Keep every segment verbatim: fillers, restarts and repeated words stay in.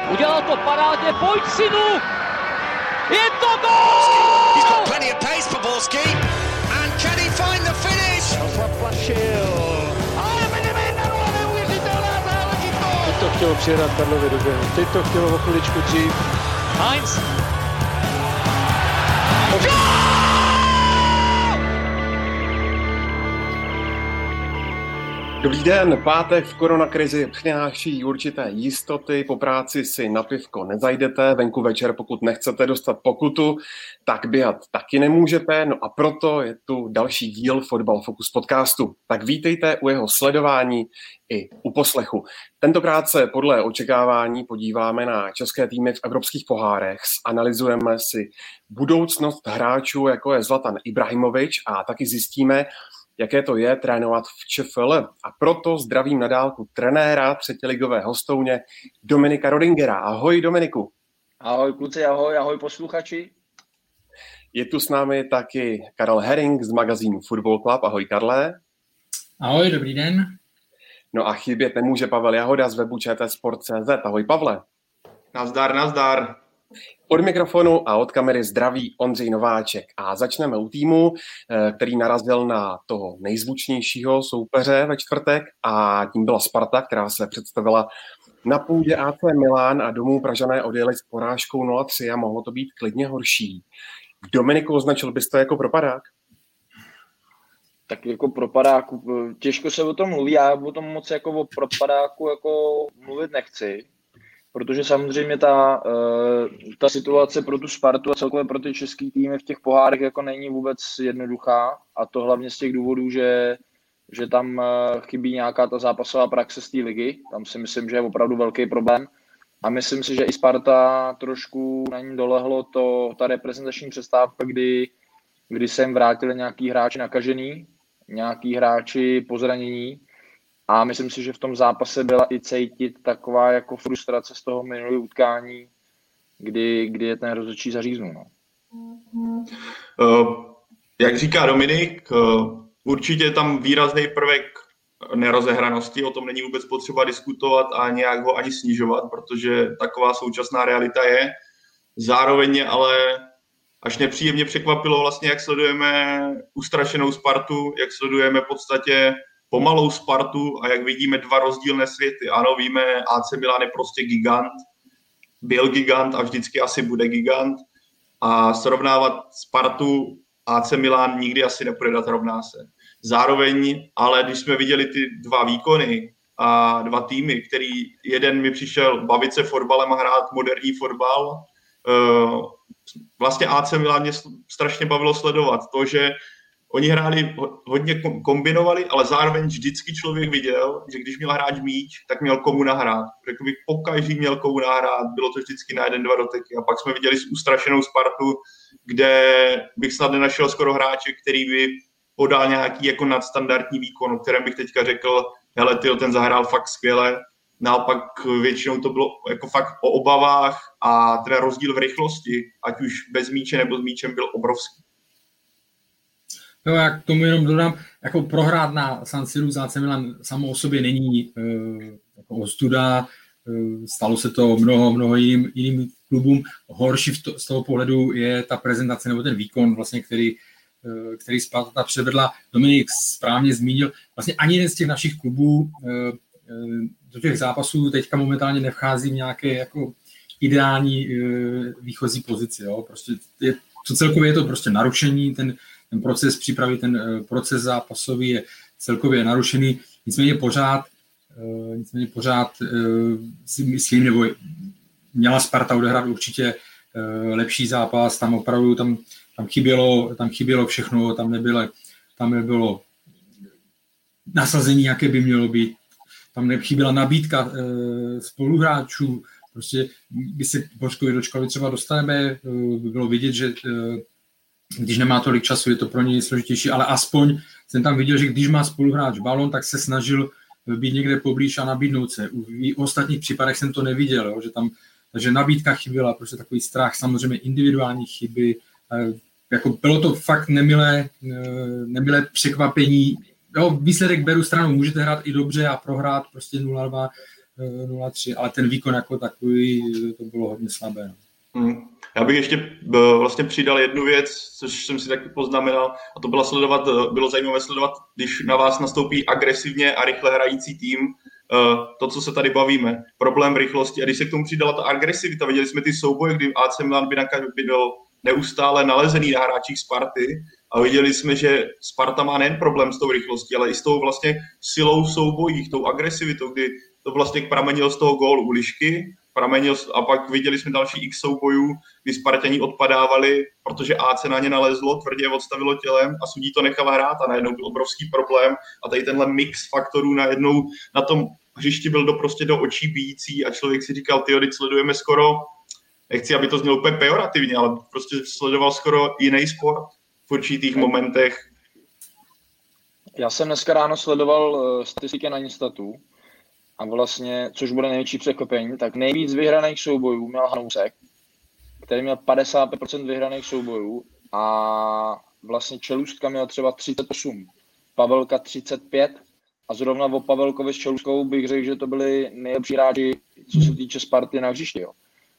Udělal to parádně, pojď synu! Je to gól! He's got plenty of pace for Borski. And can he find the finish? Zaplašil. Ale Benjamin Nerva, neuvěřitelná záležitost! Teď to chtělo přijedat Karlovi do běhu, teď to chtělo o chviličku dřív. Heinz. Dobrý den, pátek v koronakrizi přináší určité jistoty, po práci si na pivko nezajdete, venku večer, pokud nechcete dostat pokutu, tak běhat taky nemůžete, no a proto je tu další díl Fotbal Focus podcastu. Tak vítejte u jeho sledování i u poslechu. Tentokrát se podle očekávání podíváme na české týmy v evropských pohárech, analyzujeme si budoucnost hráčů, jako je Zlatan Ibrahimovič, a taky zjistíme, jaké to je trénovat v ČFL. A proto zdravím na dálku trenéra třetiligové hostouně Dominika Rodingera. Ahoj Dominiku. Ahoj kluci, ahoj, ahoj posluchači. Je tu s námi taky Karel Herring z magazínu Football Club. Ahoj Karle. Ahoj, dobrý den. No a chybět nemůže Pavel Jahoda z webu č t sport tečka cé zet. Ahoj Pavle. Nazdar, nazdar. Od mikrofonu a od kamery zdraví Ondřej Nováček. A začneme u týmu, který narazil na toho nejzvučnějšího soupeře ve čtvrtek, a tím byla Sparta, která se představila na půdě á cé Milan a domů Pražané odjeli s porážkou nula tři a mohlo to být klidně horší. Dominiku, označil bys to jako propadák? Tak jako propadáku, těžko se o tom mluví, já o tom moc jako o propadáku jako mluvit nechci. Protože samozřejmě ta, ta situace pro tu Spartu a celkově pro ty český týmy v těch pohárech jako není vůbec jednoduchá, a to hlavně z těch důvodů, že, že tam chybí nějaká ta zápasová praxe z té ligy. Tam si myslím, že je opravdu velký problém. A myslím si, že i Sparta trošku na ní dolehlo to, ta reprezentační přestávka, kdy, kdy se jim vrátili nějaký hráči nakažený, nějaký hráči po zranění. A myslím si, že v tom zápase byla i cítit taková jako frustrace z toho minulého utkání, kdy, kdy je ten rozhodčí zaříznul. No. Uh, jak říká Dominik, uh, určitě je tam výrazný prvek nerozehranosti, o tom není vůbec potřeba diskutovat a nějak ho ani snižovat, protože taková současná realita je. Zároveň mě ale až nepříjemně překvapilo vlastně, jak sledujeme ustrašenou Spartu, jak sledujeme v podstatě pomalou Spartu a jak vidíme dva rozdílné světy. Ano, víme, á cé Milan je prostě gigant, byl gigant a vždycky asi bude gigant, a srovnávat Spartu á cé Milan nikdy asi nepůjde dát, rovná se. Zároveň, ale když jsme viděli ty dva výkony a dva týmy, který jeden mi přišel bavit se fotbalem a hrát moderní fotbal, vlastně á cé Milan mě strašně bavilo sledovat to, že oni hráli, hodně kombinovali, ale zároveň vždycky člověk viděl, že když měl hráč míč, tak měl komu nahrát. Řekl bych, pokaždý měl komu nahrát, bylo to vždycky na jeden, dva doteky. A pak jsme viděli ustrašenou Spartu, kde bych snad nenašel skoro hráče, který by podal nějaký jako nadstandardní výkon, o kterém bych teďka řekl, hele, tyjo, ten zahrál fakt skvěle. Naopak většinou to bylo jako fakt o obavách a ten rozdíl v rychlosti, ať už bez míče nebo s míčem, byl obrovský. Jo, já k tomu jenom dodám, jako prohrát na San Siru z á cé Milan samo o sobě není e, jako ostuda, e, stalo se to mnoho, mnoho jiným, jiným klubům. Horší v to, z toho pohledu je ta prezentace nebo ten výkon, vlastně, který, e, který Sparta předvedla. Dominik správně zmínil, vlastně ani jeden z těch našich klubů e, e, do těch zápasů teďka momentálně nevchází v nějaké jako ideální e, výchozí pozici. Jo? Prostě je, to celkově je to prostě narušení, ten Ten proces přípravy, ten proces zápasový je celkově narušený. Nicméně pořád, nicméně pořád si myslím, nebo měla Sparta odehrát určitě lepší zápas. Tam opravdu tam, tam, chybělo, tam chybělo všechno, tam nebylo, tam nebylo nasazení, jaké by mělo být. Tam nechyběla nabídka spoluhráčů. Prostě by se Bořkovi Dočkalovi třeba dostaneme, by bylo vidět, že když nemá tolik času, je to pro něj složitější, ale aspoň jsem tam viděl, že když má spoluhráč balon, tak se snažil být někde poblíž a nabídnout se. U ostatních případech jsem to neviděl, jo, že tam, takže nabídka chyběla, prostě takový strach, samozřejmě individuální chyby. Jako bylo to fakt nemilé, nemilé překvapení. Jo, výsledek beru stranou, můžete hrát i dobře a prohrát prostě nula dva, nula tři, ale ten výkon jako takový, to bylo hodně slabé. Hmm. Já bych ještě vlastně přidal jednu věc, což jsem si taky poznamenal, a to bylo sledovat, bylo zajímavé sledovat, když na vás nastoupí agresivně a rychle hrající tým, to, co se tady bavíme, problém rychlosti. A když se k tomu přidala ta agresivita, viděli jsme ty souboje, kdy á cé Milan by byl neustále nalezený na hráčích Sparty a viděli jsme, že Sparta má nejen problém s tou rychlostí, ale i s tou vlastně silou soubojích, tou agresivitou, kdy to vlastně pramenilo z toho gólu u Lišky, pramenil, a pak viděli jsme další x soubojů, kdy Sparťani odpadávali, protože á cé na ně nalezlo, tvrdě odstavilo tělem a sudí to nechala hrát a najednou byl obrovský problém a tady tenhle mix faktorů najednou na tom hřišti byl do, prostě do očí bijící a člověk si říkal, tyjo, teď sledujeme skoro, nechci, aby to znělo úplně pejorativně, ale prostě sledoval skoro jiný sport v určitých momentech. Já jsem dneska ráno sledoval statistiky na Instatu a vlastně, což bude největší překvapení, tak nejvíc vyhraných soubojů měl Hanousek, který měl padesát pět procent vyhraných soubojů a vlastně Čelůstka měl třeba třicet osm, Pavelka třicet pět a zrovna o Pavelkovi s Čelůstkou bych řekl, že to byli nejlepší hráči, co se týče Sparty na hřišti. Jo.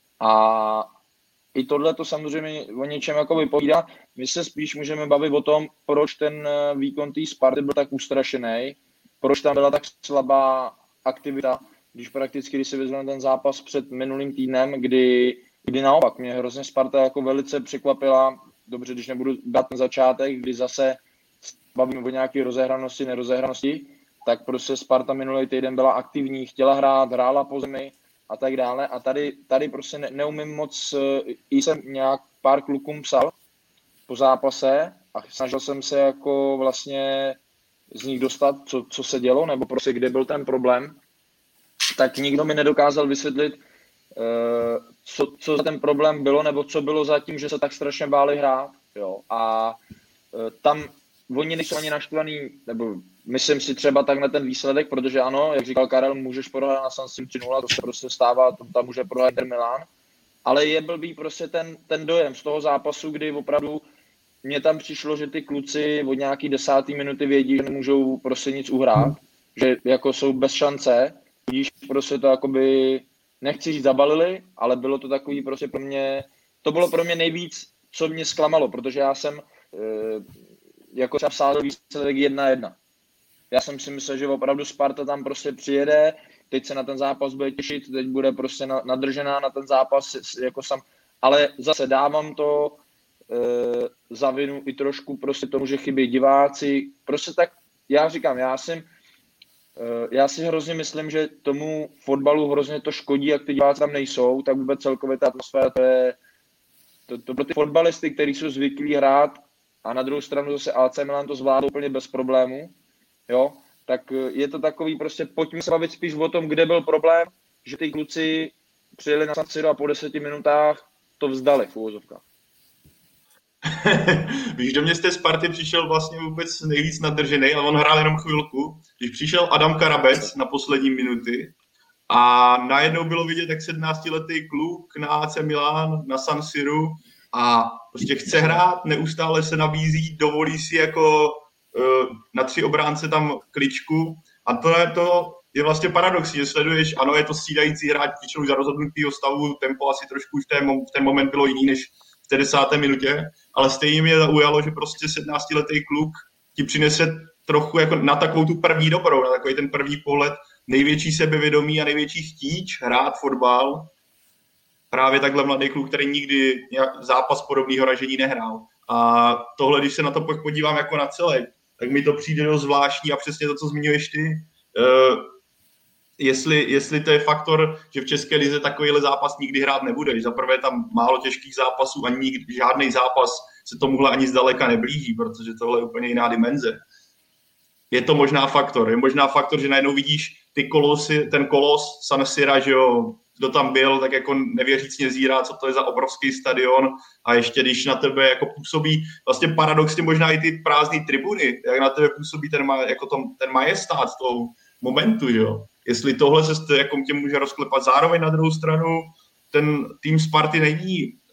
A i tohle to samozřejmě o něčem jako vypovídá. My se spíš můžeme bavit o tom, proč ten výkon té Sparty byl tak ustrašený, proč tam byla tak slabá aktivita, když prakticky, když si vezmeme ten zápas před minulým týdnem, kdy, kdy naopak mě hrozně Sparta jako velice překvapila, dobře, když nebudu dát ten začátek, kdy zase bavíme o nějaké rozehranosti, nerozehranosti, tak prostě Sparta minulý týden byla aktivní, chtěla hrát, hrála po zemi a tak dále. A tady, tady prostě ne, neumím moc, i jsem nějak pár klukům psal po zápase a snažil jsem se jako vlastně z nich dostat, co, co se dělo, nebo prostě kde byl ten problém, tak nikdo mi nedokázal vysvětlit, uh, co, co za ten problém bylo, nebo co bylo za tím, že se tak strašně báli hrát. Jo. A uh, tam oni nejsou ani naštvaný, nebo myslím si třeba tak na ten výsledek, protože ano, jak říkal Karel, můžeš prohrát na San Siro tři nula, to se prostě stává, to, tam může prohrát Inter Milan, ale je blbý prostě ten, ten dojem z toho zápasu, kdy opravdu mně tam přišlo, že ty kluci od nějaký desátý minuty vědí, že nemůžou prostě nic uhrát, že jako jsou bez šance, když prostě to jakoby, nechci říct zabalili, ale bylo to takový prostě pro mě, to bylo pro mě nejvíc, co mě zklamalo, protože já jsem e, jako třeba psal výsledek jedna jedna. Já jsem si myslel, že opravdu Sparta tam prostě přijede, teď se na ten zápas bude těšit, teď bude prostě nadržená na ten zápas, jako sam, ale zase dávám to e, za vinu i trošku prostě tomu, že chybí diváci, prostě tak, já říkám, já jsem, e, já si hrozně myslím, že tomu fotbalu hrozně to škodí, jak ty diváci tam nejsou, tak vůbec celkově ta atmosféra, to je, to, to pro ty fotbalisty, kteří jsou zvyklí hrát, a na druhou stranu zase á cé Milan to zvládl úplně bez problémů, jo, tak je to takový prostě, pojďme se bavit spíš o tom, kde byl problém, že ty kluci přijeli na San Siro a po deseti minutách to vzdali v úvozovkách. Víš, do mě z té Sparty přišel vlastně vůbec nejvíc nadržený, ale on hrál jenom chvilku, když přišel Adam Karabec na poslední minuty a najednou bylo vidět, jak sedmnáctiletý kluk na á cé Milan, na San Siru a prostě chce hrát, neustále se nabízí, dovolí si jako uh, na tři obránce tam kličku a to je, to je vlastně paradox, že sleduješ, ano, je to střídající hráč, většinou za rozhodnutýho stavu, tempo asi trošku v ten, v ten moment bylo jiný než v té desáté minutě, ale stejně mě zaujalo, že prostě sedmnáctiletý kluk ti přinese trochu jako na takovou tu první dobrou, na takový ten první pohled, největší sebevědomí a největší chtíč hrát fotbal. Právě takhle mladý kluk, který nikdy zápas podobného ražení nehrál. A tohle, když se na to podívám jako na celek, tak mi to přijde dost zvláštní a přesně to, co zmiňuješ ty. Uh, jestli, jestli to je faktor, že v České lize takovýhle zápas nikdy hrát nebude. Když zaprvé tam málo těžkých zápasů a nikdy, žádný zápas se tomuhle ani zdaleka neblíží, protože tohle je úplně jiná dimenze. Je to možná faktor. Je možná faktor, že najednou vidíš ty kolosy, ten kolos San Sira, že jo, kdo tam byl, tak jako nevěřícně zírá, co to je za obrovský stadion a ještě když na tebe jako působí, vlastně paradoxně možná i ty prázdné tribuny, jak na tebe působí ten, jako tom, ten majestát toho momentu, že jo. Jestli tohle se jako tě může rozklepat. Zároveň na druhou stranu ten tým Sparty není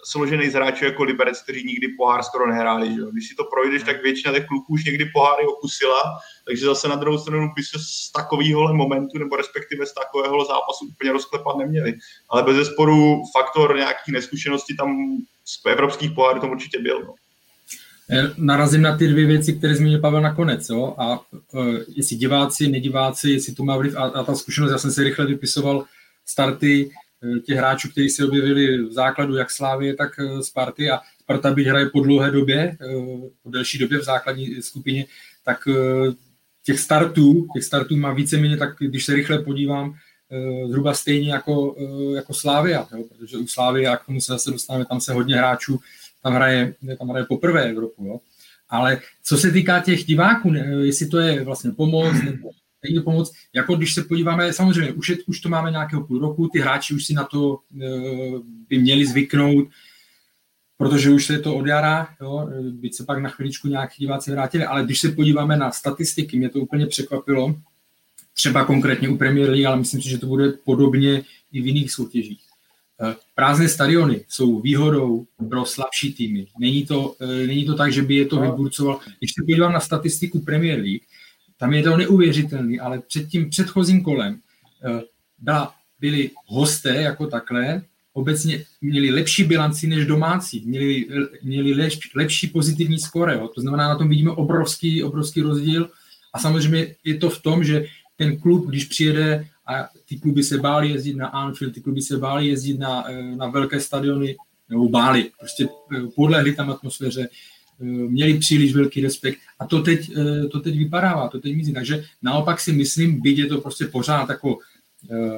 složený z hráčů jako Liberec, kteří nikdy pohár skoro nehráli. Že? Když si to projdeš, tak většina těch kluků už někdy poháry okusila, takže zase na druhou stranu by se z takového momentu, nebo respektive z takového zápasu úplně rozklepat neměli. Ale bez zesporu faktor nějakých neskušeností tam z evropských pohárů tam určitě byl. No. Narazím na ty dvě věci, které zmínil Pavel nakonec. Jo? A uh, jestli diváci, nediváci, jestli to má vliv. A, a ta zkušenost, já jsem si rychle vypisoval starty uh, těch hráčů, kteří se objevili v základu jak Slávie, tak uh, Sparty. A Sparta, byť hraje po dlouhé době, uh, po delší době v základní skupině, tak uh, těch startů, těch startů má víceméně, tak když se rychle podívám, uh, zhruba stejně jako, uh, jako Slávia. Jo? Protože u Slávie, a k tomu se zase dostaneme, tam se hodně hráčů Tam hraje, tam hraje poprvé Evropu, jo. Ale co se týká těch diváků, ne, jestli to je vlastně pomoc, nebo není pomoc, jako když se podíváme, samozřejmě, už, je, už to máme nějakého půl roku, ty hráči už si na to e, by měli zvyknout, protože už se to od jara, jo, byť se pak na chviličku nějaký diváci vrátili, ale když se podíváme na statistiky, mě to úplně překvapilo, třeba konkrétně u Premier League, ale myslím si, že to bude podobně i v jiných soutěžích. Prázdné stadiony jsou výhodou pro slabší týmy. Není to, není to tak, že by je to vyburcoval. Když se podívám na statistiku Premier League, tam je to neuvěřitelný, ale před tím předchozím kolem byla, byli hosté jako takhle, obecně měli lepší bilanci než domácí, měli, měli lepší, lepší pozitivní skóre. Jo. To znamená, na tom vidíme obrovský, obrovský rozdíl a samozřejmě je to v tom, že ten klub, když přijede a ty kluby se báli jezdit na Anfield, ty kluby se báli jezdit na, na velké stadiony, nebo báli, prostě podlehli tam atmosféře, měli příliš velký respekt a to teď, to teď vypadává, to teď mizí. Takže naopak si myslím, byť je to prostě pořád jako uh,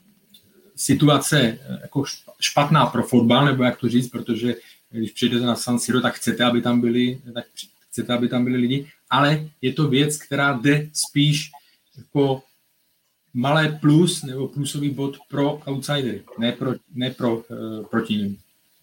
situace jako špatná pro fotbal, nebo jak to říct, protože když přijdete na San Siro, tak chcete, aby tam byli, tak chcete, aby tam byli lidi, ale je to věc, která jde spíš jako malé plus nebo plusový bod pro outsidery, ne pro, ne pro uh, proti nim.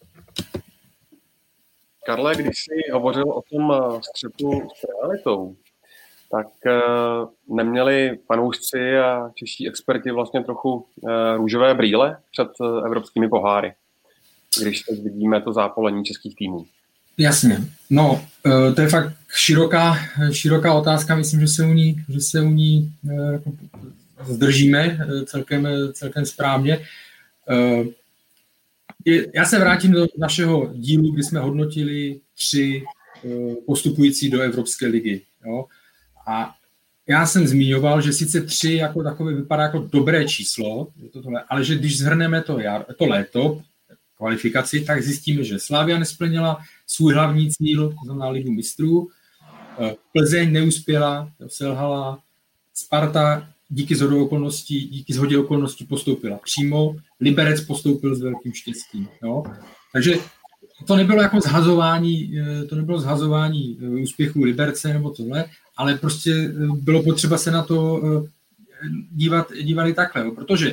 Karle, když jsi hovořil o tom střetu s realitou, tak uh, neměli fanoušci a čeští experti vlastně trochu uh, růžové brýle před uh, evropskými poháry, když teď vidíme to zápolení českých týmů? Jasně. No, uh, to je fakt široká, široká otázka. Myslím, že se u ní, že se u ní uh, jako zdržíme celkem, celkem správně. Já se vrátím do našeho dílu, kdy jsme hodnotili tři postupující do Evropské ligy. Jo? A já jsem zmiňoval, že sice tři jako takové vypadá jako dobré číslo, ale že když zhrneme to, jar, to léto, kvalifikaci, tak zjistíme, že Slavia nesplnila svůj hlavní cíl, to znamená Ligu mistrů, Plzeň neuspěla, selhala, Sparta díky shodě okolností, díky shodě okolností postoupila přímo, Liberec postoupil s velkým štěstím. Jo? Takže to nebylo jako zhazování, to nebylo zhazování úspěchů Liberce nebo tohle, ale prostě bylo potřeba se na to dívat, dívali takhle, jo? Protože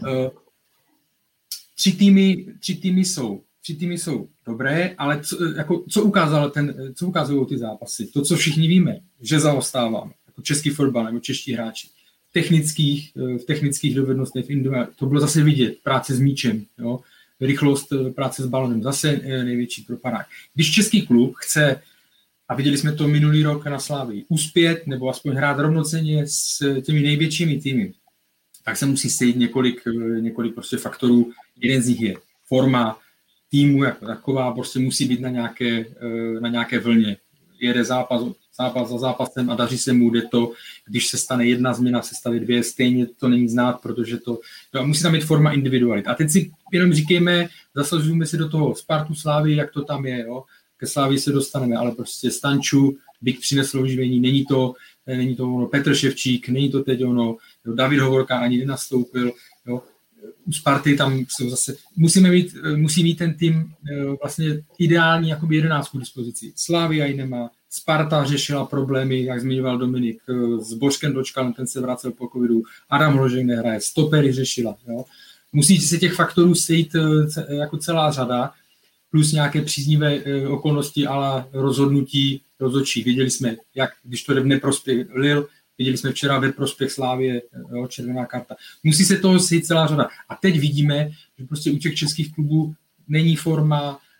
tři týmy, tři týmy jsou, tři týmy jsou dobré, ale co, jako, co ukázalo ten, co ukazují ty zápasy? To, co všichni víme, že zaostáváme, jako český fotbal nebo čeští hráči. Technických, v technických dovednostech, to bylo zase vidět, práce s míčem, jo? Rychlost práce s balonem, zase největší propadák. Když český klub chce, a viděli jsme to minulý rok na Slavii, uspět nebo aspoň hrát rovnocenně s těmi největšími týmy, tak se musí sejít několik, několik prostě faktorů. Jeden z nich je forma týmu jako taková, prostě musí být na nějaké, na nějaké vlně. Jede zápas, zápas za zápasem a daří se mu, jde to, když se stane jedna změna, se stane dvě, stejně to není znát, protože to, to musí tam být forma individualit. A teď si jenom říkejme, zasazujeme si do toho Spartu, Slávy, jak to tam je, jo. Ke Slávii se dostaneme, ale prostě Stanču, Bik přinesl oživení, není to, není to ono, Petr Ševčík, není to teď ono, jo, David Hovorka ani nenastoupil, jo. U Sparty tam jsou zase, musíme mít, musí mít ten tým vlastně ideální jakoby jedenáctku k dispozici. Slavia ji nemá, Sparta řešila problémy, jak zmiňoval Dominik, s Božkem dočkal, ten se vracel po covidu, Adam Hložek nehraje, stopery řešila. Jo. Musí se těch faktorů sejít jako celá řada, plus nějaké příznivé okolnosti, ale rozhodnutí rozhodčí. Viděli jsme, jak když to jde v neprospěch Lille, viděli jsme včera ve prospěch Slávie, jo, červená karta. Musí se toho sejít celá řada. A teď vidíme, že prostě u těch českých klubů není forma,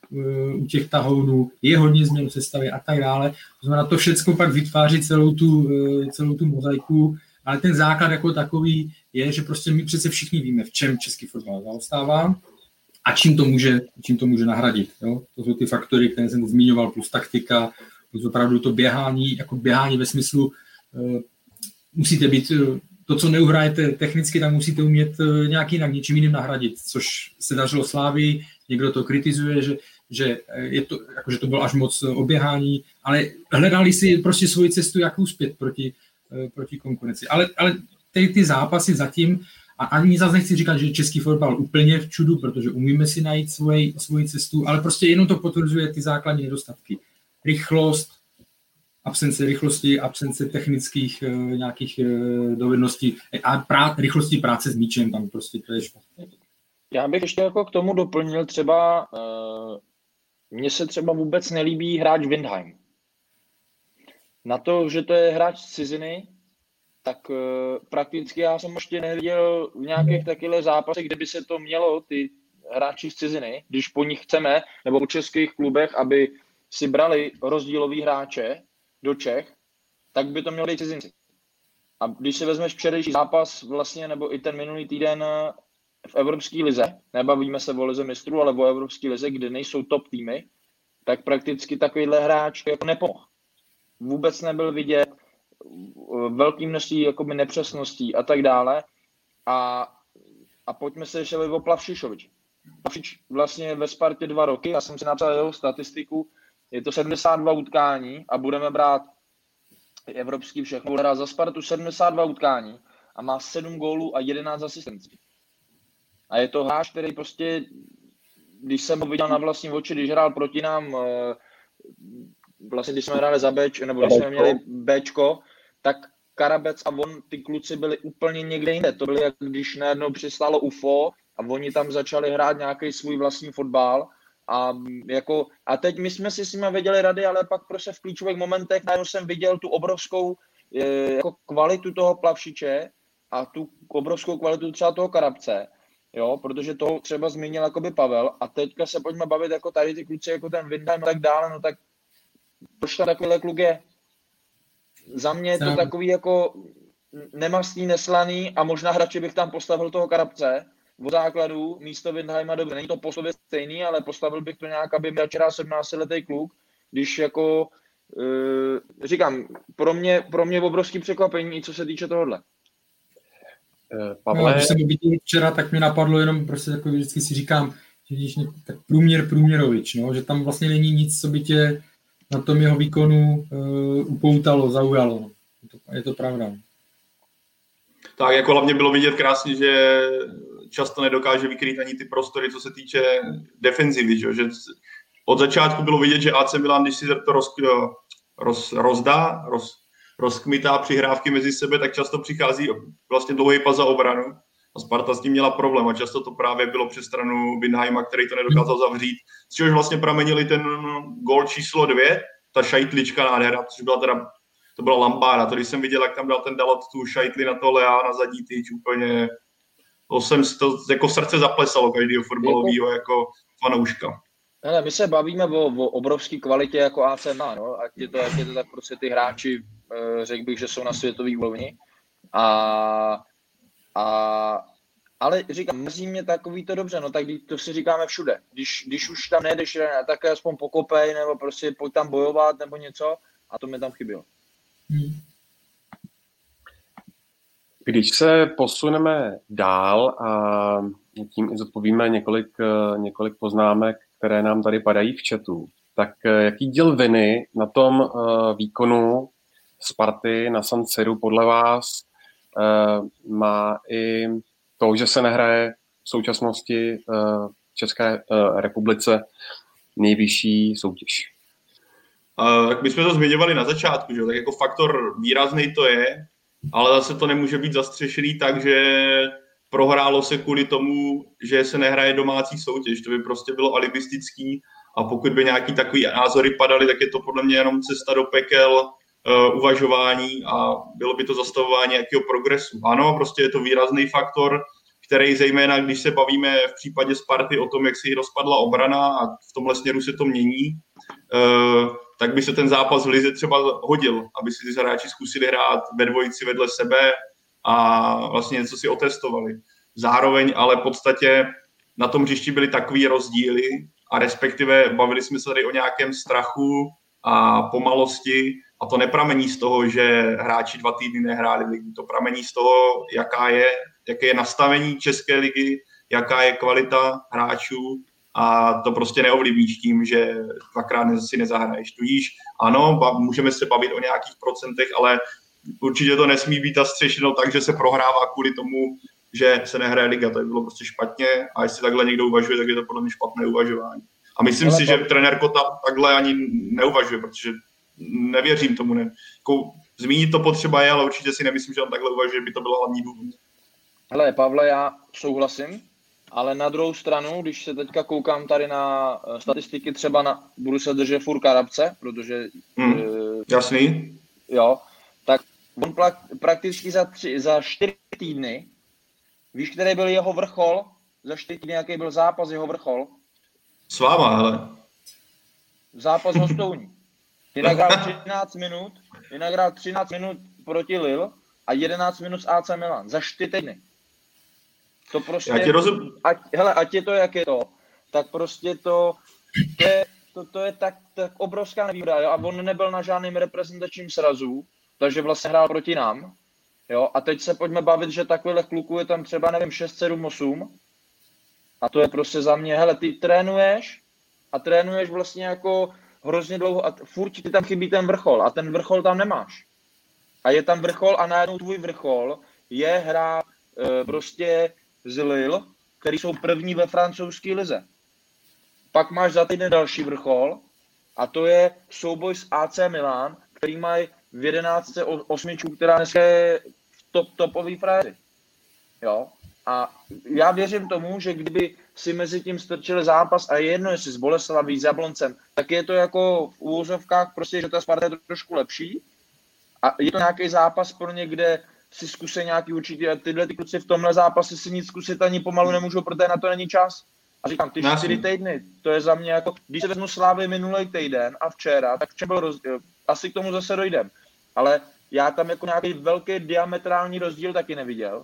u těch tahounů, je hodně změn v sestavě a tak dále. To znamená, to všechno pak vytváří celou tu, celou tu mozaiku, ale ten základ jako takový je, že prostě my přece všichni víme, v čem český fotbal zaostává a čím to může, čím to může nahradit. Jo? To jsou ty faktory, které jsem zmiňoval, plus taktika, plus opravdu to běhání, jako běhání ve smyslu, uh, musíte být, uh, to, co neuhrajete technicky, tak musíte umět uh, nějak jinak, něčím jiným nahradit, což se dařilo Slávii, někdo to kritizuje, že, že, je to, jako, že to bylo až moc oběhání, ale hledali si prostě svoji cestu, jak uspět proti, uh, proti konkurenci. Ale, ale ty, ty zápasy zatím, a ani zase nechci říkat, že český fotbal úplně v čudu, protože umíme si najít svoji, svoji cestu, ale prostě jenom to potvrzuje ty základní nedostatky. Rychlost, absence rychlosti, absence technických uh, nějakých uh, dovedností a prá- rychlosti práce s míčem, tam prostě to je špatné. Já bych ještě jako k tomu doplnil třeba, uh, mně se třeba vůbec nelíbí hráč Windheim. Na to, že to je hráč z ciziny, tak uh, prakticky já jsem ještě neviděl v nějakých takových zápasech, kde by se to mělo, ty hráči z ciziny, když po nich chceme, nebo po českých klubech, aby si brali rozdílový hráče do Čech, tak by to mělo být cizinci. A když si vezmeš včerejší zápas vlastně, nebo i ten minulý týden v Evropské lize, nebavíme se o lize mistrů, ale o Evropské lize, kde nejsou top týmy, tak prakticky takovýhle hráč jako nepomohl. Vůbec nebyl vidět, velký množství jakoby nepřesností a tak dále. A, a pojďme se ještě o Plavšišovič. Plavšič vlastně ve Spartě dva roky, já jsem si napsal jeho statistiku, je to sedmdesát dva utkání a budeme brát evropský všechno. Bude za Spartu sedmdesát dva utkání a má sedm gólů a jedenáct asistencí. A je to hráč, který prostě, když jsem ho viděl na vlastní oči, když hrál proti nám, vlastně když jsme hráli za Bčko, nebo když jsme měli Bčko, tak Karabec a on, ty kluci byli úplně někde jinde. To byly, jak když najednou přistálo U F O a oni tam začali hrát nějaký svůj vlastní fotbal. A, jako, a teď my jsme si s nimi věděli rady, ale pak prostě v klíčových momentech najednou jsem viděl tu obrovskou je, jako kvalitu toho Plavšiče a tu obrovskou kvalitu třeba toho Karabce, jo, protože to třeba zmínil jakoby Pavel a teďka se pojďme bavit jako tady ty kluci, jako ten Windheim a tak dále, no tak proč tam takovýhle kluk je? Za mě je to takový jako nemastný, neslaný a možná hradši bych tam postavil toho Karabce, od základu místo Windheima dobře. Není to po sobě stejný, ale postavil bych to nějak, aby byl včera sedmnáctiletý kluk, když jako, e, říkám, pro mě, pro mě obrovský překvapení, i co se týče tohohle. Pavle... No, když jsem viděl včera, tak mi napadlo jenom, prostě jako vždycky si říkám, že když ne, tak průměr průměrovič, no, že tam vlastně není nic, co by tě na tom jeho výkonu e, upoutalo, zaujalo. Je to, je to pravda. Tak jako hlavně bylo vidět krásně, že často nedokáže vykrýt ani ty prostory, co se týče defenzivy, že, že od začátku bylo vidět, že A C Milan, když si to roz, roz, rozdá, roz, rozkmitá přihrávky mezi sebe, tak často přichází vlastně dlouhý pas za obranu a Sparta s tím měla problém a často to právě bylo přes stranu Windheima, který to nedokázal zavřít, z čehož vlastně pramenili ten gól číslo dvě, ta šajtlička nádhera, což byla teda, to byla Lambáda, to když jsem viděl, jak tam dal ten Dalot tu šajtli na to Lea na zadní tyč, úplně to jsem to jako srdce zaplesalo každého fotbalového jako fanouška. Hele, my se bavíme o, o obrovské kvalitě jako A C má, no, ať je to, ať je to tak prostě ty hráči, řekl bych, že jsou na světový úrovni. A, a, ale říkám, mrzí mě takový to dobře, no tak to si říkáme všude. Když, když už tam nejdeš, tak aspoň pokopej, nebo prostě pojď tam bojovat, nebo něco, a to mi tam chybělo. Hmm. Když se posuneme dál a tím i zodpovíme několik, několik poznámek, které nám tady padají v chatu, tak jaký díl viny na tom výkonu Sparty na San Siru podle vás má i to, že se nehraje v současnosti v České republice nejvyšší soutěž? Tak my jsme to zmiňovali na začátku, že? Tak jako faktor výrazný to je, ale zase to nemůže být zastřešený tak, že prohrálo se kvůli tomu, že se nehraje domácí soutěž. To by prostě bylo alibistický a pokud by nějaký takový názory padaly, tak je to podle mě jenom cesta do pekel, uh, uvažování a bylo by to zastavování nějakého progresu. Ano, prostě je to výrazný faktor, který zejména, když se bavíme v případě Sparty o tom, jak si rozpadla obrana a v tomhle směru se to mění, tak by se ten zápas v lize třeba hodil, aby si ty hráči zkusili hrát ve dvojici vedle sebe a vlastně něco si otestovali. Zároveň ale v podstatě na tom hřišti byly takový rozdíly a respektive bavili jsme se tady o nějakém strachu a pomalosti a to nepramení z toho, že hráči dva týdny nehráli ligu. To pramení z toho, jaká je, jaké je nastavení České ligy, jaká je kvalita hráčů a to prostě neovlivníš tím, že dvakrát si nezahraješ. Tudíž ano, můžeme se bavit o nějakých procentech, ale určitě to nesmí být zastřešeno tak, že se prohrává kvůli tomu, že se nehraje liga. To by bylo prostě špatně a jestli takhle někdo uvažuje, tak je to podle mě špatné uvažování. A myslím ale si, to... že trenér Kota takhle ani neuvažuje, protože nevěřím tomu. Ne. Jako, zmínit to potřeba je, ale určitě si nemyslím, že on takhle uvažuje, by to bylo hlavní důvod. Hele, Pavle, já souhlasím, ale na druhou stranu, když se teďka koukám tady na statistiky, třeba na, budu se držet furt Karabce, protože... Hmm, uh, jasný. Jo, tak on pra, prakticky za, tři, za čtyři týdny, víš, který byl jeho vrchol? Za čtyři týdny, jaký byl zápas jeho vrchol? S váma, hele. Zápas hostouní. Ty nahrál třináct minut, ty nahrál třináct minut proti Lille a jedenáct minut s A C Milan. Za čtyři týdny. To prostě... Já ti rozum... ať, hele, ať je to, jak je to, tak prostě to, to je, to, to je tak, tak obrovská nevýhoda, jo? A on nebyl na žádném reprezentačním srazu, takže vlastně hrál proti nám, jo? A teď se pojďme bavit, že takovýhle kluků je tam třeba, nevím, šest, sedm, osm a to je prostě za mě, hele, ty trénuješ a trénuješ vlastně jako hrozně dlouho a furt ti tam chybí ten vrchol a ten vrchol tam nemáš. A je tam vrchol a najednou tvůj vrchol je hra e, prostě z Lille, který jsou první ve francouzské lize. Pak máš za týden další vrchol a to je souboj s A C Milan, který mají v jedenácti osmičů, která dneska je v top, topový frajeři. Jo? A já věřím tomu, že kdyby si mezi tím strčili zápas a je jedno, jestli s Boleslaví, s Jabloncem, tak je to jako v úvozovkách prostě, že ta Sparta je trošku lepší a je to nějaký zápas pro ně, kde si zkusí nějaký určitý a tyhle ty kluci v tomhle zápase si nic zkusit ani pomalu nemůžou, protože na to není čas. A říkám, ty čtyři týdny, to je za mě jako, když se vezmu Slávy minulý týden a včera, tak včera byl rozdíl, asi k tomu zase dojdem. Ale já tam jako nějaký velký diametrální rozdíl taky neviděl.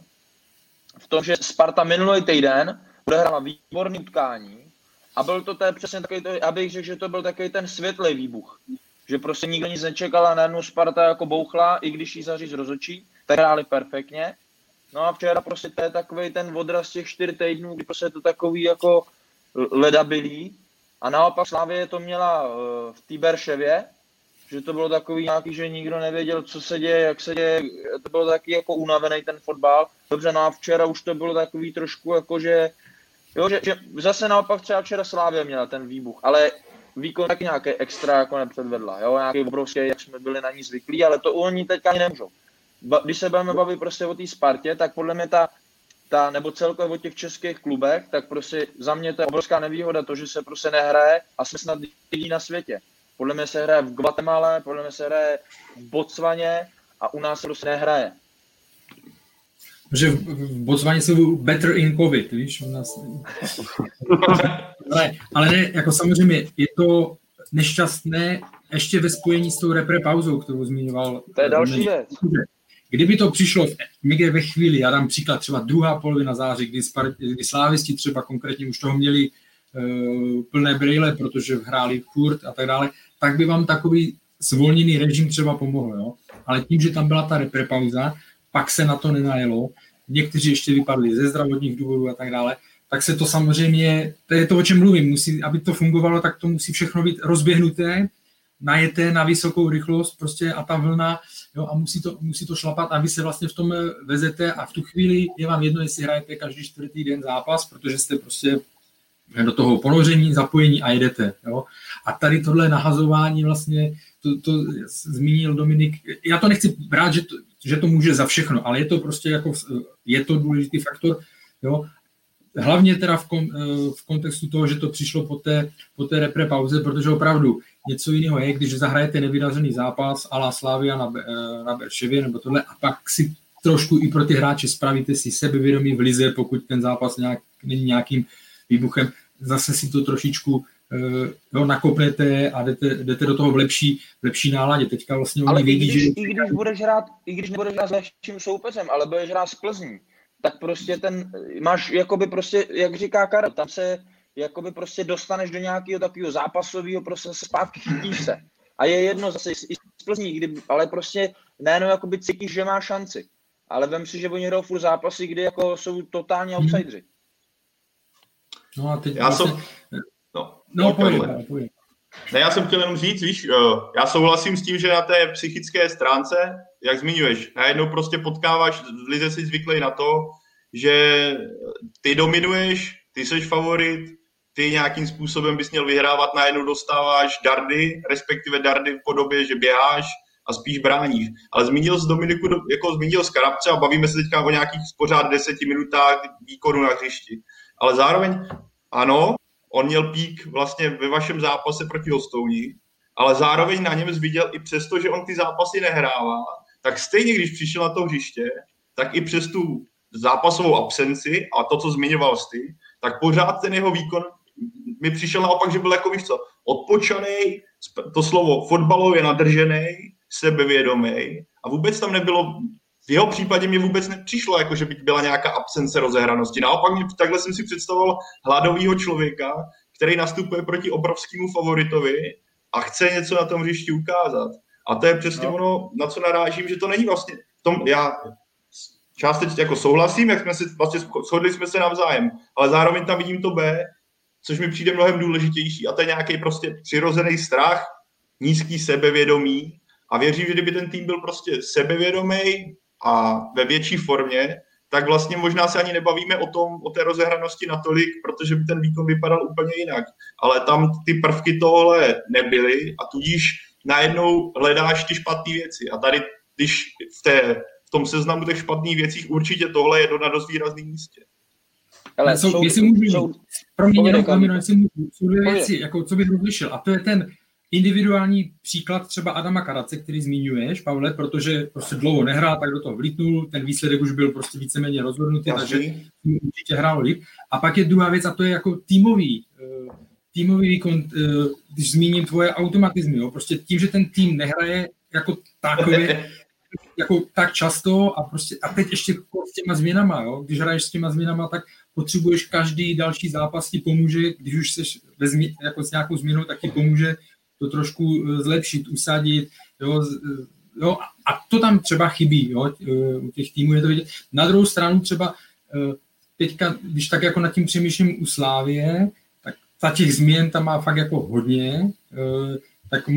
V tom, že Sparta minulý týden odehrála výborný utkání a byl to ten přesně takový, to, abych řekl, že to byl takový ten světlý výbuch. Že prostě nikdo nic nečekal a najednou Sparta jako bouchla, i když jí zaříz rozhodčí, tak hráli perfektně. No a včera prostě to je takový ten odraz těch čtyř týdnů, kdy prostě je to takový jako ledabilý. A naopak Slavie to měla v té Berševě, že to bylo takový nějaký, že nikdo nevěděl, co se děje, jak se děje, to bylo taky jako unavený ten fotbal. Dobře, no a včera už to bylo takový trošku jako, že, jo, že, že zase naopak třeba včera Slavie měla ten výbuch, ale výkon taky nějaký extra jako nepředvedla, jo, nějaký obrovský, jak jsme byli na ní zvyklí, ale to oni teďka ani nemůžou. Ba, když se budeme bavit prostě o té Spartě, tak podle mě ta, ta nebo celkově o těch českých klubech, tak prostě za mě to je obrovská nevýhoda, to, že se prostě nehraje a jsme snad lidí na světě. Podle mě se hraje v Guatemala, podle mě se hraje v Botswaně a u nás se prostě nehraje. Že v Botswaně jsou better in covid, víš? U nás... ale, ale ne, jako samozřejmě je to nešťastné ještě ve spojení s tou repre pauzou, kterou zmiňoval. To je další věc. Kdyby to přišlo v, někde ve chvíli, já dám příklad třeba druhá polovina září, kdy, spar, kdy slávisti třeba konkrétně už toho měli uh, plné brejle, protože hráli furt a tak dále, tak by vám takový zvolněný režim třeba pomohl. Jo? Ale tím, že tam byla ta repre pauza, pak se na to nenajelo, někteří ještě vypadli ze zdravotních důvodů a tak dále, tak se to samozřejmě, to je to, o čem mluvím, musí, aby to fungovalo, tak to musí všechno být rozběhnuté, najeté na vysokou rychlost prostě a ta vlna, jo, a musí to, musí to šlapat a vy se vlastně v tom vezete a v tu chvíli je vám jedno, jestli hrajete každý čtvrtý den zápas, protože jste prostě do toho ponoření, zapojení a jedete. Jo. A tady tohle nahazování vlastně, to, to zmínil Dominik, já to nechci brát, že to, že to může za všechno, ale je to prostě jako, je to důležitý faktor, jo. Hlavně teda v, kon, v kontextu toho, že to přišlo po té, po té repre pauze, protože opravdu něco jiného je, když zahrajete nevydařený zápas a la Slavia na, na Berševě nebo tohle a pak si trošku i pro ty hráče spravíte si sebevědomí v lize, pokud ten zápas nějak, není nějakým výbuchem, zase si to trošičku jo, nakopnete a jdete, jdete do toho v lepší, v lepší náladě. Teďka vlastně ale oni vědí, i když, že... i když budeš hrát, i když nebudeš hrát s lepším soupeřem, ale budeš hrát s Plzní, tak prostě ten, máš jakoby prostě, jak říká Karel, tam se jakoby prostě dostaneš do nějakého takového zápasového, prostě se zpátky chytíš se. A je jedno zase i z Plzní, kdy, ale prostě nejenom jakoby cítíš, že má šanci. Ale vem si, že oni hrajou furt zápasy, kdy jako jsou totální outsideri. No a teď já vlastně... jsem... No, no pojď, pojď. Ne, já jsem chtěl jenom říct, víš, já souhlasím s tím, že na té psychické stránce, jak zmiňuješ, najednou prostě potkáváš, v lize jsi zvyklý na to, že ty dominuješ, ty jsi favorit, ty nějakým způsobem bys měl vyhrávat, najednou dostáváš dardy, respektive dardy v podobě, že běháš a spíš bráníš. Ale zmínil z Dominiku, jako zmínil z Karabce a bavíme se teďka o nějakých pořád deseti minutách výkonu na hřišti. Ale zároveň, ano, on měl pík vlastně ve vašem zápase proti Hostouni, ale zároveň na něm viděl i přesto, že on ty zápasy nehrává, tak stejně, když přišel na to hřiště, tak i přes tu zápasovou absenci a to, co zmiňoval ty, tak pořád ten jeho výkon mi přišel naopak, že byl jako, víš co, odpočanej, to slovo fotbalově nadrženej, sebevědomej a vůbec tam nebylo, v jeho případě mě vůbec nepřišlo, jako že by byla nějaká absence rozehranosti. Naopak mě, takhle jsem si představoval hladovýho člověka, který nastupuje proti obrovskému favoritovi a chce něco na tom hřišti ukázat. A to je přesně no. ono, na co narážím, že to není vlastně, v tom já částečně jako souhlasím, jak jsme si vlastně shodli jsme se navzájem, ale zároveň tam vidím to B, což mi přijde mnohem důležitější a to je nějaký prostě přirozený strach, nízký sebevědomí a věřím, že kdyby ten tým byl prostě sebevědomý a ve větší formě, tak vlastně možná se ani nebavíme o tom, o té rozehranosti natolik, protože by ten výkon vypadal úplně jinak. Ale tam ty prvky tohle nebyly a tudíž najednou hledáš ty špatné věci. A tady, když v, té, v tom seznamu těch špatných věcích určitě tohle je na dost výrazném místě. Ale jsou, jsou, jsou, pro mě jenom pominu, jsou dvě věci, jako, co bych rozlišil. A to je ten individuální příklad třeba Adama Karace, který zmiňuješ, Pavle, protože prostě dlouho nehrál, tak do toho vlítnul, ten výsledek už byl prostě víceméně rozhodnutý, Jasný. takže určitě hrál líp. A pak je druhá věc, a to je jako týmový, týmový výkon, když zmíním tvoje automatizmy, jo? Prostě tím, že ten tým nehraje jako takově, jako tak často a prostě a teď ještě s těma změnama, jo? Když hraješ s těma změnama, tak potřebuješ každý další zápas ti pomůže, když už seš změ, jako s nějakou změnou, tak ti pomůže to trošku zlepšit, usadit, jo, jo, a to tam třeba chybí, jo, u těch týmů je to vidět. Na druhou stranu třeba teďka, když tak jako nad tím přemýšlím u Slávie, tak ta těch změn tam má fakt jako hodně, tak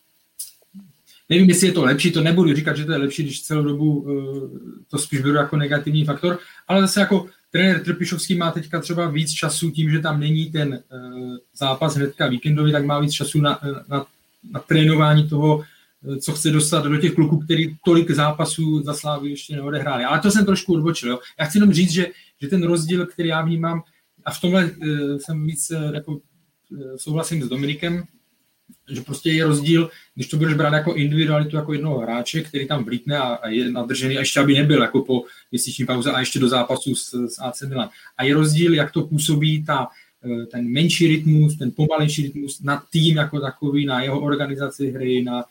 nevím, jestli je to lepší, to nebudu říkat, že to je lepší, když celou dobu to spíš beru jako negativní faktor, ale zase jako trenér Trpišovský má teďka třeba víc času tím, že tam není ten uh, zápas hnedka víkendový, tak má víc času na, na, na trénování toho, co chce dostat do těch kluků, který tolik zápasů za Slávy ještě neodehráli. Ale to jsem trošku odbočil. Jo. Já chci jenom říct, že, že ten rozdíl, který já vnímám, a v tomhle uh, jsem víc uh, jako, uh, souhlasím s Dominikem, že prostě je rozdíl, když to budeš brát jako individualitu, jako jednoho hráče, který tam vlítne a, a je nadržený, a ještě aby nebyl jako po měsíční pauze a ještě do zápasu s, s A C Milan. A je rozdíl, jak to působí ta, ten menší rytmus, ten pomalejší rytmus na tým jako takový, na jeho organizaci hry, na,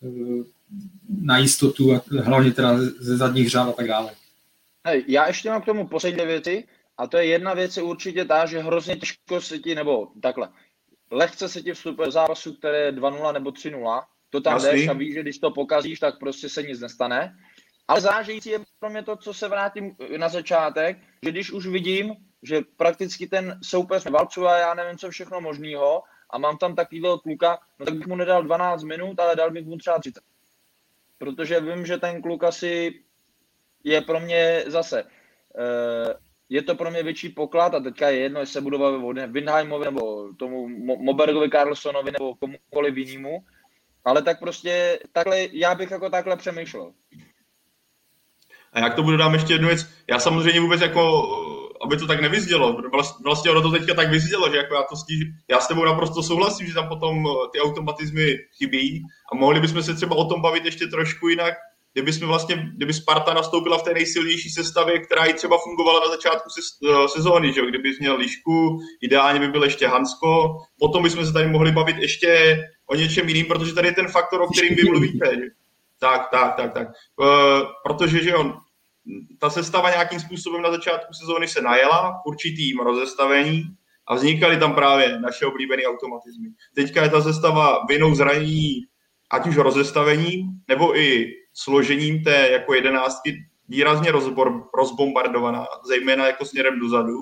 na jistotu a hlavně teda ze zadních řád a tak dále. Hej, já ještě mám k tomu poslední věci a to je jedna věc je určitě ta, že hrozně těžko se ti, nebo takhle, lehce se ti vstupuje v zápasu, které je dva nula nebo tři nula, to tam Jasný. jdeš a víš, že když to pokazíš, tak prostě se nic nestane. Ale zážející je pro mě to, co se vrátím na začátek, že když už vidím, že prakticky ten soupeř valcuje a já nevím, co všechno možného a mám tam takovýhle kluka, no tak bych mu nedal dvanáct minut, ale dal bych mu třeba třicet. Protože vím, že ten kluk asi je pro mě zase... Uh, je to pro mě větší poklad a teďka je jedno, jestli se budu bavit o Windheimovi nebo tomu Mobergovi, Carlsonovi nebo komukoliv jinému, ale tak prostě takhle, já bych jako takhle přemýšlel. A jak to budu dám ještě jednu věc, já samozřejmě vůbec jako, aby to tak nevyzdělo, vlastně ono to teďka tak vyzdělo, že jako já, to stíž, já s tebou naprosto souhlasím, že tam potom ty automatizmy chybí a mohli bychom se třeba o tom bavit ještě trošku jinak, kdyby jsme vlastně, kdyby Sparta nastoupila v té nejsilnější sestavě, která i třeba fungovala na začátku sezóny, že? Kdyby měl Lišku, ideálně by byl ještě Hansko, potom bychom se tady mohli bavit ještě o něčem jiným, protože tady je ten faktor, o kterým vy mluvíte. Že? Tak, tak, tak, tak. E, protože, že on, ta sestava nějakým způsobem na začátku sezóny se najela v určitým rozestavení a vznikaly tam právě naše oblíbené automatizmy. Teďka je ta sestava vinou zranění, ať už rozestavení, nebo i složením té jako jedenáctky výrazně rozbor, rozbombardovaná, zejména jako směrem dozadu.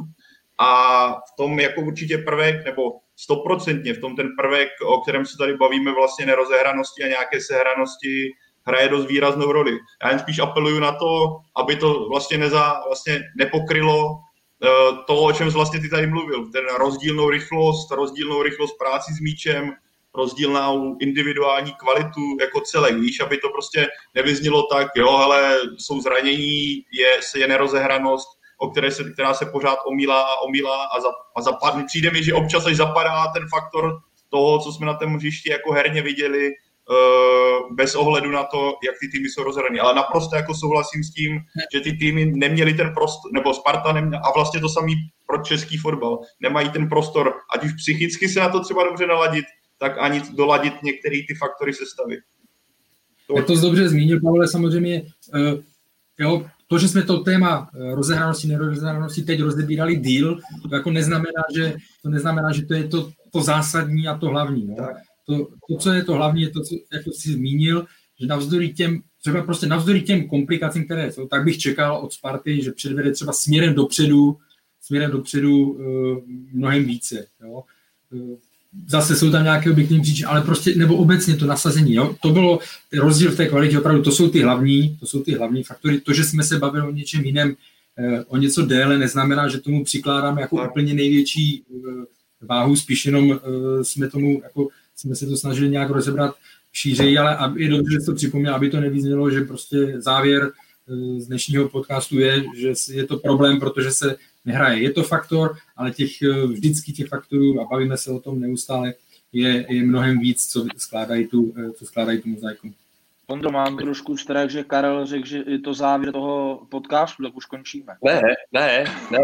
A v tom jako určitě prvek, nebo stoprocentně v tom ten prvek, o kterém se tady bavíme, vlastně nerozehranosti a nějaké sehranosti, hraje dost výraznou roli. Já jen spíš apeluju na to, aby to vlastně, neza, vlastně nepokrylo uh, to, o čem jsi vlastně ty tady mluvil. Ten rozdílnou rychlost, rozdílnou rychlost práci s míčem, rozdílnou individuální kvalitu jako celek, víš, aby to prostě nevyznělo tak, jo, hele, jsou zranění, je, je nerozehranost, o které se, která se pořád omílá a omílá a, za, a zapadne. Přijde mi, že občas až zapadá ten faktor toho, co jsme na tom hřišti jako herně viděli, uh, bez ohledu na to, jak ty týmy jsou rozhrané. Ale naprosto jako souhlasím s tím, že ty týmy neměly ten prostor, nebo Sparta neměla, a vlastně to samý pro český fotbal, nemají ten prostor, ať už psychicky se na to třeba dobře naladit, tak ani doladit některé ty faktory sestavy. To... Jak to dobře zmínil, Pavle, samozřejmě, uh, jo, to, že jsme to téma rozehranosti, nerozehranosti teď rozebírali díl, to jako neznamená, že to neznamená, že to je to, to zásadní a to hlavní. No. To, to, co je to hlavní, je to, co, jak to jsi zmínil, že navzdory těm, třeba prostě navzdory těm komplikacím, které jsou, tak bych čekal od Sparty, že předvede třeba směrem dopředu, směrem dopředu uh, mnohem více. Jo. Uh, Zase jsou tam nějaké objektivní příčiny, ale prostě, nebo obecně to nasazení, jo? To bylo rozdíl v té kvalitě, opravdu, to jsou ty hlavní, to jsou ty hlavní faktory. To, že jsme se bavili o něčem jiném, eh, o něco déle, neznamená, že tomu přikládáme jako tak. úplně největší eh, váhu, spíš jenom eh, jsme tomu, jako jsme se to snažili nějak rozebrat šířeji, ale aby, je dobře, že to připomněl, aby to nevyznělo, že prostě závěr eh, z dnešního podcastu je, že je to problém, protože se nehraje. Je to faktor, ale těch, vždycky těch faktorů, a bavíme se o tom neustále, je, je mnohem víc, co skládají tu, co skládají tu mozaiku. Ondro, mám trošku strach, že Karel řekl, že je to závěr toho podcastu, tak už končíme. Ne, ne, ne.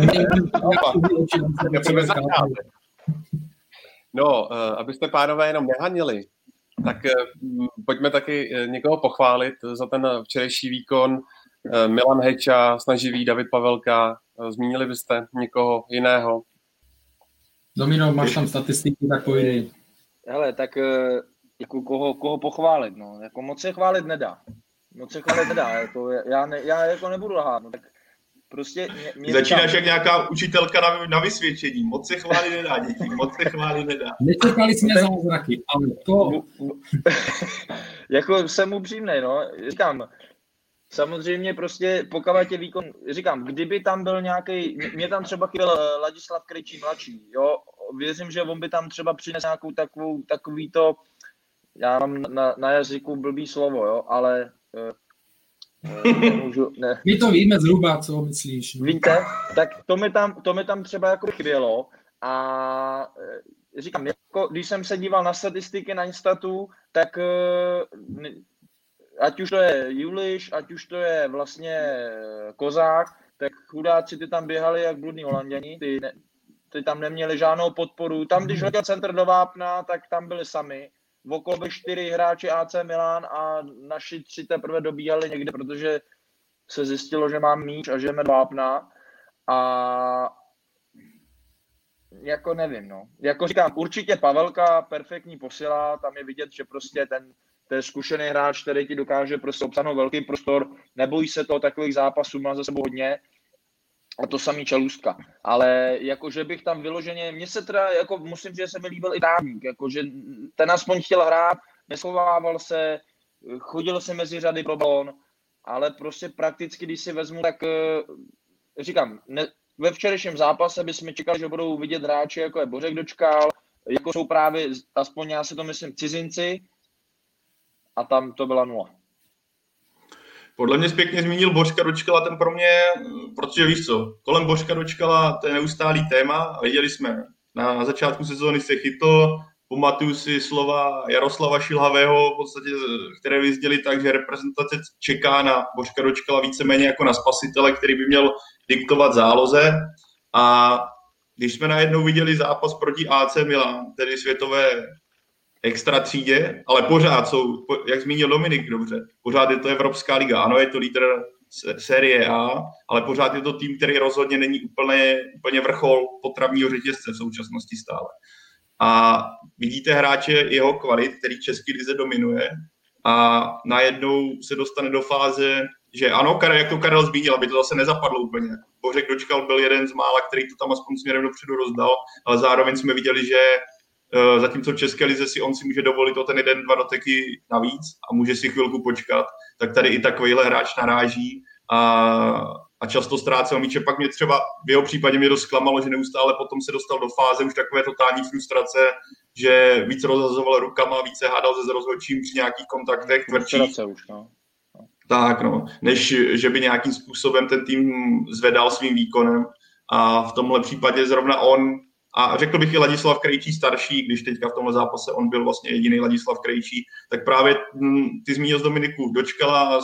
No, abyste, pánové, jenom nehanili, tak pojďme taky někoho pochválit za ten včerejší výkon. Milan Heča, snaživý David Pavelka. Zmínili byste někoho jiného? Domino, máš tam statistiky, tak pojdej. Hele, tak jako koho, koho pochválit, no. Jako moc se chválit nedá. Moc se chválit nedá. Jako, já, ne, já jako nebudu lhát, no. Tak prostě mě, mě začínáš tam... jak nějaká učitelka na, na vysvědčení. Moc se chválit nedá, děti. Moc se chválit nedá. Nečekali jsme zázraky, ale to... jako jsem upřímnej, no. Říkám, samozřejmě prostě pokud je výkon, říkám, kdyby tam byl nějaký, mě tam třeba chyběl Ladislav Krejčí mladší, jo, věřím, že on by tam třeba přinesl nějakou takovou, takový to, já mám na, na jazyku blbý slovo, jo, ale uh, nemůžu, ne. My to víme zhruba, co myslíš. No. Víte, tak to mi tam, to mi tam třeba jako chybělo a říkám, jako, když jsem se díval na statistiky na Instatu, tak uh, ať už to je Juliš, ať už to je vlastně Kozák, tak chudáci ty tam běhali jak bludní Holanděni, ty, ne, ty tam neměli žádnou podporu. Tam, když letěl centr do vápna, tak tam byli sami. Okolo byli čtyři hráči A C Milan a naši tři teprve dobíhali někde, protože se zjistilo, že mám míč a že jdeme do vápna. A jako nevím, no. Jako říkám, určitě Pavelka perfektní posila, tam je vidět, že prostě ten to je zkušený hráč, který ti dokáže prostě obsáhnout velký prostor, nebojí se toho, takových zápasů, má za sebou hodně. A to samý Čelůstka. Ale jakože bych tam vyloženě, mně se teda, jako musím říct, že se mi líbil i Trávník, jakože ten aspoň chtěl hrát, neschovával se, chodil se mezi řady pro balón, ale prostě prakticky, když si vezmu, tak říkám, ne, ve včerejším zápase bychom čekali, že budou vidět hráči, jako je Bořek Dočkal, jako jsou právě, aspoň já si to myslím, cizinci, a tam to byla nula. Podle mě zpěkně zmínil Bořka Dočkala, ten pro mě, protože víš co, kolem Bořka Dočkala to je neustálý téma a viděli jsme, na začátku sezóny se chytl, pamatuju si slova Jaroslava Šilhavého, v podstatě, které vyzděli tak, že reprezentace čeká na Božka Dočkala víceméně jako na spasitele, který by měl diktovat záloze. A když jsme najednou viděli zápas proti A C Milan, tedy světové extra třídě, ale pořád jsou, jak zmínil Dominik dobře, pořád je to Evropská liga, ano, je to lídr série A, ale pořád je to tým, který rozhodně není úplně, úplně vrchol potravního řetězce v současnosti stále. A vidíte hráče jeho kvalit, který český lize dominuje a najednou se dostane do fáze, že ano, jak to Karel zmínil, aby to zase nezapadlo úplně. Bořek Dočkal byl jeden z mála, který to tam aspoň směrem dopředu rozdal, ale zároveň jsme viděli, že zatímco v české lize si on si může dovolit o ten jeden, dva doteky navíc a může si chvilku počkat, tak tady i takovýhle hráč naráží a, a často ztrácel míče. Pak mě třeba v jeho případě mě dost zklamalo, že neustále potom se dostal do fáze už takové totální frustrace, že víc rozhazoval rukama, více hádal se s rozhodčím při nějakých kontaktech tvrdších. Už, no. Tak no, než že by nějakým způsobem ten tým zvedal svým výkonem a v tomhle případě zrovna on a řekl bych i Ladislav Krejčí starší, když teďka v tomhle zápase on byl vlastně jediný Ladislav Krejčí, tak právě ty zmínil z Dominiku Dočkala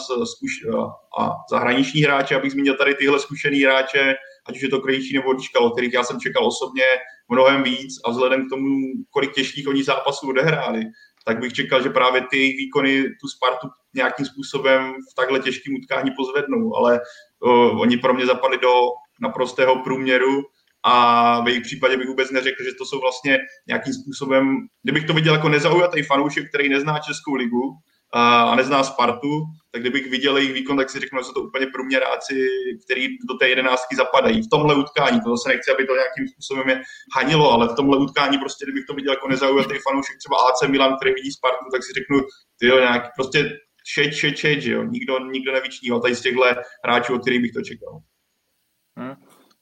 a zahraniční hráče, abych zmínil tady tyhle zkušený hráče, ať už je to Krejčí nebo Dočkal, kterých já jsem čekal osobně mnohem víc a vzhledem k tomu, kolik těžkých oni zápasů odehráli, tak bych čekal, že právě ty jejich výkony tu Spartu nějakým způsobem v takhle těžkém utkání pozvednou, ale uh, oni pro mě zapadli do naprostého průměru a v jejich případě bych vůbec neřekl, že to jsou vlastně nějakým způsobem, kdybych to viděl jako nezaujatý fanoušek, který nezná Českou ligu a nezná Spartu, tak kdybych viděl jejich výkon, tak si řeknu, že jsou to úplně průměráci, který do té jedenáctky zapadají. V tomhle utkání, to zase nechci, aby to nějakým způsobem je hanilo, ale v tomhle utkání prostě, kdybych to viděl jako nezaujatý fanoušek třeba A C Milan, který vidí Spartu, tak si řeknu, tyjo, nějaký prostě šeč, šeč, šeč, jo, nikdo, nikdo nevyčníval tady z těchto hráčů, od kterých bych to čekal. Hmm.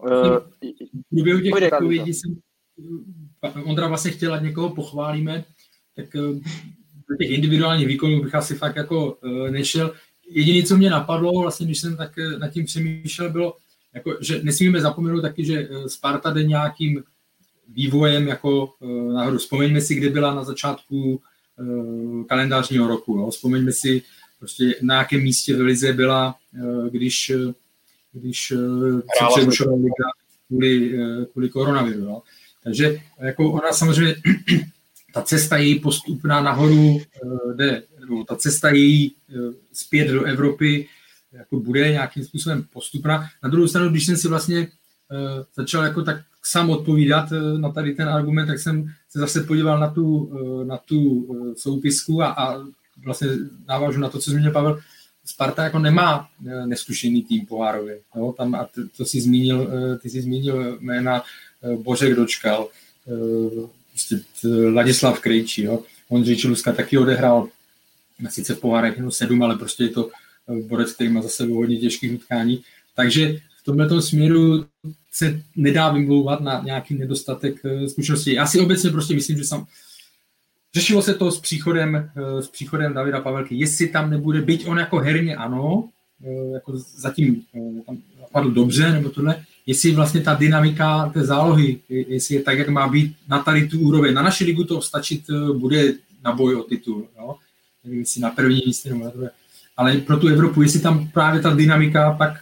V průběhu těch odpovědí jsem, Ondra vlastně chtěl, ať někoho pochválíme, tak do těch individuálních výkonů bych asi fakt jako nešel. Jediné, co mě napadlo, vlastně, když jsem tak nad tím přemýšlel, bylo, jako, že nesmíme zapomenout taky, že Sparta jde nějakým vývojem jako nahoru. Vzpomeňme si, kde byla na začátku kalendářního roku. Jo. Vzpomeňme si, prostě na jakém místě v lize byla, když když se přerušovala liga kvůli, kvůli koronaviru. Jo. Takže jako ona samozřejmě, ta cesta její postupná nahoru jde, nebo ta cesta její zpět do Evropy jako bude nějakým způsobem postupná. Na druhou stranu, když jsem si vlastně začal jako tak sám odpovídat na tady ten argument, tak jsem se zase podíval na tu, na tu soupisku a, a vlastně navážu na to, co zmínil Pavel. Sparta jako nemá neskušený tým pohárově. Jo? Tam, a ty, to jsi zmínil, ty jsi zmínil jména Bořek Dočkal, prostě Ladislav Krejčí. Jo? Ondřej Čiluska taky odehrál sice v pohárech jenom sedm, ale prostě je to borec, který má za sebou hodně těžkých utkání. Takže v tomto směru se nedá vymlouvat na nějaký nedostatek zkušeností. Já si obecně prostě myslím, že sam řešilo se to s příchodem, s příchodem Davida Pavelky, jestli tam nebude, byť on jako herně ano, jako zatím tam zapadl dobře, nebo tohle, jestli vlastně ta dynamika té zálohy, jestli je tak, jak má být na tady tu úroveň. Na naši ligu to stačit bude na boj o titul, jo? Nevím, jestli na první místě nebo na druhé. Ale pro tu Evropu, jestli tam právě ta dynamika pak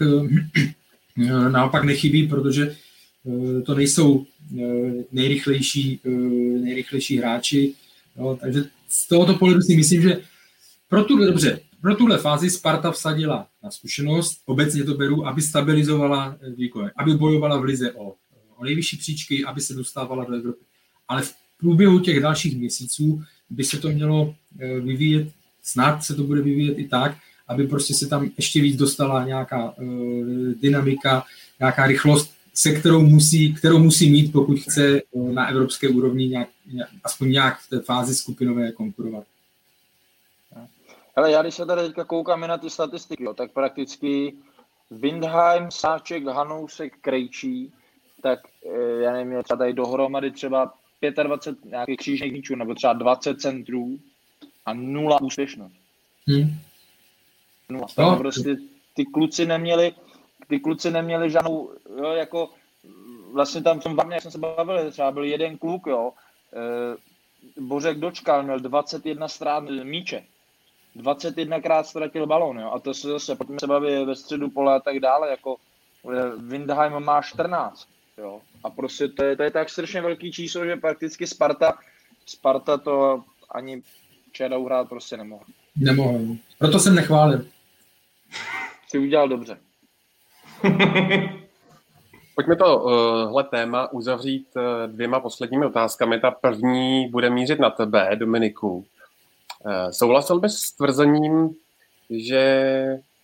naopak nechybí, protože to nejsou nejrychlejší, nejrychlejší hráči. Jo, takže z tohoto pohledu si myslím, že pro tuhle, dobře, pro tuhle fázi Sparta vsadila na zkušenost, obecně to beru, aby stabilizovala výkon, aby bojovala v lize o, o nejvyšší příčky, aby se dostávala do Evropy. Ale v průběhu těch dalších měsíců by se to mělo vyvíjet, snad se to bude vyvíjet i tak, aby prostě se tam ještě víc dostala nějaká uh, dynamika, nějaká rychlost, se kterou musí, kterou musí mít, pokud chce na evropské úrovni nějak, nějak, aspoň nějak v té fázi skupinové konkurovat. Hele, já když se tady teďka koukáme na ty statistiky, jo, tak prakticky Windheim, Sáček, Hanousek, Krejčí, tak já nevím, třeba tady dohromady třeba dvacet pět nějakých křížných míčů, nebo třeba dvacet centrů a nula úspěšnost. Hmm. Nula. No. Prostě ty kluci neměli Ty kluci neměli žádnou, jo, jako vlastně tam v tom Varně, jak jsem se bavil, třeba byl jeden kluk, jo, Bořek dočkal, měl dvacet jedna ztrát míče. dvacet jedna krát ztratil balón, jo? A to se zase, pojďme se bavit ve středu pole a tak dále, jako Windheim má čtrnáct, jo? A prostě to je, to je tak strašně velký číslo, že prakticky Sparta, Sparta to ani včera uhrát prostě nemohl. Nemohl, proto jsem nechválil. Jsi udělal dobře. Pojďme tohle uh, téma uzavřít uh, dvěma posledními otázkami. Ta první bude mířit na tebe, Dominiku. Uh, souhlasil bys s tvrzením, že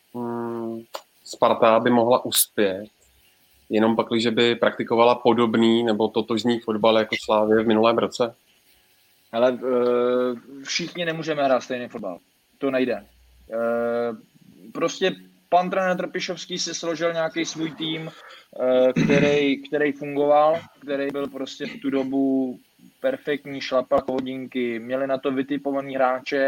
um, Sparta by mohla uspět, jenom pak, že by praktikovala podobný nebo totožný fotbal jako Slavie v minulém roce? Ale uh, všichni nemůžeme hrát stejný fotbal. To nejde. Uh, prostě pan trenér Trpišovský si složil nějaký svůj tým, který, který fungoval, který byl prostě v tu dobu perfektní, šlapal hodinky, měli na to vytipovaný hráče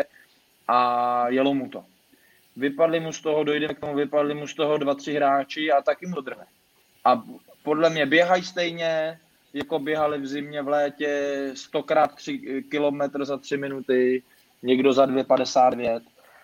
a jelo mu to. Vypadli mu z toho, dojde k tomu, vypadli mu z toho dva, tři hráči a taky mu to drhne. A podle mě běhají stejně, jako běhali v zimě, v létě, stokrát tři kilometry za tři minuty, někdo za dvě padesát devět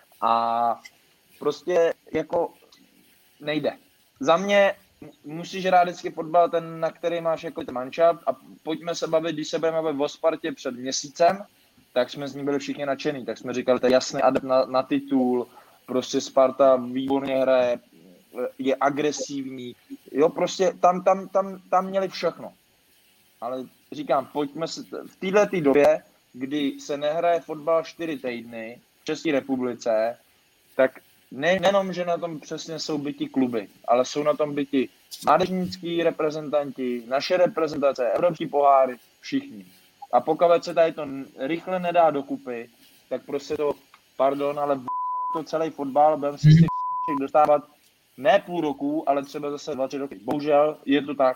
a prostě jako nejde. Za mě musíš hrát vždycky fotbal, ten, na který máš jako ten manšaft a pojďme se bavit, když se budeme bavit o Spartě před měsícem, tak jsme z ní byli všichni nadšený, tak jsme říkali, to je jasný adept na, na titul, prostě Sparta výborně hraje, je agresivní, jo, prostě tam, tam, tam, tam měli všechno. Ale říkám, pojďme se, v této době, kdy se nehraje fotbal čtyři týdny v České republice, tak ne, nejenom, že na tom přesně jsou byti kluby, ale jsou na tom byti mládežnický reprezentanti, naše reprezentace, evropský poháry, všichni. A pokud se tady to rychle nedá dokupy, tak prostě to, pardon, ale to celý fotbal, budeme si s těch dostávat ne půl roku, ale třeba zase dva, tři roky. Bohužel je to tak.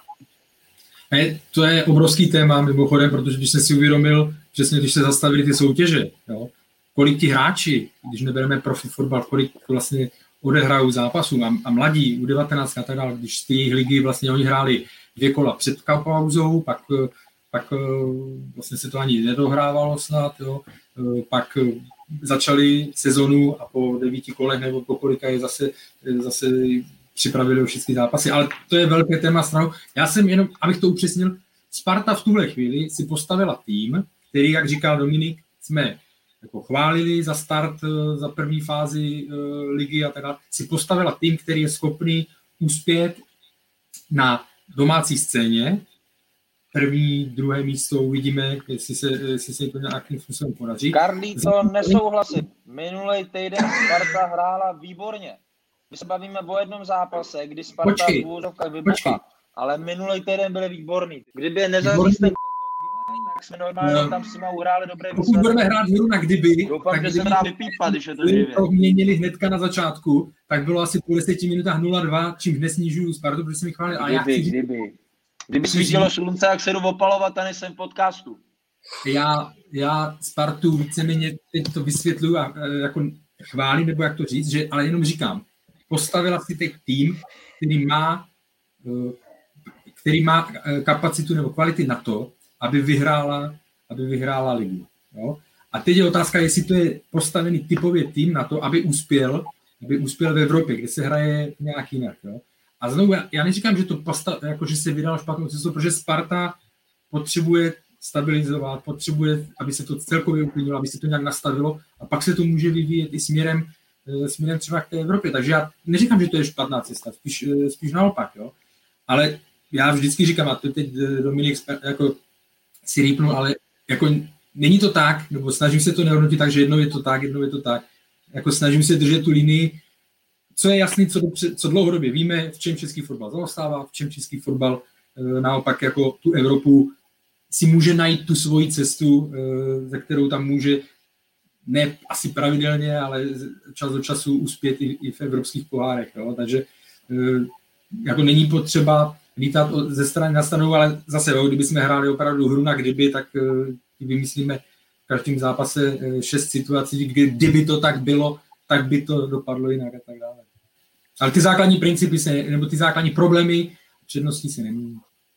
Je, to je obrovský téma mimochodem, protože když jsem si uvědomil, přesně když se zastavili ty soutěže, jo, kolik ti hráči, když nebereme profi fotbal, kolik vlastně odehrajou zápasů a, a mladí, u devatenáct a tak dále, když z té ligy vlastně oni hráli dvě kola před pauzou, pak, pak vlastně se to ani nedohrávalo snad, jo, pak začali sezonu a po devíti kolech nebo po kolika je zase, zase připravili všechny zápasy, ale to je velké téma stranou. Já jsem jenom, abych to upřesnil, Sparta v tuhle chvíli si postavila tým, který, jak říkal Dominik, jsme jako chválili za start, za první fázi uh, ligy a tak dále, si postavila tým, který je schopný uspět na domácí scéně. První, druhé místo uvidíme, jestli se, jestli se to nějakým způsobem podaří. Karlí, to nesouhlasím. Minulý týden Sparta hrála výborně. My se bavíme o jednom zápase, kdy Sparta v úvodovkách vybuchla, ale minulý týden byli výborný. Kdyby je nezařízl ten tak jsme normálně no. tam s nima uhráli dobré výsledky. Pokud budeme hrát hru na kdyby, doufám, tak že kdyby se dá vypípat, když je to živě. To měnili hnedka na začátku, tak bylo asi po deseti minutách nula dva, čím nesnižuju Spartu, protože jsem mi chválil. A kdyby, já kdyby. Kdyby svítilo slunce, jak se jdu opalovat a nejsem v podcastu. Já, já Spartu víceméně teď to vysvětluju a jako chválím, nebo jak to říct, že, ale jenom říkám, postavila si teď tým, který má, který má kapacitu nebo kvality na to, aby vyhrála, aby vyhrála ligu. Jo? A teď je otázka, jestli to je postavený typově tým na to, aby uspěl, aby uspěl v Evropě, kde se hraje nějak jinak. Jo? A znovu, já, já neříkám, že to postav, jako, že se vydal špatnou cestou, protože Sparta potřebuje stabilizovat, potřebuje, aby se to celkově uklidnilo, aby se to nějak nastavilo a pak se to může vyvíjet i směrem, směrem třeba k té Evropě. Takže já neříkám, že to je špatná cesta, spíš, spíš naopak. Jo? Ale já vždycky říkám, a to teď Dominik jako si rýpnul, ale jako není to tak, nebo snažím se to nehodnotit tak, že jednou je to tak, jednou je to tak. Jako snažím se držet tu linii, co je jasný, co, co dlouhodobě víme, v čem český fotbal zaostává, v čem český fotbal e, naopak jako tu Evropu si může najít tu svoji cestu, e, ze kterou tam může ne asi pravidelně, ale čas od času uspět i, i v evropských pohárech. Jo? Takže e, jako není potřeba lítat ze strany na stranu, ale zase, jo, kdyby jsme hráli opravdu hru na kdyby, tak e, vymyslíme v každém zápase e, šest situací, kdy, kdyby to tak bylo, tak by to dopadlo jinak a tak dále. Ale ty základní principy se, nebo ty základní problémy předností se nemění.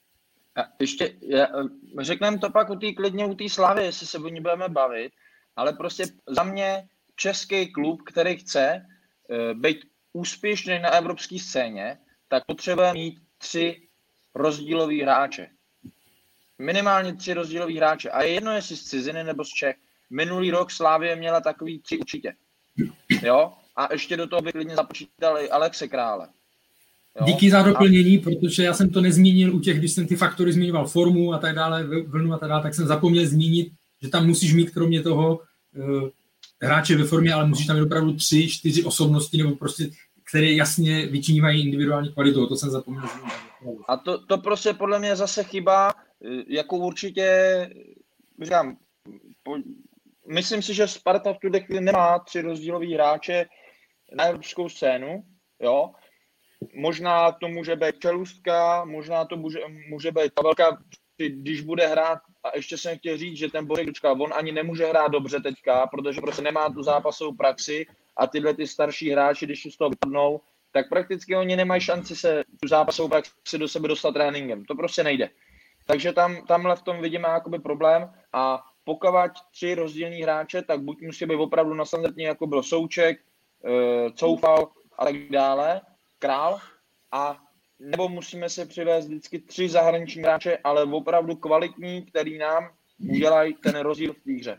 A ještě, řekneme to pak u té klidně u té Slavy, jestli se o ní budeme bavit, ale prostě za mě český klub, který chce uh, být úspěšný na evropské scéně, tak potřebuje mít tři rozdílový hráče. Minimálně tři rozdílový hráče. A je jedno, jestli z ciziny nebo z Čech. Minulý rok Slavie měla takový tři určitě. Jo? A ještě do toho by klidně započítali Alexe Krále. Jo? Díky za doplnění, protože já jsem to nezmínil u těch, když jsem ty faktory zmiňoval, formu a tak dále, vlnu a tak dále, tak jsem zapomněl zmínit, že tam musíš mít kromě toho uh, hráče ve formě, ale musíš tam mít opravdu tři, čtyři osobnosti, nebo prostě, které jasně vyčnívají individuální kvalitu. To jsem zapomněl zmínit. A to, to prostě podle mě zase chyba, jako určitě, říkám, po, myslím si, že Sparta v tuhle chvíli nemá tři rozdílový hráče na evropskou scénu, jo. Možná to může být Čelůstka, možná to může, může být Pavelka, když bude hrát, a ještě jsem chtěl říct, že ten Bořek Dučka, on ani nemůže hrát dobře teďka, protože prostě nemá tu zápasovou praxi a tyhle ty starší hráči, když z toho vypadnou, tak prakticky oni nemají šanci se tu zápasovou praxi do sebe dostat tréninkem. To prostě nejde. Takže tam, tamhle v tom vidíme jakoby problém a pokud tři rozdílní hráče, tak buď musí být opravdu na standardně, jako byl Souček, e, Coufal a tak dále, Král, a nebo musíme si přivést vždycky tři zahraniční hráče, ale opravdu kvalitní, který nám udělají ten rozdíl v té hře.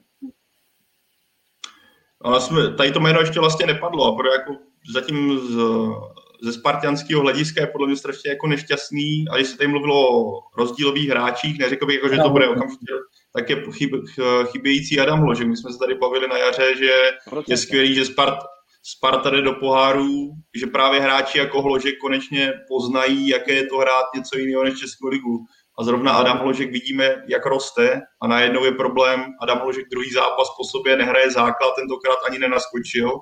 Ale jsme, tady to jméno ještě vlastně nepadlo a pro jako zatím z, ze spartianského hlediska je podle mě strašně jako nešťastný, a když se tady mluvilo o rozdílových hráčích, neřekl bych, jako, že to bude okamžitě, tak je chyb, chybějící Adam Hložek. My jsme se tady bavili na jaře, že je skvělý, že Sparta, Sparta jde do poháru, že právě hráči jako Hložek konečně poznají, jaké je to hrát něco jiného než Českou ligu. A zrovna Adam Hložek vidíme, jak roste, a najednou je problém, Adam Hložek druhý zápas po sobě nehraje základ, tentokrát ani nenaskočil.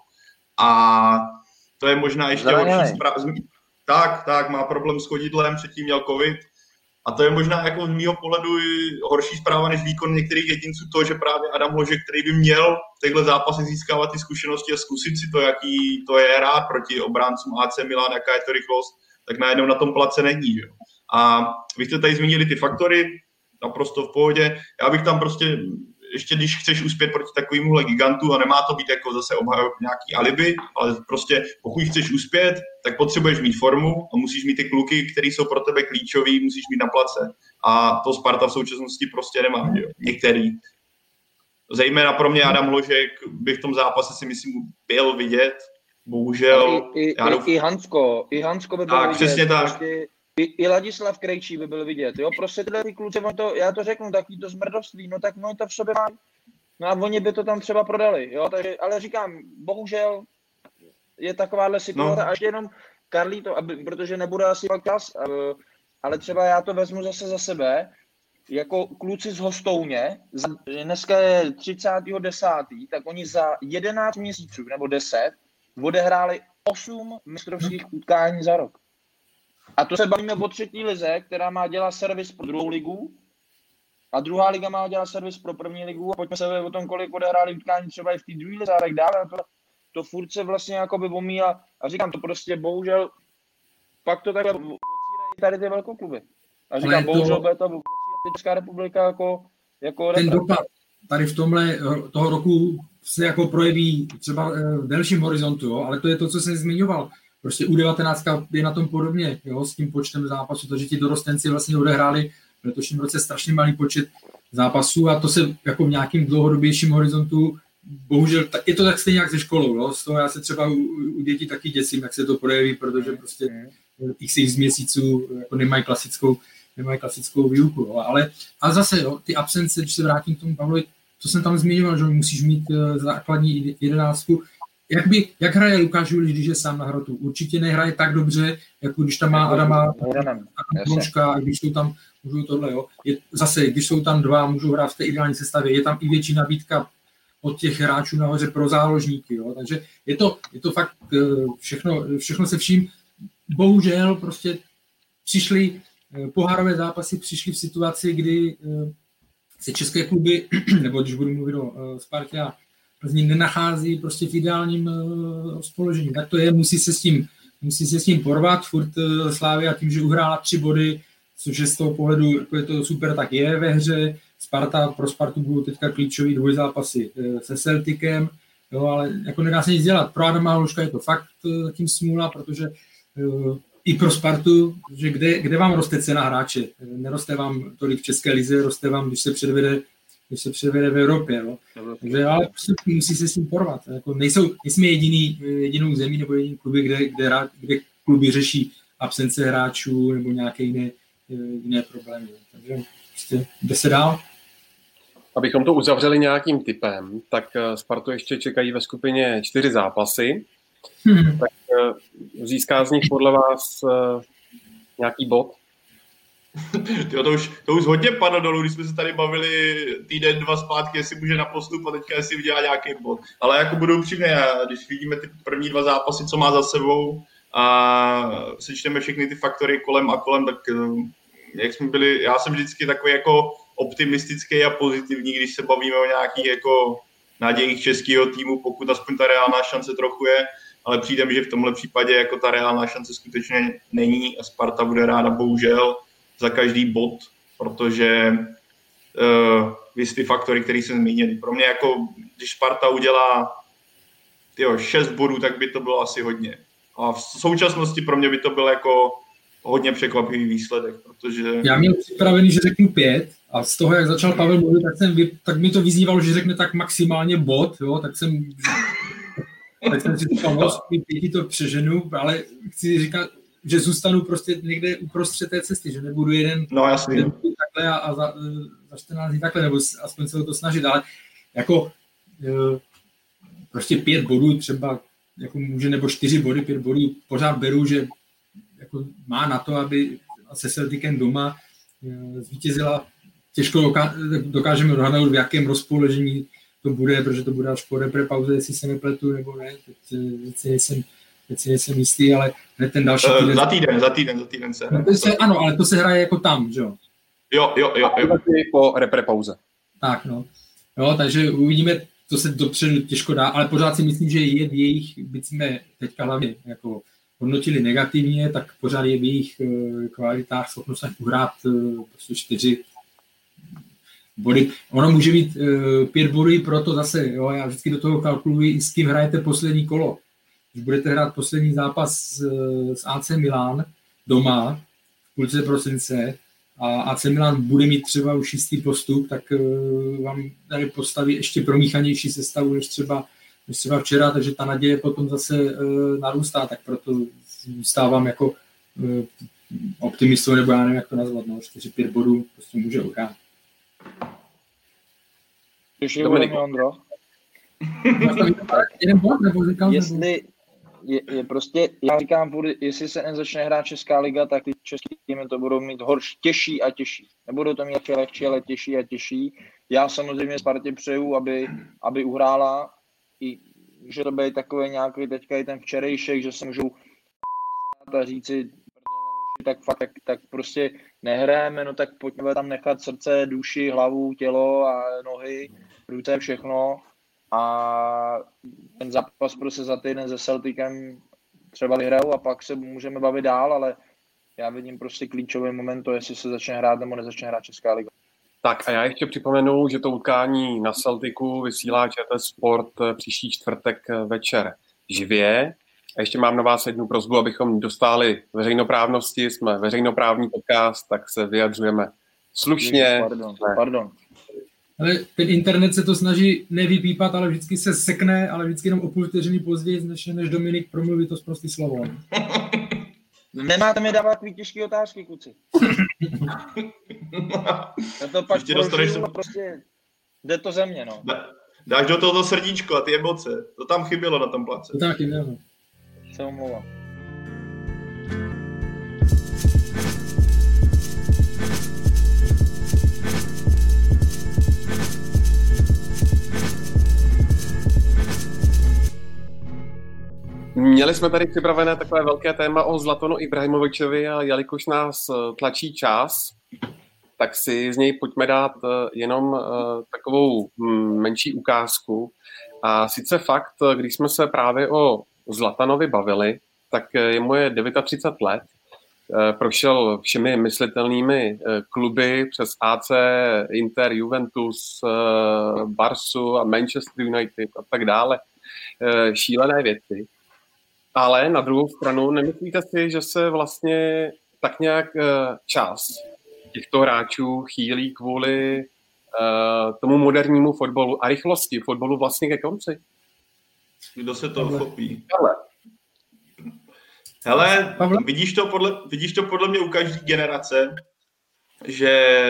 A to je možná ještě horší zpráva. Tak, tak, má problém s chodidlem, předtím měl covid. A to je možná jako z mýho pohledu horší zpráva než výkon některých jedinců, to, že právě Adam Hložek, který by měl v těchto zápasech získávat ty zkušenosti a zkusit si to, jaký to je hrát proti obráncům A C Milan, jaká je to rychlost, tak najednou na tom place není. Že? A vy jste tady zmínili ty faktory, naprosto v pohodě. Já bych tam prostě, ještě když chceš uspět proti takovémuhle gigantu, a nemá to být jako zase obhajovat nějaký alibi, ale prostě pokud chceš uspět, tak potřebuješ mít formu a musíš mít ty kluky, které jsou pro tebe klíčový, musíš mít na place. A to Sparta v současnosti prostě nemá. Jo? Některý. Zejména pro mě Adam Hložek by v tom zápase si myslím byl vidět. Bohužel. I, i, já douf... i Hansko, i Hansko by byl tak, vidět. Přesně tak. Prostě, i, I Ladislav Krejčí by byl vidět. Jo? Prostě tyhle ty kluci, to, já to řeknu, takový to zmrdovství, no tak no to v sobě mám. No a oni by to tam třeba prodali. Jo? Takže, ale říkám, bohužel je takováhle situace. No. A ještě jenom Karlíto, aby, protože nebude asi čas, ale třeba já to vezmu zase za sebe, jako kluci z Hostouně, za, dneska je třicátého desátého tak oni za jedenáct měsíců nebo deset odehráli osm mistrovských utkání za rok. A to se bavíme o třetí lize, která má dělat servis pro druhou ligu, a druhá liga má dělat servis pro první ligu, a pojďme se o tom, kolik odehráli utkání třeba i v té druhé lize a tak dále. To, to furt se vlastně jakoby omíla, a říkám, to prostě bohužel pak to takhle odsírají tady ty velkokluby. A říkám, to... bohužel bude to odsírat Česká republika jako, jako ten dopad tady v tomhle toho roku se jako projeví třeba v delším horizontu, jo? Ale to je to, co jsem zmiňoval. Prostě U devatenáct je na tom podobně, jo? S tím počtem zápasů, to, že ti dorostenci vlastně odehráli v letošním roce strašně malý počet zápasů, a to se jako v nějakým dlouhodobějším horizontu, bohužel, je to tak stejně jak se školou, jo? Z toho já se třeba u, u dětí taky děsím, jak se to projeví, protože prostě x z měsíců jako nemají klasickou nemají klasickou výuku, jo. Ale, ale zase, jo, ty absence, když se vrátím k tomu Pavlovi, co jsem tam zmiňoval, že musíš mít uh, základní jedenáctku. Jak, by, jak hraje Lukáš Juliš, když je sám na hrotu? Určitě nehraje tak dobře, jako když tam má Adama Brončka, a když jsou tam, můžou tohle, jo. Je, zase, když jsou tam dva, můžou hrát v té ideální sestavě, je tam i větší nabídka od těch hráčů nahoře pro záložníky, jo. Takže je to, je to fakt uh, všechno, všechno se vším. Bohužel prostě přišli pohárové zápasy přišly v situaci, kdy se české kluby, nebo když budu mluvit o Spartě a Plzni, nenachází prostě v ideálním spoložení. Tak to je, musí se s tím, musí se s tím porvat. Furt Slavia tím, že uhrála tři body, což je z toho pohledu, jako je to super, tak je ve hře. Sparta, pro Spartu budou teďka klíčový dvojzápasy se Celticem, jo, ale jako nedá se nic dělat. Pro Adama Holuška je to fakt zatím smůla, protože uh, i pro Spartu, že kde, kde vám roste cena hráče? Neroste vám tolik v České lize, roste vám, když se předvede, když se předvede v Evropě. Jo. Takže, ale prostě musí se s tím porvat. Jako nejsou, nejsme jediný, jedinou zemí nebo jediný kluby, kde, kde, kde kluby řeší absence hráčů nebo nějaké jiné, jiné problémy. Takže prostě jde se dál. Abychom to uzavřeli nějakým typem, tak Spartu ještě čekají ve skupině čtyři zápasy. Hmm. Tak získá z nich podle vás nějaký bod? Tyjo, to, už, to už hodně padlo dolů, když jsme se tady bavili týden, dva zpátky, jestli může na postup a teďka jestli udělá nějaký bod. Ale jako budou upřímně, když vidíme ty první dva zápasy, co má za sebou a sečteme všechny ty faktory kolem a kolem, tak jak jsme byli, já jsem vždycky takový jako optimistický a pozitivní, když se bavíme o nějakých jako nadějích českého týmu, pokud aspoň ta reálná šance trochu je, ale přijde mi, že v tomhle případě jako ta reálná šance skutečně není a Sparta bude ráda bohužel za každý bod, protože uh, vy ty faktory, které jsem zmínil. Pro mě jako, když Sparta udělá tyjo, šest bodů, tak by to bylo asi hodně. A v současnosti pro mě by to byl jako hodně překvapivý výsledek, protože... Já měl připravený, že řeknu pět a z toho, jak začal Pavel mluvit, tak, jsem, tak mi to vyznívalo, že řekne tak maximálně bod, jo, tak jsem... tak jsem si říkal, no, pěti to přeženu, ale chci říkat, že zůstanu prostě někde uprostřed té cesty, že nebudu jeden, no, jasný, jeden takhle a, a za, za čtrnáct dní takhle, nebo aspoň se o to snažit, ale jako prostě pět bodů třeba, jako může, nebo čtyři body, pět bodů, pořád beru, že jako má na to, aby se Celticem doma zvítězila. Těžko doká- dokážeme odhadnout, v jakém rozpoložení to bude, protože to bude až po repre pauze, jestli se nepletu nebo ne, teď, teď si nejsem, teď si nejsem jistý, ale hned ten další týden... Za týden, za týden, za týden se hraje. No, se, ano, ale to se hraje jako tam, že jo? Jo, jo, jo. jo. Po repre pauze. Tak, no. Jo, takže uvidíme, to se dopředu těžko dá, ale pořád si myslím, že je v jejich, byť jsme teďka hlavně jako hodnotili negativně, tak pořád je v jejich kvalitách schopnost uhrát prostě čtyři body. Ono může být uh, pět bodů, proto zase, jo, já vždycky do toho kalkuluji, s kým hrajete poslední kolo. Když budete hrát poslední zápas s, s á cé Milan doma v půlce prosince a á cé Milan bude mít třeba už jistý postup, tak uh, vám tady postaví ještě promíchanější sestavu než třeba, než třeba včera, takže ta naděje potom zase uh, narůstá, tak proto stávám jako uh, optimistou, nebo já nevím, jak to nazvat, no, čtyři pět bodů prostě může uhrát. Ještě budeme, Ondro. Jeden bod, nebo říkám, jestli, je, je prostě, já říkám, jestli se nezačne hrát Česká liga, tak ty české týmy to budou mít horší, těžší a těžší. Nebudou to mít lehčí, ale těžší a těžší. Já samozřejmě Spartě přeju, aby, aby uhrála, i že to bude takový nějaký teďka i ten včerejšek, že se můžou a říci, tak fakt, tak, tak prostě nehrajeme, no tak pojďme tam nechat srdce, duši, hlavu, tělo a nohy, ruce, všechno a ten zápas prostě za týden se Celticem třeba vyhrajou a pak se můžeme bavit dál, ale já vidím prostě klíčový moment to, jestli se začne hrát nebo nezačne hrát Česká liga. Tak a já ještě připomenu, že to utkání na Celticu vysílá ČT Sport příští čtvrtek večer živě. A ještě mám na vás jednu prosbu, abychom dostali veřejnoprávnosti, jsme veřejnoprávní podcast, tak se vyjadřujeme slušně. Pardon, pardon. Ale ten internet se to snaží nevypípat, ale vždycky se sekne, ale vždycky jenom o půl vteřiny později, než, než Dominik promluví to zprostý slovo. Nemáte mi dávat takový těžký otázky, kluci. Já to pak prožiju, prostě jde to ze mě, no. Dáš do toho to srdíčko a ty emoce. To tam chybělo na tom place. To tam chybělo. Se omlouvám. Měli jsme tady připravené takové velké téma o Zlatanu Ibrahimovičovi a jelikož nás tlačí čas, tak si z něj pojďme dát jenom takovou menší ukázku. A sice fakt, když jsme se právě o Zlatanovi bavili, tak je mu je třicet devět let prošel všemi myslitelnými kluby přes A C, Inter, Juventus, Barsu a Manchester United a tak dále. Šílené věci. Ale na druhou stranu nemyslíte si, že se vlastně tak nějak čas těchto hráčů chýlí kvůli tomu modernímu fotbalu a rychlosti fotbalu vlastně ke konci? Kdo se to chopí? Ale. Hele, vidíš to, podle, vidíš to podle mě u každé generace, že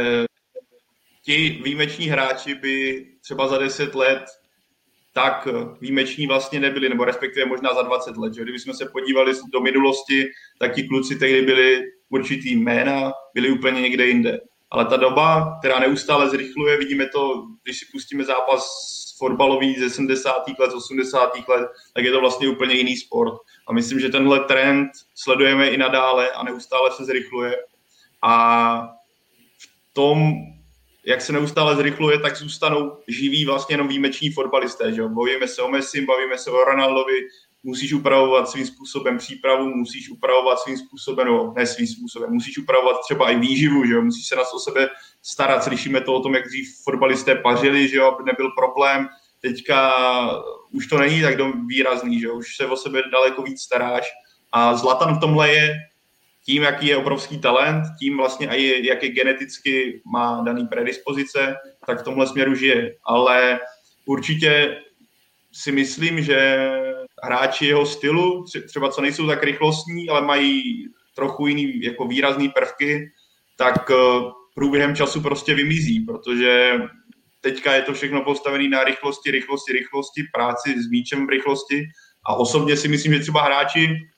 ti výjimeční hráči by třeba za deset let tak výjimeční vlastně nebyli, nebo respektive možná za dvacet let. Že? Kdybychom se podívali do minulosti, tak ti kluci tehdy byli určitý jména, byli úplně někde jinde. Ale ta doba, která neustále zrychluje, vidíme to, když si pustíme zápas fotbalový ze sedmdesátých let, osmdesátých let, tak je to vlastně úplně jiný sport. A myslím, že tenhle trend sledujeme i nadále a neustále se zrychluje. A v tom, jak se neustále zrychluje, tak zůstanou živí vlastně jenom výjimeční fotbalisté. Že? Bavíme se o Messi, bavíme se o Ronaldovi, musíš upravovat svým způsobem přípravu, musíš upravovat svým způsobem, no ne svým způsobem, musíš upravovat třeba i výživu, že jo? Musíš se nás o sebe starat. Slyšíme to o tom, jak dřív fotbalisté pařili, že jo, aby nebyl problém. Teďka už to není tak výrazný, že jo? Už se o sebe daleko víc staráš. A Zlatan v tomhle je tím, jaký je obrovský talent, tím vlastně i jak je geneticky má daný predispozice, tak v tomhle směru žije. Ale určitě si myslím, že hráči jeho stylu, třeba co nejsou tak rychlostní, ale mají trochu jiný jako výrazný prvky, tak průběhem času prostě vymizí, protože teďka je to všechno postavené na rychlosti, rychlosti, rychlosti, práci s míčem v rychlosti a osobně si myslím, že třeba hráči,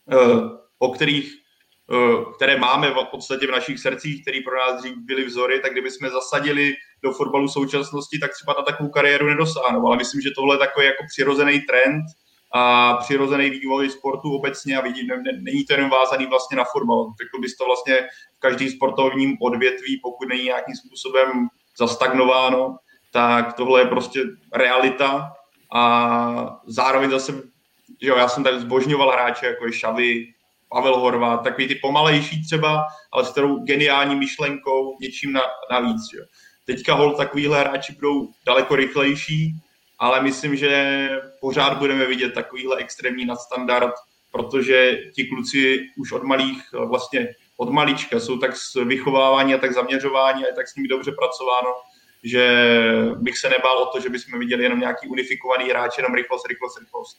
o kterých, které máme v podstatě v našich srdcích, který pro nás dřív byli vzory, tak kdyby jsme zasadili do fotbalu současnosti, tak třeba na takovou kariéru nedosáhnou. Ale myslím, že tohle je takový jako přirozený trend a přirozený vývoj sportu obecně a vidí, ne, není to jenom vázaný vlastně na fotbal. Řekl bys to vlastně v každém sportovním odvětví, pokud není nějakým způsobem zastagnováno, tak tohle je prostě realita a zároveň zase, že jo, já jsem tady zbožňoval hráče jako je Xavi, Pavel Horváth, takový ty pomalejší třeba, ale s kterou geniální myšlenkou, něčím na, navíc. Že? Teďka hol takovýhle hráči budou daleko rychlejší, ale myslím, že pořád budeme vidět takovýhle extrémní nadstandard, protože ti kluci už od malých, vlastně od malička jsou tak vychovávání a tak zaměřování a je tak s nimi dobře pracováno, že bych se nebál o to, že bychom viděli jenom nějaký unifikovaný hráč, jenom rychlost, rychlost, rychlost.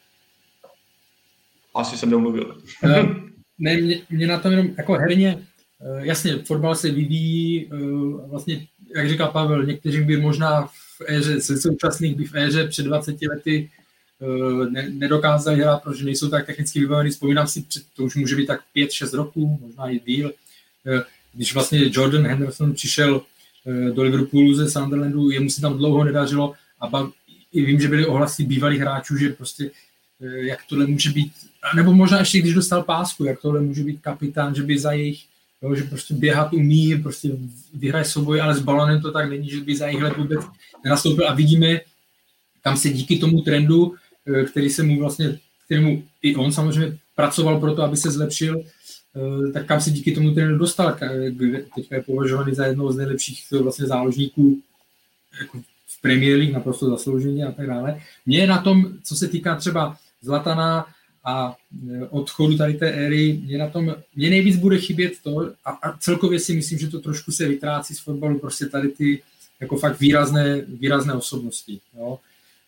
Asi jsem domluvil. Ne, mě, mě na tom jenom jako herně, jasně, fotbal se vyvíjí, vlastně, jak říkal Pavel, někteří by možná v éře, ze současných by v éře před dvaceti lety ne, nedokázali hrát, protože nejsou tak technicky vybavení. Vzpomínám si, před, to už může být tak pět šest roků, možná i díl, když vlastně Jordan Henderson přišel do Liverpoolu ze Sunderlandu, jemu se tam dlouho nedařilo a pak i vím, že byly ohlasy bývalých hráčů, že prostě jak tohle může být, nebo možná ještě když dostal pásku, jak tohle může být kapitán, že by za jejich, jo, že prostě běhat umí, prostě vyhraje souboj, ale s balonem to tak není, že by za jejich let vůbec nenastoupil a vidíme, kam se díky tomu trendu, který se mu vlastně, kterému i on samozřejmě pracoval pro to, aby se zlepšil, tak kam se díky tomu trendu dostal, teďka je považovaný za jednoho z nejlepších vlastně záložníků jako v Premier League, naprosto zaslouženě a tak dále. Mně na tom, co se týká třeba Zlatana a odchodu tady té éry, mě na tom, mě nejvíc bude chybět to, a, a celkově si myslím, že to trošku se vytrácí z fotbalu, prostě tady ty jako fakt výrazné, výrazné osobnosti. Jo.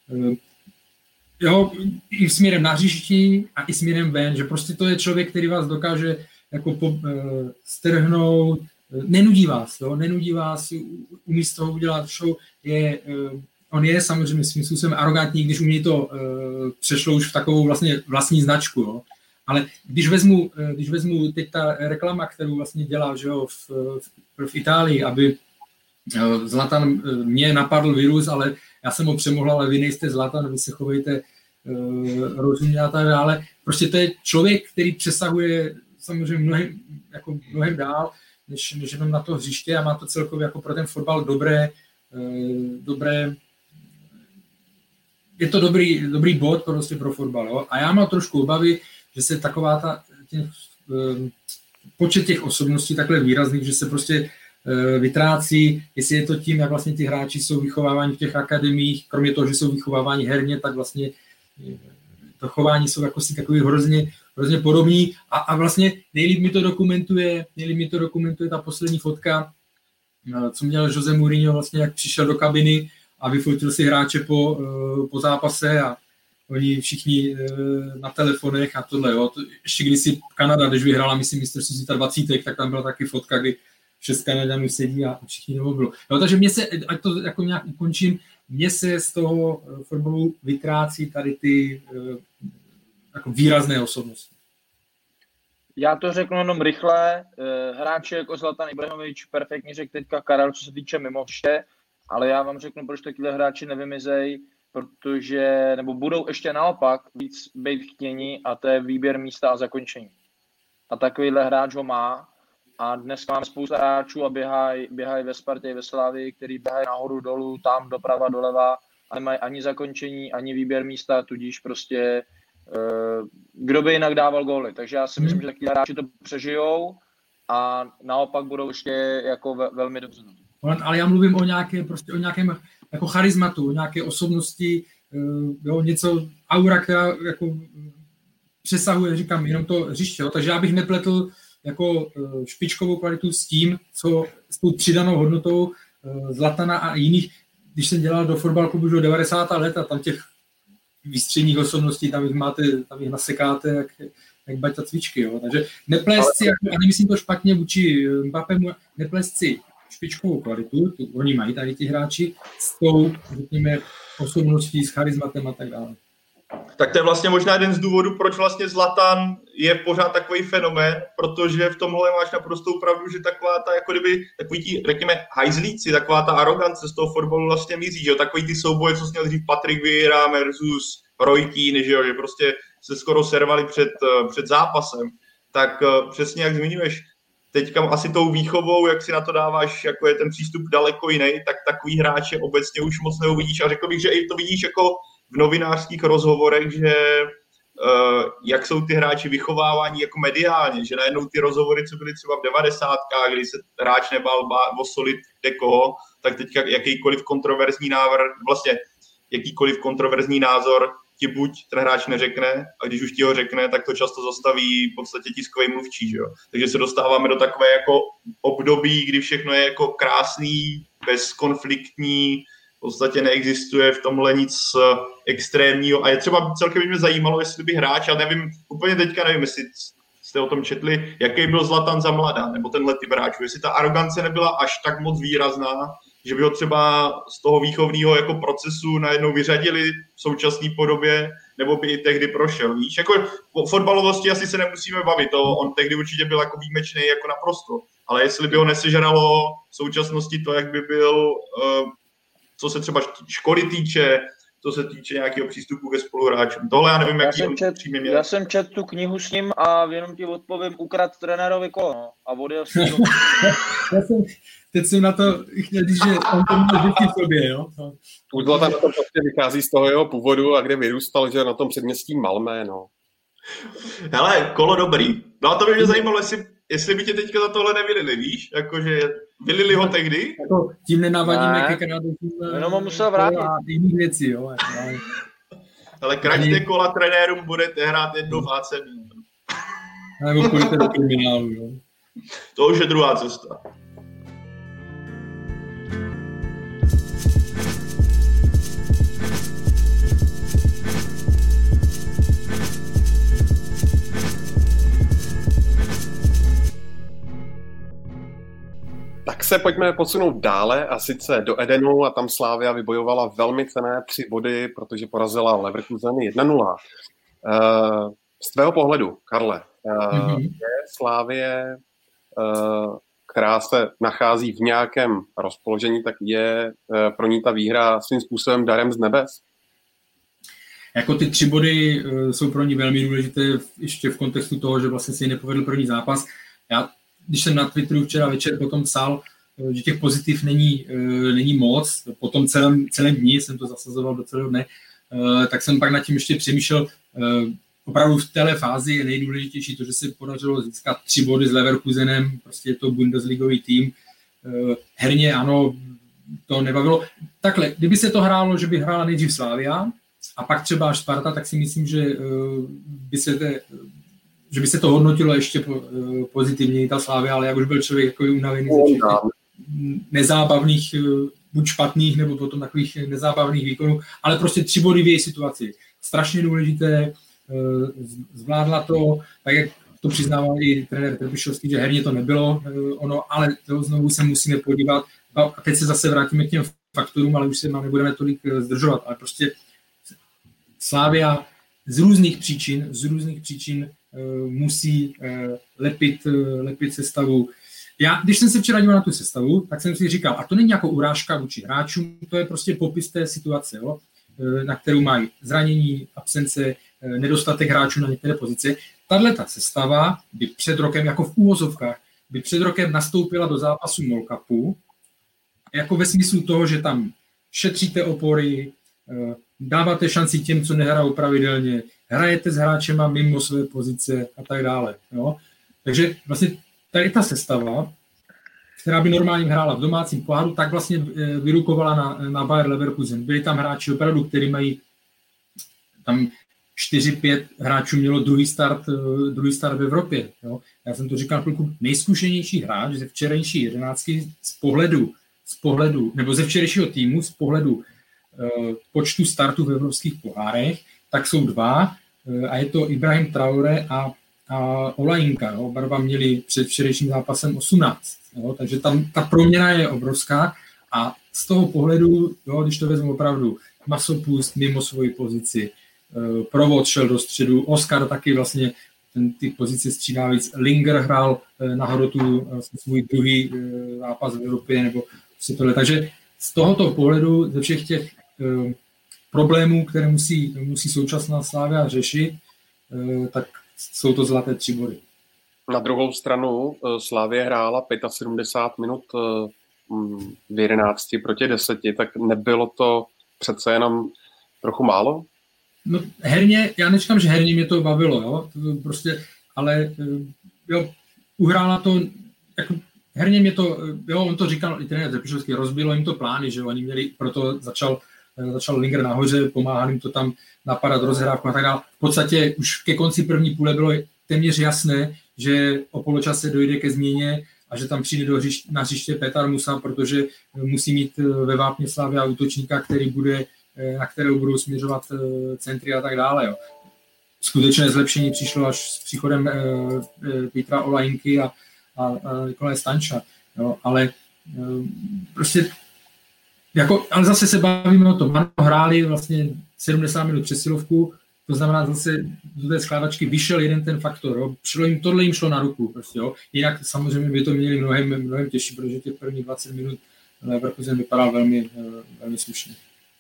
Jo, i směrem na hřišti a i směrem ven, že prostě to je člověk, který vás dokáže jako po, uh, strhnout, nenudí vás, jo, nenudí vás, umí z toho udělat show, je, uh, on je samozřejmě svým způsobem arrogantní, když umí to uh, přešlo už v takovou vlastně vlastní značku, jo. Ale když vezmu, uh, když vezmu teď ta reklama, kterou vlastně dělá, že jo, v, v, v Itálii, aby uh, Zlatan, uh, mě napadl virus, ale já jsem ho přemohl, ale vy nejste Zlatan, vy se chovejte uh, rozumně a tak dále. Prostě to je člověk, který přesahuje samozřejmě mnohem, jako mnohem dál, než, než jenom na to hřiště a má to celkově jako pro ten fotbal dobré, uh, dobré je to dobrý, dobrý bod prostě pro fotbal. Jo? A já mám trošku obavy, že se taková ta, těch, uh, počet těch osobností takhle výrazných, že se prostě vytrácí, jestli je to tím, jak vlastně ti hráči jsou vychováváni v těch akademiích, kromě toho, že jsou vychováváni herně, tak vlastně to chování jsou jako si takový hrozně, hrozně podobný a, a vlastně nejlíp mi to dokumentuje, nejlíp mi to dokumentuje ta poslední fotka, co měl Jose Mourinho vlastně, jak přišel do kabiny a vyfotil si hráče po, po zápase a oni všichni na telefonech a tohle, jo. To, ještě když si Kanada, když vyhrála, myslím, mistrovství světa dvacítek, tak tam byla taky fotka, kdy šest Kanaďanů sedí a všichni nebo bylo. No, takže mě se, ať to jako nějak ukončím, mně se z toho fotbalu vytrácí tady ty jako výrazné osobnosti. Já to řeknu jenom rychle. Hráči jako Zlatan Ibrahimovič perfektně řekl teďka Karel, co se týče mimoště, ale já vám řeknu, proč takovýhle hráči nevymizejí, protože, nebo budou ještě naopak víc být chtění a to je výběr místa a zakončení. A takovýhle hráč ho má. A dnes máme spousta hráčů a běhají běhaj ve Spartě, ve Slavii, který běhají nahoru, dolů, tam, doprava, doleva a nemají ani zakončení, ani výběr místa, tudíž prostě uh, kdo by jinak dával góly. Takže já si myslím, že takový hráči to přežijou a naopak budou ještě jako ve, velmi dobře. Ale já mluvím o nějaké, prostě o nějakém jako charizmatu, o nějaké osobnosti, uh, jo, něco, aura, která jako přesahuje, říkám, jenom to hřiště, jo, takže já bych nepletl jako špičkovou kvalitu s tím, co s tou přidanou hodnotou Zlatana a jiných, když jsem dělal do fotbal klubu do devadesátých let a tam těch výstředních osobností, tam jich máte, tam jich nasekáte jak, jak baťa cvičky, jo. Takže neplést si, jako, a nemyslím to špatně vůči Mbappému, neplést si špičkovou kvalitu, tu oni mají tady ti hráči, s tou, řekněme, osobností, s charizmatem a tak dále. Tak to je vlastně možná jeden z důvodů, proč vlastně Zlatan je pořád takový fenomén, protože v tomhle máš naprostou pravdu, že taková ta, jako kdyby, takový ti, řekněme, hajzlíci, taková ta arogance z toho fotbalu vlastně mizí, že jo, takový ty souboje, co měl dřív Patrick Vieira versus Roy Keane, že jo, že prostě se skoro servali před, před zápasem, tak přesně jak zmiňuješ, teďka asi tou výchovou, jak si na to dáváš, jako je ten přístup daleko jiný, tak takový hráče obecně už moc neuvidíš a řekl bych, že i to vidíš jako v novinářských rozhovorech, že uh, jak jsou ty hráči vychovávání jako mediálně, že najednou ty rozhovory, co byly třeba v devadesátkách, kdy se hráč nebál osolit dekoho, tak teďka jakýkoliv kontroverzní návrh, vlastně jakýkoliv kontroverzní názor ti buď ten hráč neřekne, a když už ti ho řekne, tak to často zastaví v podstatě tiskový mluvčí, že jo. Takže se dostáváme do takové jako období, kdy všechno je jako krásný, bezkonfliktní, v podstatě neexistuje v tomhle nic extrémního a je třeba celkem mě zajímalo, jestli by hráč, ale nevím, úplně teďka nevím, jestli jste o tom četli, jaký byl Zlatan za mladá, nebo tenhle typ hráčů, jestli ta arogance nebyla až tak moc výrazná, že by ho třeba z toho výchovného jako procesu najednou vyřadili v současné podobě, nebo by i tehdy prošel, víš? Jako o fotbalovosti asi se nemusíme bavit, to on tehdy určitě byl jako výjimečný jako naprosto, ale jestli by ho nesežralo v současnosti to, jak by byl, co se třeba školy týče, co se týče nějakého přístupu ke spoluhráčům. Tohle já nevím, jaký on přímě měl. Já jsem četl tu knihu s ním a jenom ti odpovím, ukrad trenérovi kolo, no, a odjel s ním. Teď jsem na to chtěl říct, že on to měl vždycky v sobě, jo? U Zlatan to prostě vychází z toho jeho původu a kde vyrůstal, že na tom předměstí Malmé, no. Hele, kolo dobrý. No a to by mě zajímalo, jestli, jestli by tě teďka za tohle nevylili, víš? Jakože vylili ho tehdy? Jako, tím nenavadíme ke krádu. Jenom ho musel vrátit. A jiných věcí, jo. Ale kraťte kola trenérům, budete hrát jednou v A C Milan. Nebo půjdete do kriminálu, jo. To už je druhá cesta. Tak se pojďme posunout dále a sice do Edenu a tam Slavia vybojovala velmi cenné tři body, protože porazila Leverkusen jedna nula. Uh, z tvého pohledu, Karle, uh, mm-hmm. je Slavie, uh, která se nachází v nějakém rozpoložení, tak je uh, pro ní ta výhra svým způsobem darem z nebes? Jako ty tři body uh, jsou pro ní velmi důležité ještě v kontextu toho, že vlastně se jí nepovedl první zápas. Já když jsem na Twitteru včera večer potom psal, že těch pozitiv není, není moc, po tom celém, celém dní jsem to zasazoval do celého dne, tak jsem pak nad tím ještě přemýšlel, opravdu v téhle fázi je nejdůležitější to, že se podařilo získat tři body s Leverkusenem, prostě je to Bundesligový tým. Herně ano, to nebavilo. Takhle, kdyby se to hrálo, že by hrála nejdřív Slavia a pak třeba až Sparta, tak si myslím, že by se, te, že by se to hodnotilo ještě pozitivněji ta Slavia, ale jak už byl člověk jako unavený ze všech nezábavných, buď špatných, nebo potom takových nezábavných výkonů, ale prostě tři body v její situaci. Strašně důležité, zvládla to, tak jak to přiznával i trenér Trpišovský, že herně to nebylo ono, ale to znovu se musíme podívat. A teď se zase vrátíme k těm faktorům, ale už se nám nebudeme tolik zdržovat. Ale prostě Slavia z různých příčin, z různých příčin musí lepit, lepit sestavu. Já, když jsem se včera díval na tu sestavu, tak jsem si říkal, a to není jako urážka vůči hráčům, to je prostě popis té situace, jo, na kterou mají zranění, absence, nedostatek hráčů na některé pozice. Tahle ta sestava by před rokem, jako v úvozovkách, by před rokem nastoupila do zápasu Mall Cupu, jako ve smyslu toho, že tam šetříte opory, dáváte šanci těm, co nehrajou pravidelně, hrajete s hráčema mimo své pozice a tak dále. Jo? Takže vlastně tady ta sestava, která by normálně hrála v domácím poháru, tak vlastně vyrukovala na, na Bayer Leverkusen. Byli tam hráči opravdu, kteří mají tam čtyři pět hráčů mělo druhý start, druhý start v Evropě. Jo? Já jsem to říkal chvilku, nejzkušenější hráč ze včerejší jedenáctky z pohledu, z pohledu, nebo ze včerejšího týmu z pohledu uh, počtu startů v evropských pohárech, tak jsou dva uh, a je to Ibrahim Traoré a, a Olajinka. Jo? Oba dva měli před včerejším zápasem osmnáct. Jo? Takže tam ta proměna je obrovská a z toho pohledu, jo, když to vezmu opravdu, masopust mimo svoji pozici, Provod šel do středu, Oskar taky vlastně ten, ty pozice střídá víc. Linger hrál na hrotu vlastně svůj druhý zápas v Evropě, nebo si tohle. Takže z tohoto pohledu, ze všech těch uh, problémů, které musí, musí současná Slavia řešit, uh, tak jsou to zlaté tři body. Na druhou stranu Slavia hrála sedmdesát pět minut uh, v jedenácti proti deseti, tak nebylo to přece jenom trochu málo? No herně, já neříkám, že herně mě to bavilo, jo, to prostě, ale jo, uhrála to, jako herně mě to, jo, on to říkal i trenér Trpišovský, rozbilo jim to plány, že oni měli, proto začal, začal Linger nahoře, pomáhal jim to tam napadat rozhrávku a tak dále. V podstatě už ke konci první půle bylo téměř jasné, že o poločase dojde ke změně a že tam přijde do hřiště, na hřiště Petar Musa, protože musí mít ve vápně Slavia útočníka, který bude, na kterou budou směřovat centry a tak dále. Jo. Skutečné zlepšení přišlo až s příchodem Petra Olajinky a, a, a Nikolaje Stanča. Jo. Ale prostě jako, ale zase se bavíme o tom. Ano, hráli vlastně sedmdesát minut přesilovku, to znamená zase do té skládačky vyšel jeden ten faktor. Jo. Šlo jim, tohle jim šlo na ruku. Prostě, jo. Jinak samozřejmě by to měli mnohem, mnohem těžší, protože těch prvních dvacet minut Leverkusen vypadal velmi, velmi slušně.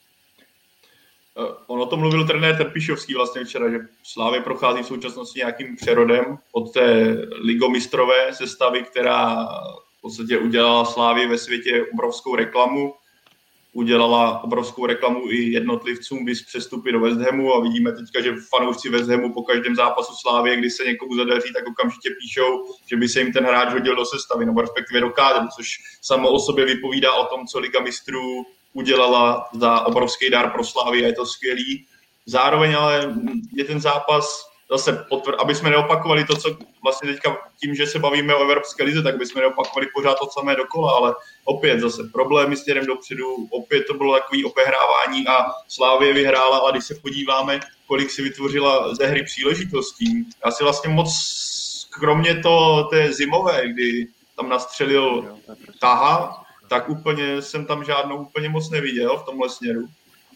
On o tom mluvil trenér Trpišovský vlastně včera, že Slavia prochází v současnosti nějakým přerodem od té ligomistrové sestavy, která v podstatě udělala Slavii ve světě obrovskou reklamu, udělala obrovskou reklamu i jednotlivcům, vys přestupy do West Hamu a vidíme teďka, že fanoušci West Hamu po každém zápasu Slavie, kdy se někomu zadaří, tak okamžitě píšou, že by se jim ten hráč hodil do sestavy, nebo respektive do kádru, což samo o sobě vypovídá o tom, co Liga mistrů udělala za obrovský dar pro Slavii, je to skvělý. Zároveň ale je ten zápas zase, potvr- aby jsme neopakovali to, co vlastně teďka tím, že se bavíme o Evropské lize, tak aby jsme neopakovali pořád to samé dokola, ale opět zase problémy směrem dopředu, opět to bylo takové obehrávání a Slavie vyhrála, a když se podíváme, kolik si vytvořila ze hry příležitostí, já si vlastně moc, kromě to, té zimové, kdy tam nastřelil Taha, tak úplně jsem tam žádnou úplně moc neviděl v tomhle směru.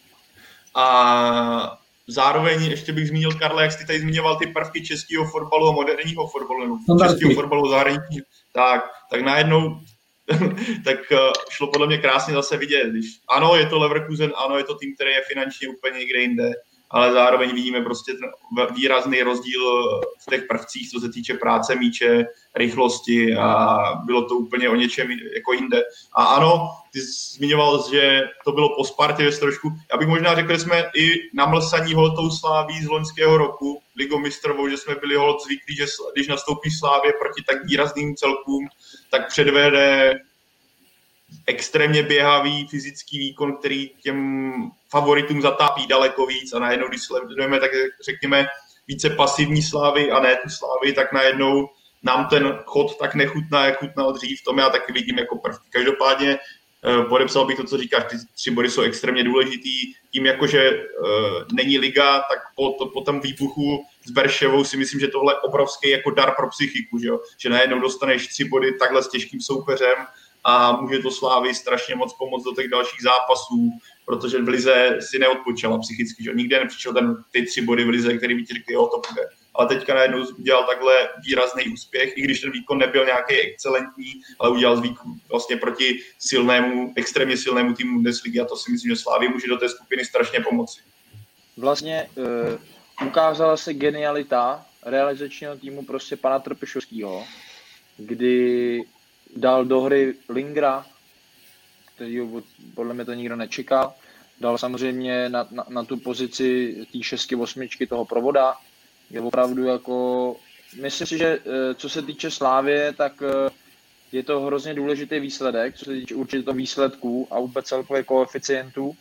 A zároveň ještě bych zmínil, Karle, jak jsi tady zmiňoval ty prvky českého fotbalu a moderního fotbalu, českého fotbalu zahraničního, tak, tak najednou tak šlo podle mě krásně zase vidět. Když, ano, je to Leverkusen, ano, je to tým, který je finančně úplně někde jinde, ale zároveň vidíme prostě ten výrazný rozdíl v těch prvcích, co se týče práce míče, rychlosti a bylo to úplně o něčem jako jinde. A ano, ty jsi zmiňoval, že to bylo po Spartě trošku. Já bych možná řekl, že jsme i namlsaní tou Sláví z loňského roku, Ligou mistrovou, že jsme byli holt zvyklí, že když nastoupí Slávě proti tak výrazným celkům, tak předvede extrémně běhavý fyzický výkon, který těm favoritům zatápí daleko víc a najednou, když sledujeme, tak řekněme, více pasivní Slávy a ne tu Slávy, tak najednou nám ten chod tak nechutná, jak chutnal dřív. To já taky vidím jako prvky. Každopádně eh, podepsal bych to, co říkáš, ty tři body jsou extrémně důležitý. Tím, jakože eh, není liga, tak po, to, po tom výbuchu s Berševou si myslím, že tohle je obrovský jako dar pro psychiku, že, jo? Že najednou dostaneš tři body takhle s těžkým soupeřem a může to Slávy strašně moc pomoct do těch dalších zápasů, protože v lize si neodpočala psychicky, že nikde nepřišel ten, ty tři body v lize, který by ti řekli, jo, to bude. Ale teďka najednou udělal takhle výrazný úspěch, i když ten výkon nebyl nějaký excelentní, ale udělal výkon vlastně proti silnému, extrémně silnému týmu Bundesligy a to si myslím, že Slávy může do té skupiny strašně pomoci. Vlastně uh, ukázala se genialita realizačního týmu prostě pana Trpišovského, kdy dal do hry Lingra, který podle mě to nikdo nečekal. Dal samozřejmě na, na, na tu pozici té šestky, osmičky toho Provoda. Je opravdu jako, myslím si, že co se týče Slávie, tak je to hrozně důležitý výsledek, co se týče určitě toho výsledků a vůbec celkově koeficientů.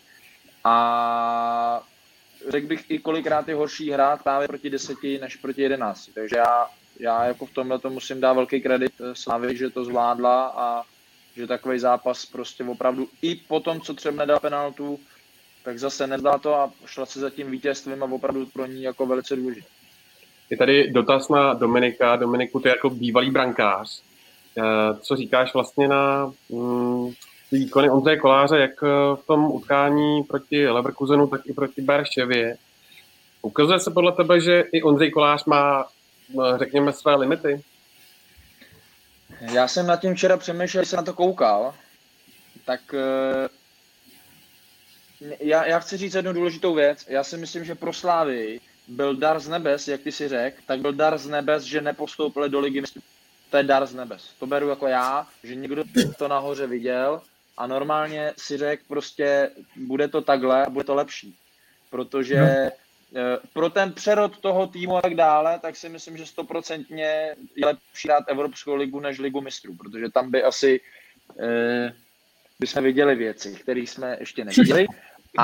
A řekl bych i kolikrát je horší hrát právě proti deseti než proti jedenácti. Takže já Já jako v tomhle to musím dát velký kredit Slavii, že to zvládla a že takový zápas prostě opravdu i po tom, co třeba nedal penaltu, tak zase nezdá to a šla se za tím vítězstvím a opravdu pro ní jako velice důležité. Je tady dotaz na Dominika. Dominiku, ty jako bývalý brankář. Co říkáš vlastně na mm, výkony Ondřeje Koláře, jak v tom utkání proti Leverkusenu, tak i proti Berševě? Ukazuje se podle tebe, že i Ondřej Kolář má, řekněme, své limity? Já jsem nad tím včera přemýšlel, když jsem na to koukal, tak já, já chci říct jednu důležitou věc. Já si myslím, že pro Slávii byl dar z nebes, jak ty si řekl, tak byl dar z nebes, že nepostoupili do ligy mistrů. To je dar z nebes. To beru jako já, že někdo to nahoře viděl a normálně si řekl prostě, bude to takhle a bude to lepší. Protože no. Pro ten přerod toho týmu a tak dále, tak si myslím, že stoprocentně je lepší hrát Evropskou ligu než ligu mistrů, protože tam by asi eh, by jsme viděli věci, které jsme ještě neviděli. A,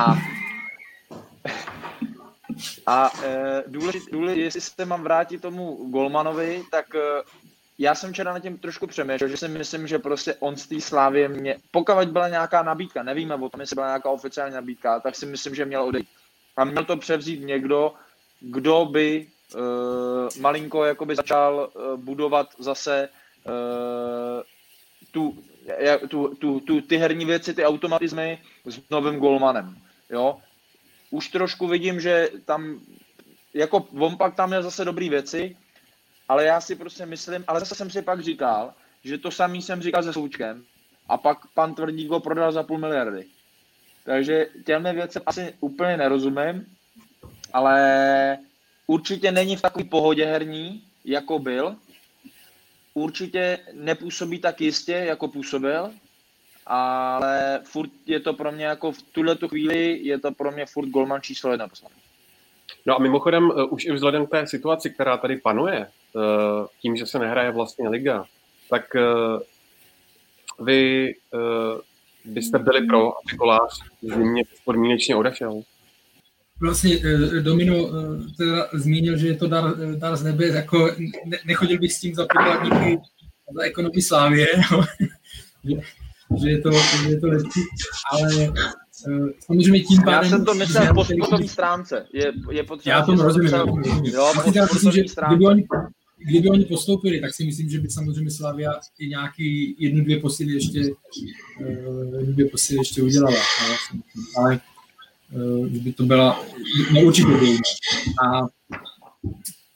a eh, důležité, důležité, jestli se mám vrátit tomu Golmanovi, tak eh, já jsem včera na tím trošku přemýšlel, že si myslím, že prostě on z té Slávie mě, pokud byla nějaká nabídka, nevíme o tom, jestli byla nějaká oficiální nabídka, tak si myslím, že měl odejít. A měl to převzít někdo, kdo by uh, malinko jakoby začal uh, budovat zase uh, tu, tu, tu, tu, ty herní věci, ty automatizmy s novým golmanem. Jo? Už trošku vidím, že tam, jako Vompak tam je zase dobrý věci, ale já si prostě myslím, ale zase jsem si pak říkal, že to samý jsem říkal se Součkem a pak pan Tvrdík ho prodal za půl miliardy. Takže těmhle věcem asi úplně nerozumím, ale určitě není v takové pohodě herní, jako byl. Určitě nepůsobí tak jistě, jako působil, ale furt je to pro mě jako v tuhletu chvíli, je to pro mě furt golman číslo jedna. No a mimochodem, už i vzhledem k té situaci, která tady panuje, tím, že se nehraje vlastně liga, tak vy byste byli pro, aby Kolář zimně podmínečně odešel? Vlastně Domino teda zmínil, že je to dar, dar z nebe, jako ne, nechodil bych s tím za pokladníky za ekonomii Slávie, no. že, že, je to, že je to lepší, ale samozřejmě tím pádem... Já jsem to myslel po sportovní stránce. Je, je potřeba... Já tomu rozumím. Jo, po sportovní stránce. Kdyby oni, kdyby oni postoupili, tak si myslím, že by samozřejmě Slavia i nějaký jednu, dvě posily ještě, jednu, dvě posily ještě udělala. Ale by to byla, no určitě byla. A,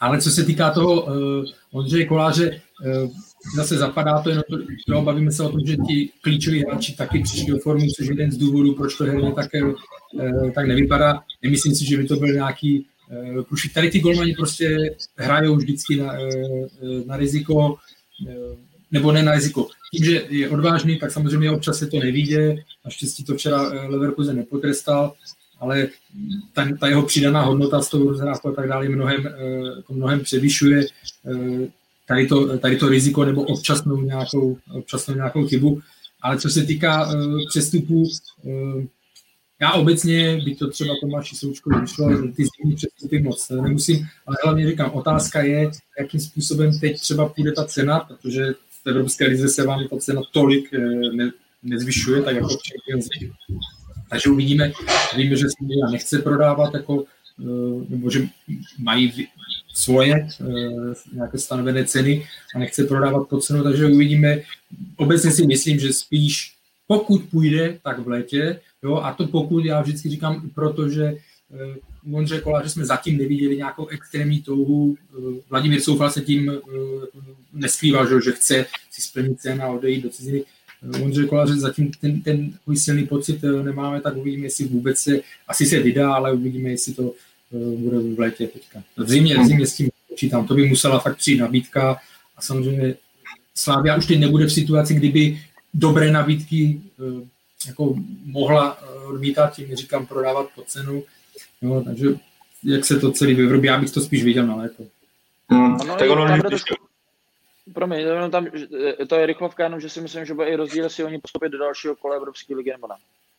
Ale co se týká toho uh, Ondřeje Koláře, uh, zase zapadá to jenom, to, bavíme se o tom, že ti klíčoví hráči taky přišli do formy, což je jeden z důvodů, proč to herně tak, uh, tak nevypadá. Nemyslím si, že by to byl nějaký uh, průšvih. Tady ty golmani prostě hrajou vždycky na, uh, na riziko, uh, nebo ne na riziko. Tím, že je odvážný, tak samozřejmě občas se to nevíde. Naštěstí to včera Leverkusen nepotrestal, ale ta, ta jeho přidaná hodnota z toho rozhrávku a tak dále mnohem, jako mnohem převyšuje tady to, tady to riziko nebo občasnou nějakou, občasnou nějakou chybu. Ale co se týká přestupů, já obecně, byť to třeba Tomáši Součkovi vyšlo, ty zimní přestupy moc nemusím, ale hlavně říkám, otázka je, jakým způsobem teď třeba půjde ta cena, protože v Evropské lize se vám ta cena tolik ne, nezvyšuje, tak jako v Champions League. Takže uvidíme, víme, že Slavia nechce prodávat, jako, nebo že mají svoje nějaké stanovené ceny a nechce prodávat pod cenu, takže uvidíme. Obecně si myslím, že spíš pokud půjde, tak v létě, jo, a to pokud, já vždycky říkám, protože u Ondřeje Koláře jsme zatím neviděli nějakou extrémní touhu. Vladimír Soufal se tím neskrýval, že, že chce si splnit cenu a odejít do ciziny. Ondřej Koláře zatím ten, ten silný pocit nemáme, tak uvidíme, jestli vůbec se, asi se vydá, ale uvidíme, jestli to uh, bude v létě teďka. V zimě, v zimě s tím počítám, to by musela fakt přijít nabídka a samozřejmě Slavia už teď nebude v situaci, kdyby dobré nabídky uh, jako mohla odmítat, tím říkám prodávat po cenu, no, takže jak se to celý vyrobí, já bych to spíš viděl na léto. Hmm. Tak ono Promiň, jenom tam, to je rychlovka, jenom, že si myslím, že bude i rozdíl, jestli oni postoupit do dalšího kola Evropské ligy nebo ne.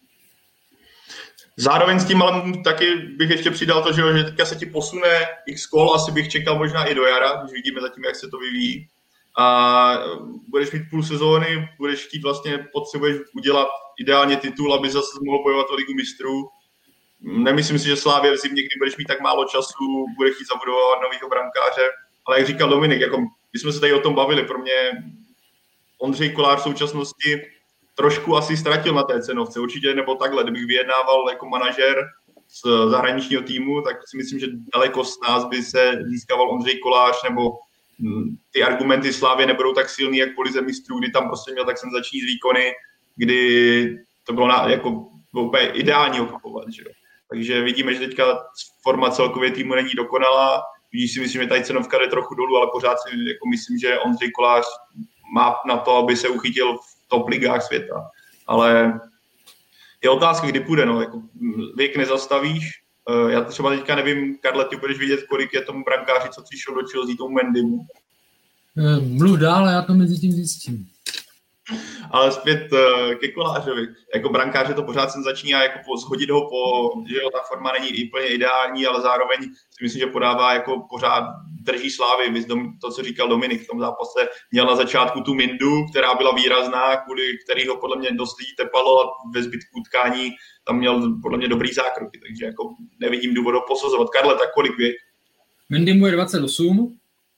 Zároveň s tím ale taky bych ještě přidal to, že teďka se ti posune x kol, asi bych čekal možná i do jara, když vidíme zatím, jak se to vyvíjí. A budeš mít půl sezóny, budeš chtít vlastně, potřebuješ udělat ideálně titul, aby zase mohl bojovat o ligu mistrů. Nemyslím si, že Slavia v zimě, kdy budeš mít tak málo času, bude chtít zabudovat novýho brankáře. Ale jak říkal Dominik, jako my jsme se tady o tom bavili, pro mě Ondřej Kolář v současnosti trošku asi ztratil na té cenovce, určitě nebo takhle, kdybych vyjednával jako manažer z zahraničního týmu, tak si myslím, že daleko z nás by se získával Ondřej Kolář, nebo ty argumenty Slávy nebudou tak silný, jak po lize mistrů, kdy tam prostě měl tak senzační výkony, kdy to bylo na, jako bylo úplně ideální ho kupovat, že? Takže vidíme, že teďka forma celkově týmu není dokonalá. Vidíš si myslím, že tady cenovka jde trochu dolů, ale pořád si jako myslím, že Ondřej Kolář má na to, aby se uchytil v top ligách světa. Ale je otázka, kdy půjde. No. Jako věk nezastavíš. Já třeba teďka nevím, Karle, ty budeš vidět, kolik je tomu brankáři, co přišel do Chelsea, tomu Mendymu. Mluv dál, já to mezi tím zjistím. Ale zpět ke Kolářovi. Jako brankáře to pořád jsem začíná jako po, shodit ho po, že jo, ta forma není úplně ideální, ale zároveň si myslím, že podává jako pořád drží Slávy. To, co říkal Dominik v tom zápase, měl na začátku tu Mindu, která byla výrazná, kvůli který ho podle mě dost lidí tepalo a ve zbytku utkání tam měl podle mě dobrý zákroky, takže jako nevidím důvod ho posazovat. Karle, tak kolik věk? Mindy mu je dvacet osm.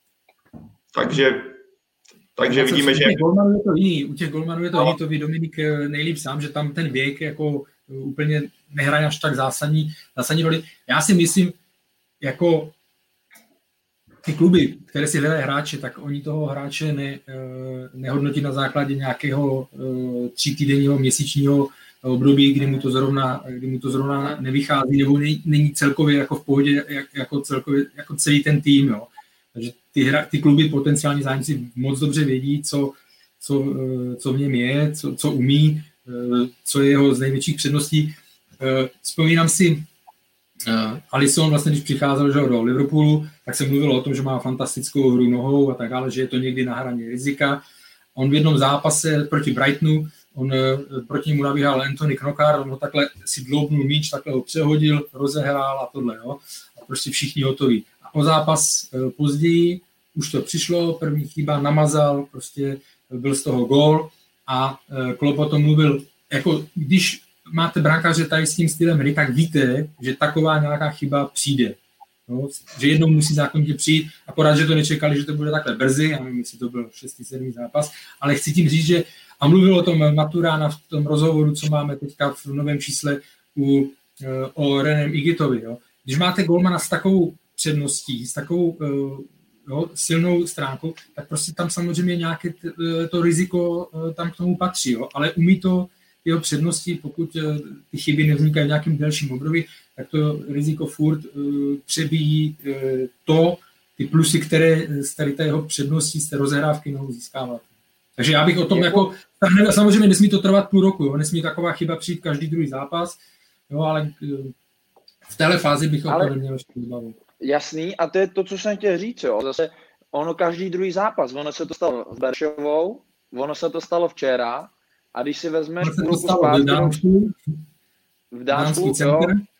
Takže Takže vidíme, že... Golmanů je to jiný. U těch golmanů je to no. jiný, to ví Dominik nejlíp sám, že tam ten věk jako úplně nehraje až tak zásadní, zásadní roli. Já si myslím, jako ty kluby, které si hledají hráče, tak oni toho hráče ne, nehodnotí na základě nějakého třítýdenního, měsíčního období, kdy mu to zrovna, kdy mu to zrovna nevychází, nebo není celkově jako v pohodě, jako, celkově, jako celý ten tým, jo. Takže ty, hra, ty kluby potenciální zájemci moc dobře vědí, co, co, co v něm je, co, co umí, co je jeho z největších předností. Vzpomínám si, Alisson vlastně, když přicházel že, do Liverpoolu, tak se mluvilo o tom, že má fantastickou hru nohou a tak dále, že je to někdy na hraně rizika. On v jednom zápase proti Brightonu, on proti němu nabíhal Anthony Knokar, on ho takhle si dloubnul míč, takhle ho přehodil, rozehrál a tohle. Jo? A prostě všichni hotoví. O zápas později už to přišlo, první chyba namazal, prostě byl z toho gól a Klopp o tom mluvil, jako když máte brankáře tady s tím stylem hry, tak víte, že taková nějaká chyba přijde. No, že jednou musí zákonitě přijít, akorát, že to nečekali, že to bude takhle brzy, já nevím, jestli to byl šestý sedmý zápas, ale chci tím říct, že a mluvil o tom Maturána v tom rozhovoru, co máme teďka v novém čísle u, o Renem Igitovi. Jo. Když máte golmana s takovou předností, s takovou jo, silnou stránkou, tak prostě tam samozřejmě nějaké t, to riziko tam k tomu patří, jo. Ale umí to jeho přednosti, pokud ty chyby nevznikají v nějakým delším období, tak to riziko furt uh, přebíjí uh, to, ty plusy, které z tady té jeho předností, z té rozehrávky mohou získávat. Takže já bych o tom jako, jako samozřejmě nesmí to trvat půl roku, jo? Nesmí taková chyba přijít každý druhý zápas, jo, ale uh, v téhle fázi bych ale o to neměl ještě vybavu. Jasný, a to je to, co jsem chtěl říct, jo. Zase ono každý druhý zápas, ono se to stalo s Beršovou, ono se to stalo včera, a když si vezmeš půl roku zpátky v Dánsku, v Dánsku, jo,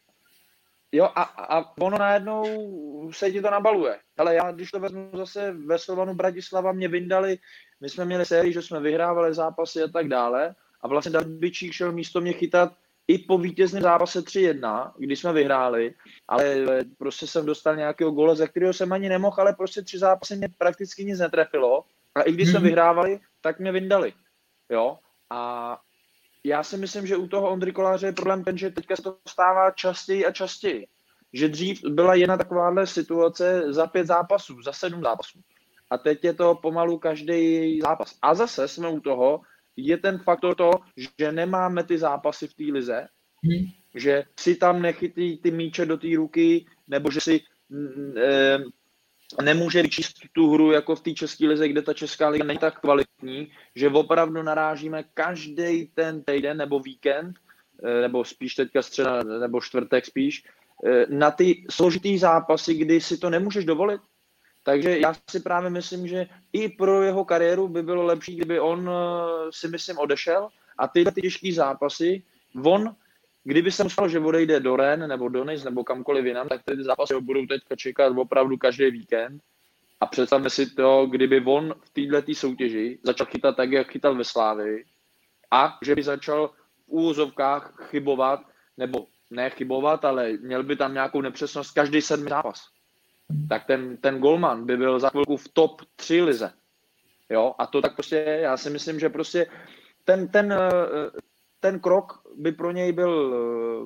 jo a, a ono najednou se ti to nabaluje. Ale já, když to vezmu zase ve Slovanu Bratislava, mě vyndali, my jsme měli sérii, že jsme vyhrávali zápasy a tak dále a vlastně David Bičík šel místo mě chytat i po vítězném zápase tři jedna, když jsme vyhráli, ale prostě jsem dostal nějakého góla, ze kterého jsem ani nemohl, ale prostě tři zápasy mě prakticky nic netrefilo a i když jsme vyhrávali, tak mě vyndali. Jo? A já si myslím, že u toho Ondry Koláře je problém ten, že teďka se to stává častěji a častěji. Že dřív byla jedna takováhle situace za pět zápasů, za sedm zápasů. A teď je to pomalu každý zápas. A zase jsme u toho, je ten faktor to, že nemáme ty zápasy v té lize, hmm. že si tam nechytí ty míče do té ruky, nebo že si e, nemůže vyčíst tu hru jako v té české lize, kde ta česká liga není tak kvalitní, že opravdu narážíme každý ten týden nebo víkend, e, nebo spíš teďka středa, nebo čtvrtek spíš, e, na ty složitý zápasy, kdy si to nemůžeš dovolit. Takže já si právě myslím, že i pro jeho kariéru by bylo lepší, kdyby on si myslím odešel a tyhle ty těžký zápasy, on, kdyby se mu stalo, že odejde do Rennes nebo do Nice nebo kamkoliv jinam, tak ty zápasy ho budou teďka čekat opravdu každý víkend. A představme si to, kdyby on v této soutěži začal chytat tak, jak chytal ve Slávii a že by začal v úvozovkách chybovat, nebo ne chybovat, ale měl by tam nějakou nepřesnost každý sedmý zápas. Tak ten, ten golman by byl za chvilku v top tři lize. Jo, a to tak prostě, já si myslím, že prostě ten, ten, ten krok by pro něj byl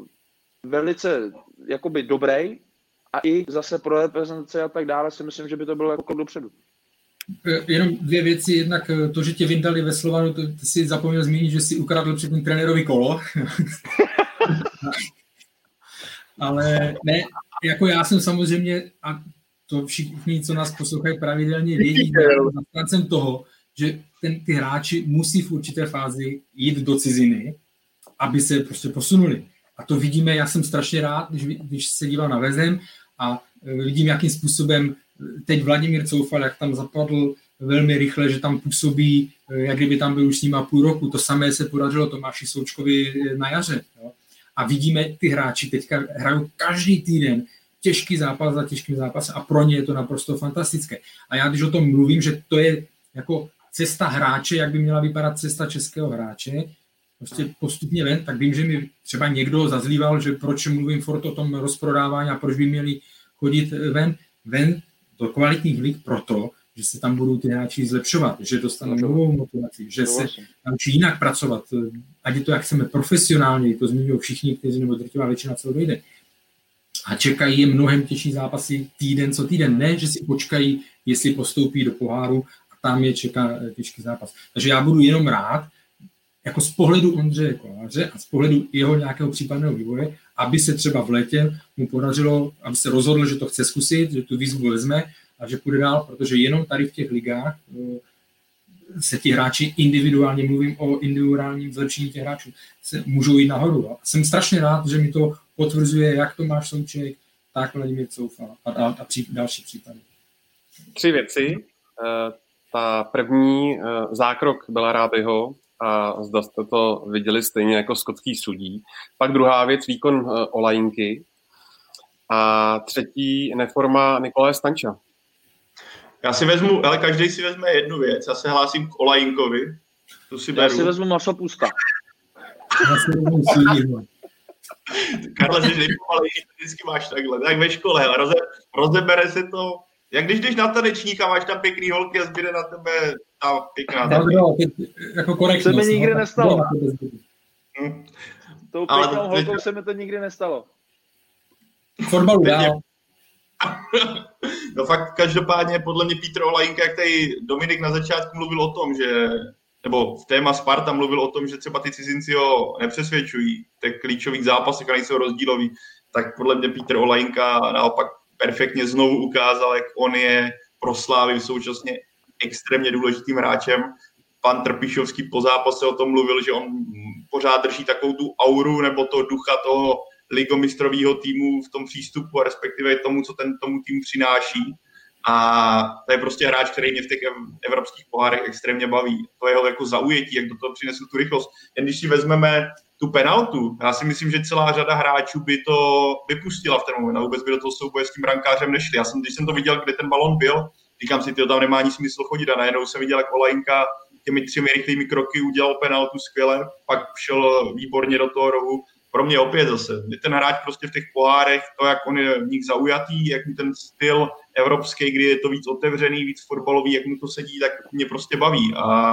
velice jakoby dobrý a i zase pro reprezentaci a tak dále si myslím, že by to bylo jako krok dopředu. Jenom dvě věci, jednak to, že tě vyndali ve Slovanu, to ty si zapomněl zmínit, že si ukradl předtím trenérovi kolo. Ale ne, jako já jsem samozřejmě, a to všichni, co nás poslouchají pravidelně, vědí, zastáncem toho, že ten, ty hráči musí v určité fázi jít do ciziny, aby se prostě posunuli. A to vidíme, já jsem strašně rád, když, když se dívám na Vezem a vidím, jakým způsobem teď Vladimír Coufal, jak tam zapadl velmi rychle, že tam působí, jak kdyby tam byl už s nima půl roku. To samé se podařilo Tomáši Součkovi na jaře. Jo. A vidíme, ty hráči teďka hrajou každý týden těžký zápas za těžkým zápasem a pro ně je to naprosto fantastické. A já když o tom mluvím, že to je jako cesta hráče, jak by měla vypadat cesta českého hráče, prostě postupně ven, tak vím, že mi třeba někdo zazlíval, že proč mluvím furt o tom rozprodávání a proč by měli chodit ven, ven do kvalitních lig proto, že se tam budou ty hráči zlepšovat, že dostanou novou motivaci, že se naučí jinak pracovat, ať je to, jak chceme, profesionálně, to zmiňují všichni, kteří nebo drtivá většina celou dojde. A čekají je mnohem těžší zápasy týden co týden, ne, že si počkají, jestli postoupí do poháru a tam je čeká těžký zápas. Takže já budu jenom rád, jako z pohledu Ondřeje Koláře a z pohledu jeho nějakého případného vývoje, aby se třeba v létě mu podařilo, aby se rozhodl, že to chce zkusit, že tu výzvu vezme a že půjde dál, protože jenom tady v těch ligách se ti hráči individuálně, mluvím o individuálním zlepšení těch hráčů, se můžou jít nahoru. A jsem strašně rád, že mi to potvrzuje jak Tomáš Souček, tak Vladimír Coufal a, a, a pří, další případy. Tři věci. Ta první, zákrok Bellarabiho, a zda jste to viděli stejně jako skotský sudí. Pak druhá věc, výkon Olajinky. A třetí, neforma Nikolaje Stanča. Já si vezmu, ale každý si vezme jednu věc. Já se hlásím k Olajinkovi. To si Já beru. si vezmu Masopusta. Já si vezmu Sudího. Karle, jsi nejpomalejší, vždycky máš takhle. Tak ve škole, ale roze, rozebere se to. Jak když jdeš na tanečník a máš tam pěkný holky a zbyde na tebe ta pěkná tanečník. No, jako korektnost. To se mi nikdy no, nestalo. Hm. Tou pěknou holkou se mi to nikdy nestalo. Fotbalu dál. No fakt každopádně podle mě Petr Olajinka, jak tady Dominik na začátku mluvil o tom, že nebo v téma Sparta mluvil o tom, že třeba ty cizinci ho nepřesvědčují v těch klíčových zápasech a nejsou rozdílový, tak podle mě Petr Olajinka naopak perfektně znovu ukázal, jak on je pro Slávy současně extrémně důležitým hráčem. Pan Trpišovský po zápase o tom mluvil, že on pořád drží takovou tu auru nebo to ducha toho ligomistrového týmu v tom přístupu a respektive tomu, co ten tomu tým přináší. A to je prostě hráč, který mě v těch evropských pohárech extrémně baví. To jeho jako zaujetí, jak do toho přinesl tu rychlost. Jen když si vezmeme tu penaltu, já si myslím, že celá řada hráčů by to vypustila v ten moment a vůbec by do toho souboje s tím brankářem nešli. Já jsem, když jsem to viděl, kde ten balon byl, říkám si, tyjo, tam nemá ani smysl chodit a najednou jsem viděl, jak Olajinka těmi třemi rychlými kroky udělal penaltu skvěle, pak šel výborně do toho rohu. Pro mě opět zase, ten hráč prostě v těch pohárech, to, jak on je v nich zaujatý, jak mu ten styl evropský, kdy je to víc otevřený, víc fotbalový, jak mu to sedí, tak mě prostě baví. A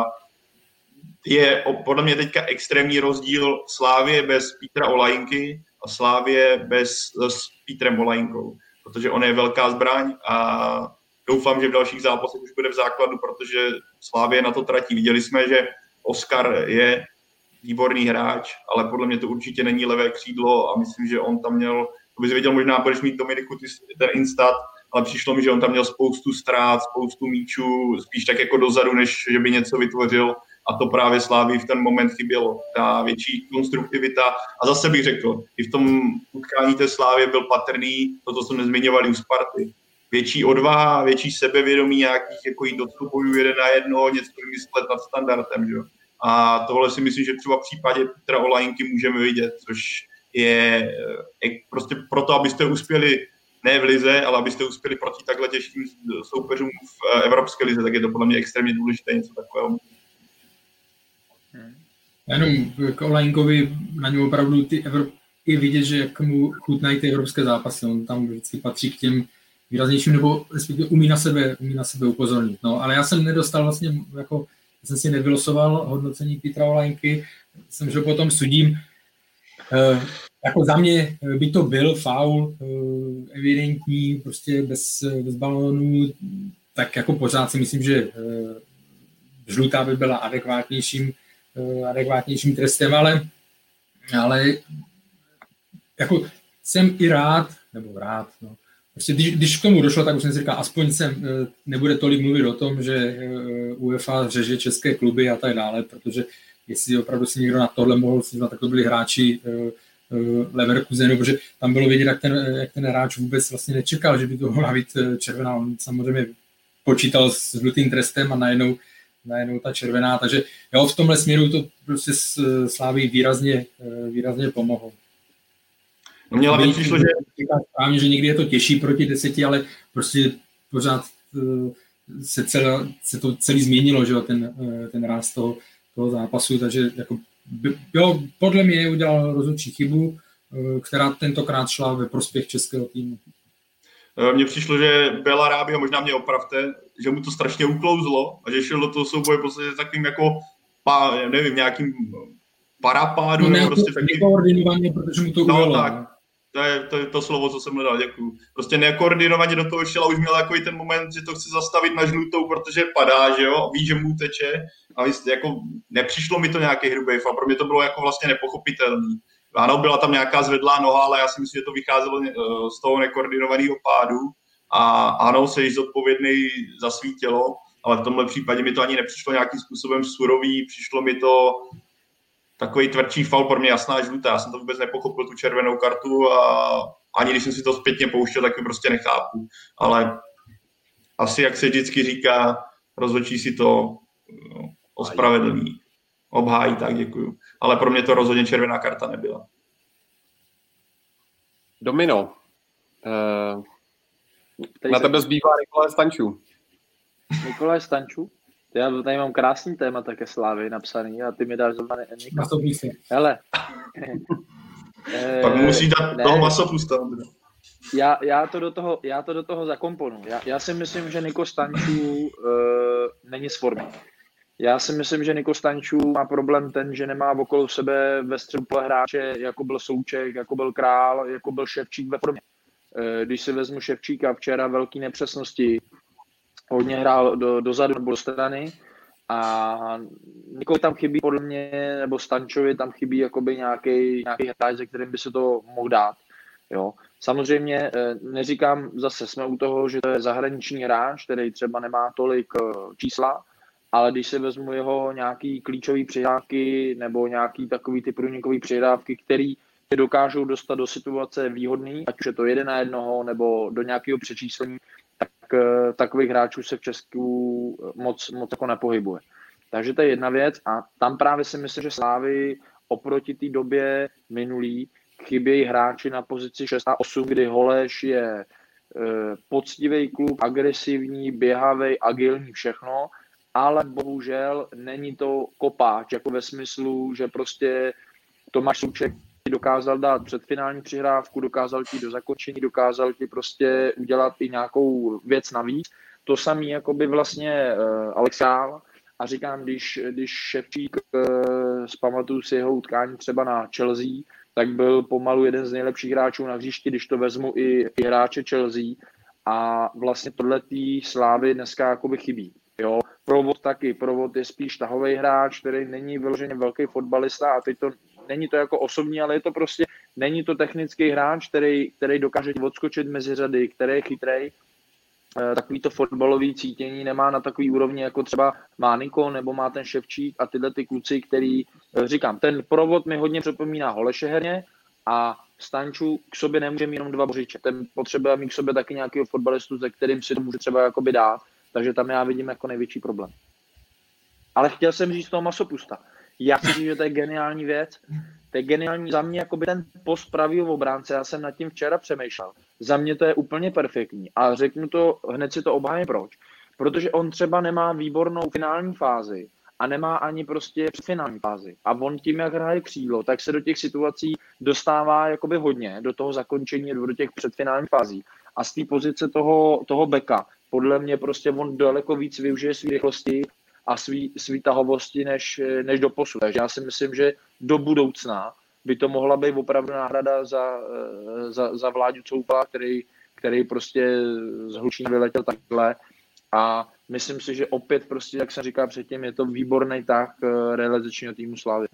je podle mě teďka extrémní rozdíl Slávie bez Petra Olajinky a Slávie bez, s Petrem Olajinkou, protože on je velká zbraň a doufám, že v dalších zápasech už bude v základu, protože Slávie na to tratí. Viděli jsme, že Oskar je výborný hráč, ale podle mě to určitě není levé křídlo a myslím, že on tam měl, to bys věděl, možná budeš mít Dominiku ten instat, ale přišlo mi, že on tam měl spoustu ztrát, spoustu míčů, spíš tak jako dozadu, než že by něco vytvořil a to právě Slávii v ten moment chybělo. Ta větší konstruktivita a zase bych řekl, i v tom utkání té Slávie byl patrný, to, co jsme nezmiňovali u Sparty. Větší odvaha, větší sebevědomí, nějakých jako jít do soubojů jeden na jedno, něco vymyslet nad standardem, že? A tohle si myslím, že třeba v případě Petra Olajinky můžeme vidět, což je prostě proto, abyste uspěli ne v lize, ale abyste uspěli proti takhle těžkým soupeřům v evropské lize, tak je to podle mě extrémně důležité něco takového. Jenom k Olajinkovi, na něm opravdu ty Evrop... je vidět, že jak mu chutnají ty evropské zápasy, on tam vždycky patří k těm výraznějším, nebo respektive umí na sebe, umí na sebe upozornit. No, ale já jsem nedostal vlastně, jako jsem si nevylosoval hodnocení Petra Olajinky, jsem, že potom sudím. E, jako za mě by to byl faul, e, evidentní, prostě bez, bez balónů, tak jako pořád si myslím, že e, žlutá by byla adekvátnějším, e, adekvátnějším trestem, ale, ale jako jsem i rád, nebo rád, no, prostě když, když k tomu došlo, tak už jsem si říkal, aspoň se nebude tolik mluvit o tom, že UEFA řeže české kluby a tak dále, protože jestli opravdu si někdo na tohle mohl snívat, tak to byli hráči Leverkusenu, protože tam bylo vidět, jak ten, jak ten hráč vůbec vlastně nečekal, že by to mohla být červená. On samozřejmě počítal s žlutým trestem a najednou, najednou ta červená, takže jo, v tomhle směru to prostě Slávii výrazně, výrazně pomohlo. No mě hlavně přišlo, že... Správně, že někdy je to těžší proti deseti, ale prostě pořád se, celé, se to celý změnilo, že jo, ten, ten ráz toho, toho zápasu, takže jako, jo, podle mě udělal rozhodčí chybu, která tentokrát šla ve prospěch českého týmu. Mně přišlo, že Belarábio, možná mě opravte, že mu to strašně uklouzlo a že šel do toho souboje prostě s takovým jako, pá, nevím, nějakým parapádu. No, nebo prostě takový... nekoordinovaně, protože mu to ujelo. No, tak. To je, to je to slovo, co jsem hledal, děkuju. Prostě nekoordinovaně do toho šel a už měl takový ten moment, že to chce zastavit na žlutou, protože padá, že jo, ví, že mu teče a víc, jako nepřišlo mi to nějaký hrubý faul, pro mě to bylo jako vlastně nepochopitelný. Ano, byla tam nějaká zvedlá noha, ale já si myslím, že to vycházelo z toho nekoordinovaného pádu a ano, jsi zodpovědný za svý tělo, ale v tomhle případě mi to ani nepřišlo nějakým způsobem surový, přišlo mi to takový tvrdší faul, pro mě jasná žlutá. Já jsem to vůbec nepochopil, tu červenou kartu a ani když jsem si to zpětně pouštěl, tak ji prostě nechápu. Ale asi, jak se vždycky říká, rozhodčí si to no, ospravedlní. Obhájí, tak děkuju. Ale pro mě to rozhodně červená karta nebyla. Domino. Eh, na tebe zbývá Nikolaj Stančů. Nikolaj Stančů? Já tady mám krásný téma také Slávy napsaný a ty mi dáš zrovna někam. Hele. Pak musí dát ne, toho masopusta. Já, já, to do toho, já to do toho zakomponuji. Já, já si myslím, že Niko Stančů uh, není z formy. Já si myslím, že Niko Stančů má problém ten, že nemá okolo sebe ve středu pole hráče, jako byl Souček, jako byl Král, jako byl Ševčík ve formě. Když si vezmu Ševčíka, včera velký nepřesnosti, hodně hrál do, dozadu nebo do strany a Nikovi tam chybí podle mě, nebo Stančovi tam chybí jakoby nějaký, nějaký hráč, ze kterým by se to mohl dát. Jo. Samozřejmě neříkám, zase jsme u toho, že to je zahraniční hráč, který třeba nemá tolik čísla, ale když si vezmu jeho nějaký klíčový přihrávky nebo nějaký takový ty průnikový přihrávky, který je dokážou dostat do situace výhodný, ať už je to jeden na jednoho nebo do nějakého přečíslení, tak takových hráčů se v Česku moc, moc jako nepohybuje. Takže to je jedna věc a tam právě si myslím, že Slávy oproti té době minulý chybějí hráči na pozici šest a osm, kdy Holeš je e, poctivý kluk, agresivní, běhavý, agilní, všechno, ale bohužel není to kopáč, jako ve smyslu, že prostě Tomáš Souček dokázal dát předfinální přihrávku, dokázal ti do zakončení, dokázal ti prostě udělat i nějakou věc navíc. To samý jakoby vlastně uh, Alex Král. A říkám, když, když Ševčík, uh, zpamatuju si jeho utkání třeba na Chelsea, tak byl pomalu jeden z nejlepších hráčů na hřišti, když to vezmu i, i hráče Chelsea. A vlastně tohletý Slávy dneska jakoby chybí. Jo, Provod taky. Provod je spíš tahový hráč, který není vyloženě velký fotbalista a teď to není to jako osobní, ale je to prostě, není to technický hráč, který, který dokáže odskočit mezi řady, který je chytrej. E, takový to fotbalový cítění nemá na takový úrovni, jako třeba má Niko nebo má ten Ševčík a tyhle ty kluci, který, e, říkám, ten Provod mi hodně připomíná Holeše herně a Stanču k sobě nemůže mít jenom dva bořiče. Ten potřebuje mít k sobě taky nějakého fotbalistu, se kterým si to může třeba jakoby dát. Takže tam já vidím jako největší problém. Ale chtěl jsem říct toho Masopusta. Já si říct, že to je geniální věc. To je geniální za mě, jakoby ten post pravýho obránce. Já jsem nad tím včera přemýšlel. Za mě to je úplně perfektní. A řeknu to, hned si to obhájím proč. Protože on třeba nemá výbornou finální fázi a nemá ani prostě předfinální fázi. A on tím, jak hraje křídlo, tak se do těch situací dostává jakoby hodně, do toho zakončení, do těch předfinálních fází. A z té pozice toho, toho beka, podle mě prostě on daleko víc využije své rychlosti a svý, svý tahovosti než, než do posud. Takže já si myslím, že do budoucna by to mohla být opravdu náhrada za, za, za Vláďu Coupala, který, který prostě z Hlučína vyletěl takhle. A myslím si, že opět prostě, jak jsem říkal předtím, je to výborný tah realizačního týmu Slávy.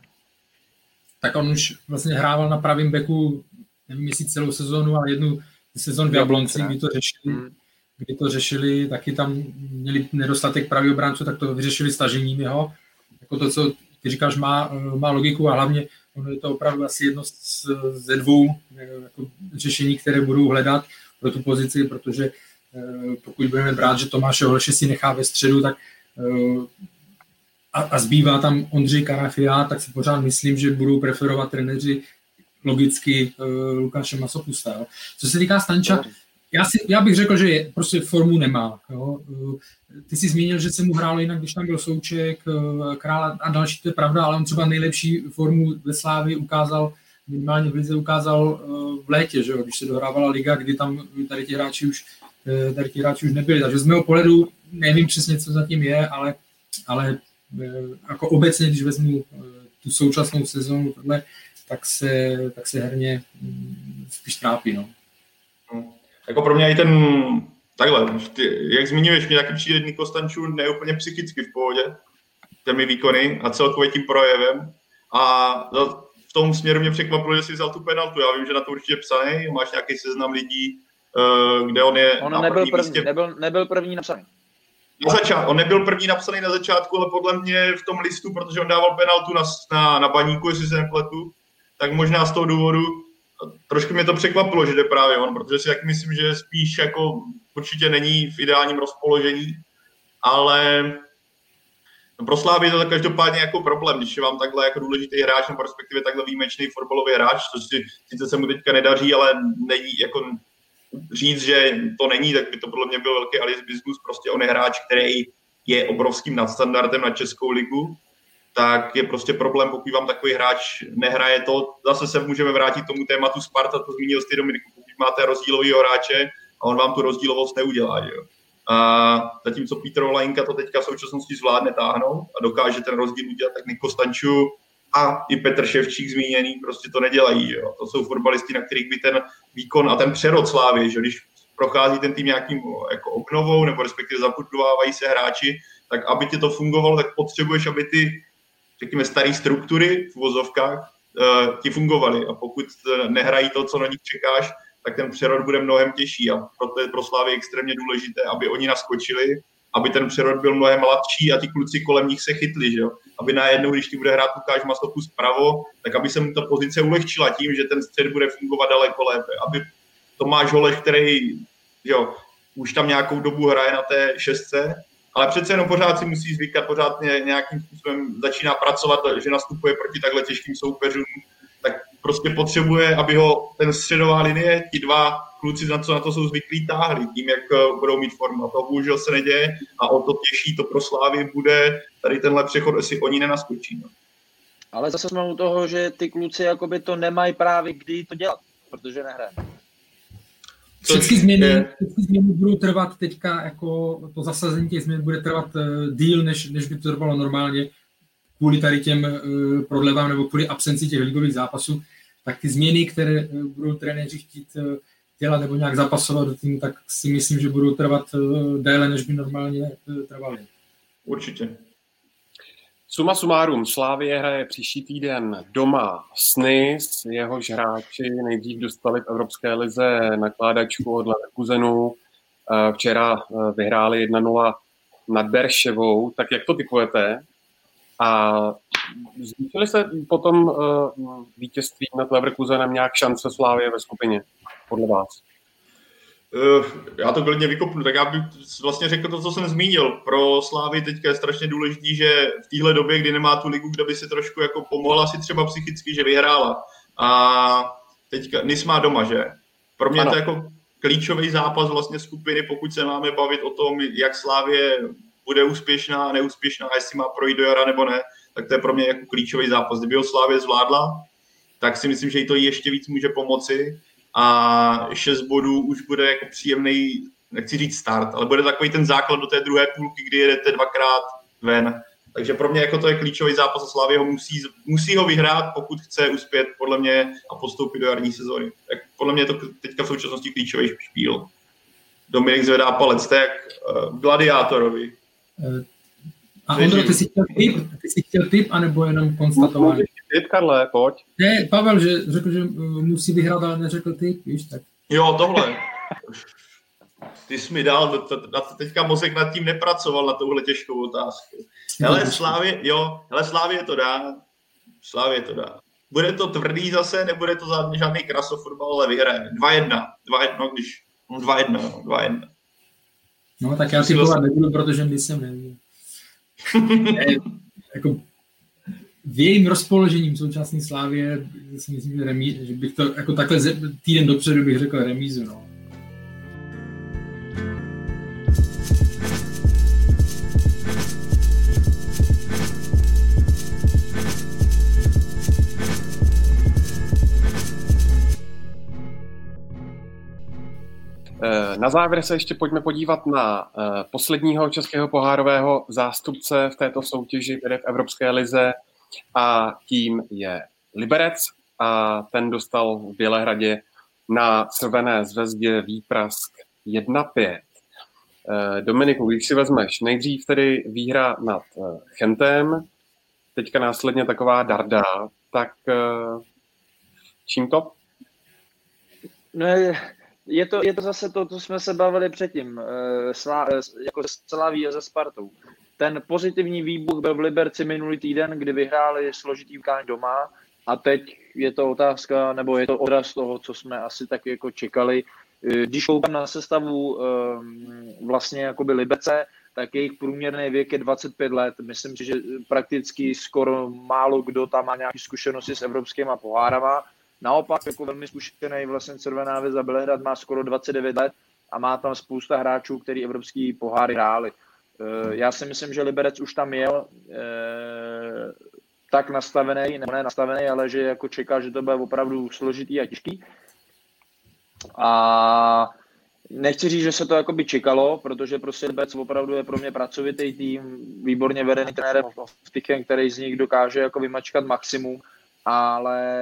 Tak on už vlastně hrával na pravém beku, nevím jestli celou sezónu, ale jednu sezon v Jablonci, kdy to řešili. Hmm. kdy to řešili, taky tam měli nedostatek pravý obráncu, tak to vyřešili stažením jeho. Jako to, co ty říkáš, má, má logiku a hlavně ono je to opravdu asi jedno z, ze dvou jako řešení, které budou hledat pro tu pozici, protože pokud budeme brát, že Tomáše Holeše si nechá ve středu, tak a, a zbývá tam Ondřej Karafia, tak si pořád myslím, že budou preferovat trenéři logicky Lukáše Masopusta. Jo. Co se týká Stanča, Já, si, já bych řekl, že je, prostě formu nemá. Jo. Ty jsi zmínil, že se mu hrálo jinak, když tam byl Souček, Král a další, to je pravda, ale on třeba nejlepší formu ve Slávii ukázal, minimálně v lize ukázal v létě, že jo, když se dohrávala liga, kdy tam tady ti hráči už, tady ti hráči už nebyli. Takže z mého pohledu nevím přesně, co zatím je, ale, ale jako obecně, když vezmu tu současnou sezónu, tohle, tak, se, tak se herně spíš trápí. No. Jako pro mě i ten, takhle, ty, jak zmiňuješ, mě taky přijde Niko Stančů neúplně psychicky v pohodě, těmi výkony a celkově tím projevem. A v tom směru mě překvapilo, že jsi vzal tu penaltu. Já vím, že na to určitě psaný, máš nějaký seznam lidí, kde on je on na nebyl první první, místě. Nebyl, nebyl první napsaný. Na začátku, on nebyl první napsaný na začátku, ale podle mě v tom listu, protože on dával penaltu na, na, na Baníku, jestli se nepletu, tak možná z toho důvodu trošku mě to překvapilo, že jde právě on, protože si tak myslím, že spíš jako určitě není v ideálním rozpoložení, ale no pro Slávy je to každopádně jako problém, když je vám takhle jako důležitý hráč, nebo respektive takhle výjimečný fotbalový hráč, což si sice se mu teďka nedaří, ale není jako říct, že to není, tak by to podle mě byl velký alibismus, prostě on je hráč, který je obrovským nadstandardem na Českou ligu, tak je prostě problém, pokud vám takový hráč nehraje to. Zase se můžeme vrátit k tomu tématu Sparta, to zmínil jsi Dominiku, pokud máte rozdílovýho hráče a on vám tu rozdílovost neudělá. Že jo? A zatímco Petr Olajinka to teďka v současnosti zvládne táhnout a dokáže ten rozdíl udělat, tak Niko Stanču a i Petr Ševčík zmíněný, prostě to nedělají. Jo. To jsou fotbalisti, na kterých by ten výkon a ten přerod Slávy, že když prochází ten tým nějakým jako obnovou, nebo respektive zabudovávají se hráči, tak aby ti to fungovalo, tak potřebuješ, aby ty, řekněme, staré struktury v vozovkách uh, ti fungovaly. A pokud nehrají to, co na nich čekáš, tak ten přerod bude mnohem těžší. A proto je pro Slávy extrémně důležité, aby oni naskočili, aby ten přerod byl mnohem mladší a ti kluci kolem nich se chytli, že jo? Aby najednou, když ty bude hrát Lukáš Masopust zpravo, tak aby se mu ta pozice ulehčila tím, že ten střed bude fungovat daleko lépe. Aby Tomáš Holeš, který, jo, už tam nějakou dobu hraje na té šestce, ale přece jenom pořád si musí zvykat, pořád nějakým způsobem začíná pracovat, že nastupuje proti takhle těžkým soupeřům, tak prostě potřebuje, aby ho ten středová linie, ti dva kluci, na co na to jsou zvyklí, táhli tím, jak budou mít formu. A to bohužel se neděje a o to těžší to pro Slávy bude tady tenhle přechod, jestli oni nenaskočí. No. Ale zase jsme u toho, že ty kluci jakoby to nemají právě kdy to dělat, protože nehraje. Všechny změny, všechny změny budou trvat teďka, jako to zasazení těch změn bude trvat uh, díl, než, než by to trvalo normálně kvůli tady těm uh, prodlevám nebo kvůli absenci těch ligových zápasů, tak ty změny, které uh, budou trenéři chtít uh, dělat nebo nějak zapasovat do týmu, tak si myslím, že budou trvat uh, déle, než by normálně uh, trvaly. Určitě. Suma sumárum, Slavie hraje příští týden doma s Nice, jehož hráči nejdřív dostali v Evropské lize nakládačku od Leverkusenu. Včera vyhráli jedna nula nad Berševou, tak jak to tipujete? A zvýšili se potom vítězství nad Leverkusenem nějak šance Slavie ve skupině, podle vás? Já to klidně vykopnu, tak já bych vlastně řekl to, co jsem zmínil. Pro Slávy teďka je strašně důležitý, že v téhle době, kdy nemá tu ligu, kde by si trošku jako pomohla si třeba psychicky, že vyhrála. A teďka Nice má doma, že? Pro mě ano. To je jako klíčový zápas vlastně skupiny, pokud se máme bavit o tom, jak Slávie bude úspěšná a neúspěšná, jestli má projít do jara nebo ne, tak to je pro mě jako klíčový zápas. Kdyby ho Slávie zvládla, tak si myslím, že jí to ještě víc může pomoci. A šest bodů už bude jako příjemný, nechci říct start, ale bude takový ten základ do té druhé půlky, kdy jedete dvakrát ven. Takže pro mě jako to je klíčový zápas a Slavia ho musí, musí ho vyhrát, pokud chce uspět podle mě a postoupit do jarní sezóny. Tak podle mě je to teďka v současnosti klíčový špíl. Dominik zvedá palec, to je jak uh, gladiátorovi. A Ondro, ty jsi chtěl tip, ty jsi chtěl tip, anebo jenom konstatování? Tip, Karle, pojď. Ne, Pavel, že řekl, že musí vyhrát, ale neřekl tip, víš, tak. Jo, tohle. Ty jsi mi dal, teďka mozek nad tím nepracoval na touhle těžkou otázku. Hele, Slávě, jo, hele, Slávě to dá. Slávě to dá. Bude to tvrdý zase, nebude to žádný krasofotbal, ale vyhraje. dva jedna. dva jedna, když... dva jedna, dva jedna. No, tak já tipovat vlastně... nebudu, protože my jsem nevěděl. Jako v jejím rozpoložením současné Slávě si myslím, že, remí, že bych to jako takhle týden dopředu bych řekl remízu. No. Na závěr se ještě pojďme podívat na posledního českého pohárového zástupce v této soutěži, tedy v Evropské lize, a tím je Liberec a ten dostal v Bělehradě na Červené zvezdě výprask jedna pět. Dominiku, když si vezmeš, nejdřív tedy výhra nad Chentem, teďka následně taková darda, tak čím to? Ne, Je to, je to zase to, co jsme se bavili předtím, slá, jako Slaví se Spartou. Ten pozitivní výbuch byl v Liberci minulý týden, kdy vyhráli složitý utkání doma a teď je to otázka, nebo je to odraz toho, co jsme asi tak jako čekali. Když koukám na sestavu vlastně jakoby Liberce, tak jejich průměrný věk je dvacet pět let. Myslím si, že prakticky skoro málo kdo tam má nějaké zkušenosti s evropskýma pohárama. Naopak, jako velmi zkušený vlastně Červená Hvězda Bělehrad má skoro dvacet devět let a má tam spousta hráčů, kteří evropský poháry hráli. Já si myslím, že Liberec už tam jel tak nastavený, nebo ne nastavený, ale že jako čekal, že to bude opravdu složitý a těžký. A nechci říct, že se to jakoby čekalo, protože prostě Liberec opravdu je pro mě pracovitý tým, výborně vedený trenérem Oftikem, který z nich dokáže jako vymačkat maximum, ale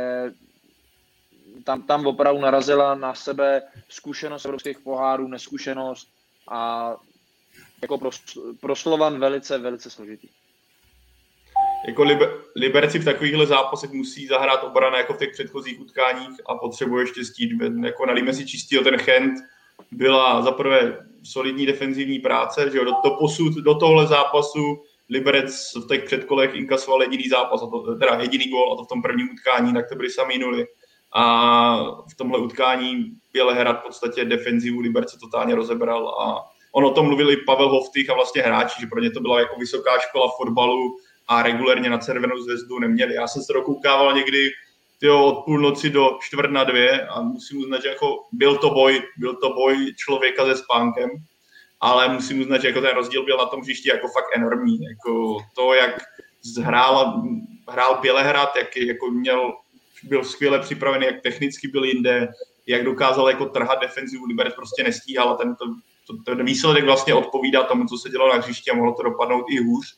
tam, tam opravdu narazila na sebe zkušenost evropských pohárů, neskušenost a jako pro, pro Slovan velice, velice složitý. Jako Liber, Liberci v takovýchhle zápasech musí zahrát obrana jako v těch předchozích utkáních a potřebuje štěstí. Jako nalíme si čistýho ten Chent, byla zaprvé solidní defenzivní práce, že jo, do, do posud, do tohle zápasu Liberec v těch předkolech inkasoval jediný zápas, a to, teda jediný gól, a to v tom prvním utkání, tak to byly samý nuly. A v tomhle utkání Bělehrad v podstatě defenzivu Liberce totálně rozebral a on o tom mluvil i Pavel Hoftych a vlastně hráči, že pro ně to byla jako vysoká škola fotbalu a regulérně na Červenou zvezdu neměli. Já jsem se dokoukával někdy tyjo, od půlnoci do čtvrt na dvě a musím uznat, že jako byl to boj, byl to boj člověka se spánkem, ale musím uznat, že jako ten rozdíl byl na tom hřišti jako fakt enormní. Jako to, jak hrál, hrál Bělehrad, jak jako měl, byl skvěle připravený, jak technicky byl jinde, jak dokázal jako trhat defenzivu, Liberec prostě nestíhal a ten, to, to, ten výsledek vlastně odpovídá tomu, co se dělalo na hřišti a mohlo to dopadnout i hůř.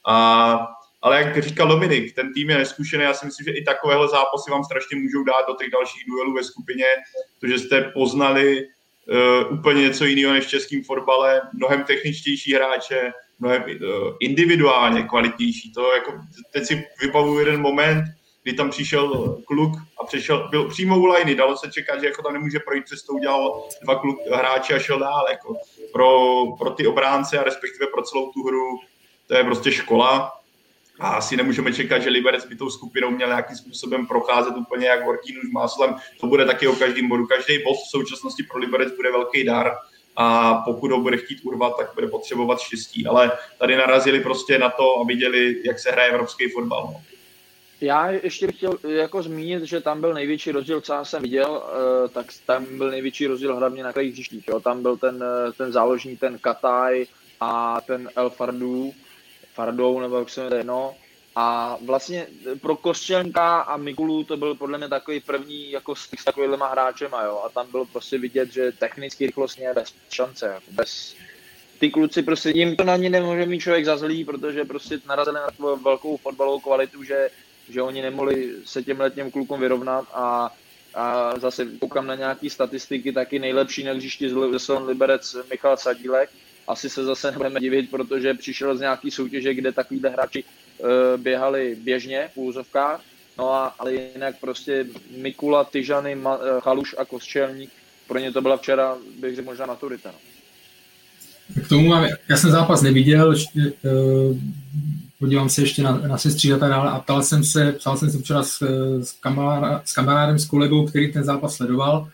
A ale jak říkal Dominik, ten tým je neskušený, já si myslím, že i takovéhle zápasy vám strašně můžou dát do těch dalších duelů ve skupině, protože jste poznali uh, úplně něco jiného než v českém fotbale, mnohem techničtější hráče, mnohem uh, individuálně kvalitnější. To jako, teď si vybavuju jeden moment, kdy tam přišel kluk a přišel, byl přímo u lajny, dalo se čekat, že jako tam nemůže projít, přes to udělal dva kluk, hráči a šel dál. Jako pro, pro ty obránce a respektive pro celou tu hru, to je prostě škola. A asi nemůžeme čekat, že Liberec by tou skupinou měl nějakým způsobem procházet úplně jak Vortínu s máslem. To bude taky o každém bodu. Každý bod v současnosti pro Liberec bude velký dar a pokud ho bude chtít urvat, tak bude potřebovat štěstí. Ale tady narazili prostě na to a viděli, jak se hraje evropský fotbal. No. Já ještě bych chtěl jako zmínit, že tam byl největší rozdíl, co já jsem viděl, tak tam byl největší rozdíl hlavně na krajích hřištích. Tam byl ten, ten záložník, ten Kataj a ten El Fardou, Fardou, nebo jak se jmenuje, no. A vlastně pro Kostělníka a Mikulu to byl podle mě takový první jako styk s takovýhlema hráčema, jo. A tam bylo prostě vidět, že technicky rychlostně je bez šance, jako bez... Ty kluci prostě, jim to na ně nemůže mít člověk za zlý, protože prostě narazili na takovou velkou fotbalovou kvalitu, že, že oni nemohli se těmhle těm klukům vyrovnat a, a zase koukám na nějaký statistiky, taky nejlepší na hřišti ze Slovan Liberec Michal Sadílek. Asi se zase nebudeme divit, protože přišel z nějaký soutěže, kde takovýhle hráči e, běhali běžně v úzovkách, no a, ale jinak prostě Mikula, Tyžany, Ma, Chaluš a Kosčelník, pro ně to byla včera, bych řekl, možná maturita. No. K tomu mám, já jsem zápas neviděl, ještě, e, podívám se ještě na, na sestří a tak dále a ptal jsem se, ptal jsem se včera s, s, kamarád, s kamarádem, s kolegou, který ten zápas sledoval,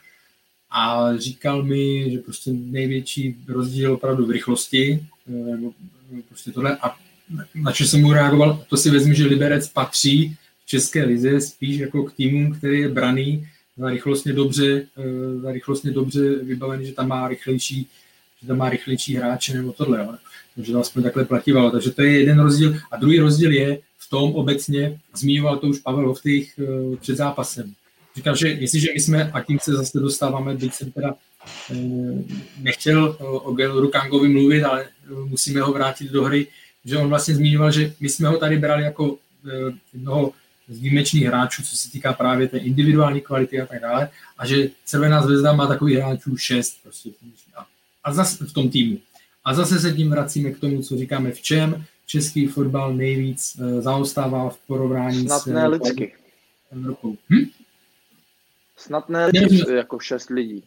a říkal mi, že prostě největší rozdíl opravdu v rychlosti, nebo prostě tohle, a na co jsem mu reagoval, to si vezmu, že Liberec patří v české lize spíš jako k týmům, který je braný za rychlostně dobře, za rychlostně dobře vybavený, že tam má rychlejší, že tam má rychlejší hráče nebo tohle, jo. Takže to aspoň takhle plativalo. Takže to je jeden rozdíl. A druhý rozdíl je v tom obecně, zmiňoval to už Pavel Hoftych před zápasem. Říkám, že jestliže my jsme, a tím se zase dostáváme, byť jsem teda e, nechtěl o Geloru Kangovi mluvit, ale musíme ho vrátit do hry, že on vlastně zmiňoval, že my jsme ho tady brali jako e, jednoho z výjimečných hráčů, co se týká právě té individuální kvality a tak dále, a že Červená zvezda má takových hráčů šest prostě, a zase v tom týmu. A zase se tím vracíme k tomu, co říkáme, v čem český fotbal nejvíc e, zaostává v porovnání Snad s ne lidsky. Evropou. Hm? Snad ne lidsky, jako šest lidí.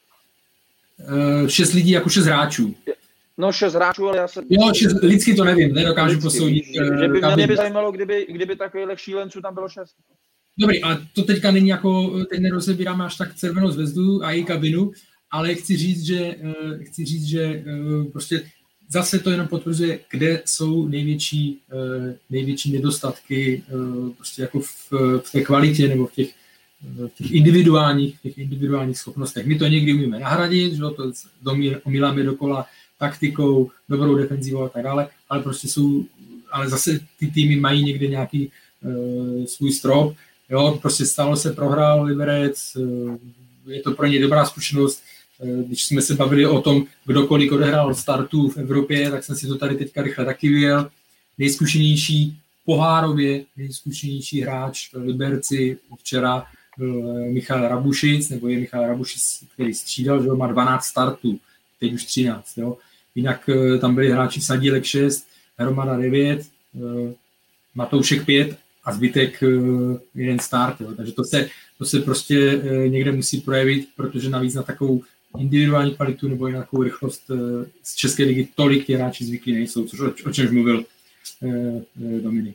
Uh, šest lidí jako šest hráčů. No šest hráčů, ale já se... Jo, šest, lidsky to nevím, nedokážu lidsky posoudit. Že by, mě by zajímalo, kdyby, kdyby takových šílenců tam bylo šest. Dobrý, ale to teďka není jako, teď nerozebíráme až tak Červenou zvezdu a její kabinu, ale chci říct, že, uh, chci říct, že uh, prostě zase to jenom potvrzuje, kde jsou největší, uh, největší nedostatky uh, prostě jako v, v té kvalitě nebo v těch v těch individuálních, těch individuálních schopnostech. My to někdy umíme nahradit, že to omíláme dokola taktikou, dobrou defenzivou a tak dále, ale prostě jsou, ale zase ty týmy mají někde nějaký uh, svůj strop, jo, prostě stalo se, prohrál Liberec, uh, je to pro ně dobrá zkušenost, Když jsme se bavili o tom, kdo kolik odehrál startů v Evropě, tak jsem si to tady teďka rychle taky vyjel. Nejzkušenější pohárově, nejzkušenější hráč v Liberci včera byl Michal Rabušic, nebo je Michal Rabušic, který střídal, že má dvanáct startů, teď už třináct. Jo. Jinak tam byli hráči Sadílek šest, Hromada devět, Matoušek pět a zbytek jeden start. Jo. Takže to se, to se prostě někde musí projevit, protože navíc na takovou individuální kvalitu nebo i na takovou rychlost z České ligy tolik těch hráči zvyklí nejsou, což o, o čemž mluvil Dominik.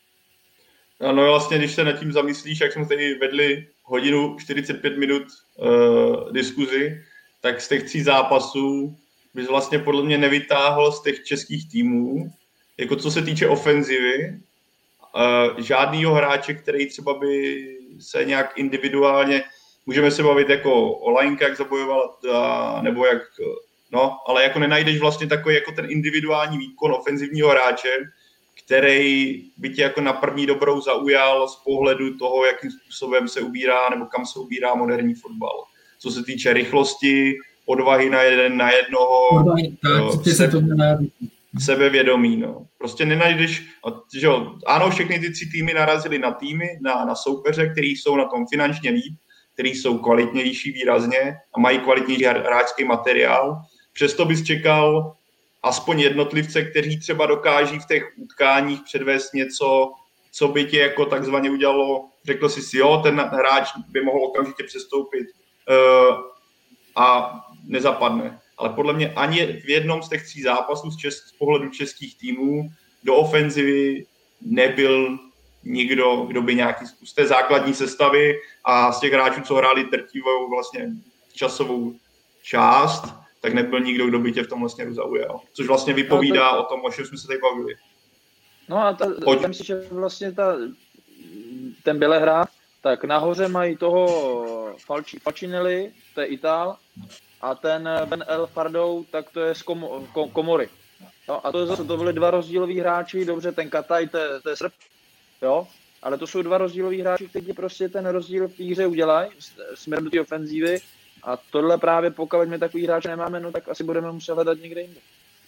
No vlastně, když se nad tím zamyslíš, jak jsme tady vedli hodinu čtyřicet pět minut uh, diskuzi, tak z těch tří zápasů bys vlastně podle mě nevytáhl z těch českých týmů, jako co se týče ofenzivy, uh, žádnýho hráče, který třeba by se nějak individuálně, můžeme se bavit jako o Lajnka, jak zabojoval, uh, nebo jak, no, ale jako nenajdeš vlastně takový jako ten individuální výkon ofenzivního hráče, který by tě jako na první dobrou zaujal z pohledu toho, jakým způsobem se ubírá nebo kam se ubírá moderní fotbal. Co se týče rychlosti, odvahy na jeden na jednoho, tak, sebe, sebevědomí. No. Prostě nenajdeš, že jo, ano, všechny ty tři týmy narazily na týmy, na, na soupeře, který jsou na tom finančně líp, který jsou kvalitnější výrazně a mají kvalitnější hráčský materiál. Přesto bys čekal aspoň jednotlivce, kteří třeba dokáží v těch utkáních předvést něco, co by tě jako takzvaně udělalo, řekl jsi si, jo, ten hráč by mohl okamžitě přestoupit uh, a nezapadne. Ale podle mě ani v jednom z těch tří zápasů z, čes, z pohledu českých týmů do ofenzivy nebyl nikdo, kdo by nějaký z té základní sestavy a z těch hráčů, co hráli drtivou vlastně časovou část, tak nebyl nikdo, kdo by tě v tom vlastně zaujal. Což vlastně vypovídá no, to... o tom, o čem jsme se tady bavili. No a ta, tam si, že vlastně ta, ten Bělehrad, tak nahoře mají toho Falči, Falcinelli, to je Itál, a ten Ben El Fardou, tak to je z Komo, Kom, Komory. No, a to, zase, to byly dva rozdíloví hráči, dobře, ten Kataj, to, to je Srb, jo, ale to jsou dva rozdíloví hráči, kteří prostě ten rozdíl v té hře udělají směrem do té ofenzívy. A tohle právě, pokud my takový hráče nemáme, no tak asi budeme muset hledat někde jinde.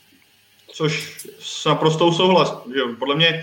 Což s naprostou souhlas. Že podle mě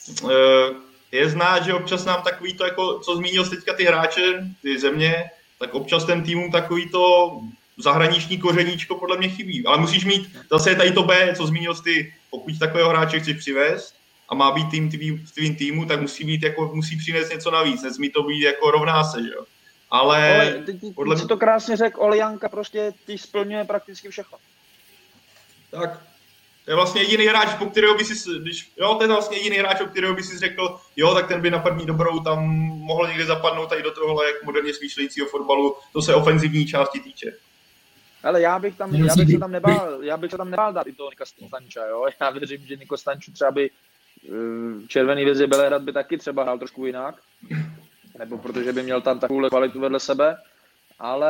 je znát, že občas nám takový to, jako, co zmínil jsi teďka ty hráče, ty země, tak občas ten týmům takový to zahraniční kořeníčko podle mě chybí. Ale musíš mít, zase je tady to B, co zmínil jsi ty, pokud takového hráče chceš přivést a má být tým v tvým týmu, tak musí být jako, musí přinést něco navíc, nesmí to být jako rovná se, že jo. Ale, ale ty, ty, podle... ty si to krásně řekl, Oljanka prostě ty splňuje prakticky všechno. Tak, to je vlastně jediný hráč, po kterého by si, když, jo, to je vlastně jediný hráč, po kterého by si řekl, jo, tak ten by na první dobrou tam mohl někde zapadnout tady do tohohle jak moderně smýšlejícího fotbalu, to se ofenzivní části týče. Ale já bych tam, já bych se tam nebál, já bych se tam nebál dát i toho Nika Stanča, jo, já věřím, že Niko Stanču třeba by v červený vězi Bělehrad by taky třeba hrál trošku jinak. Nebo protože by měl tam takovou kvalitu vedle sebe, ale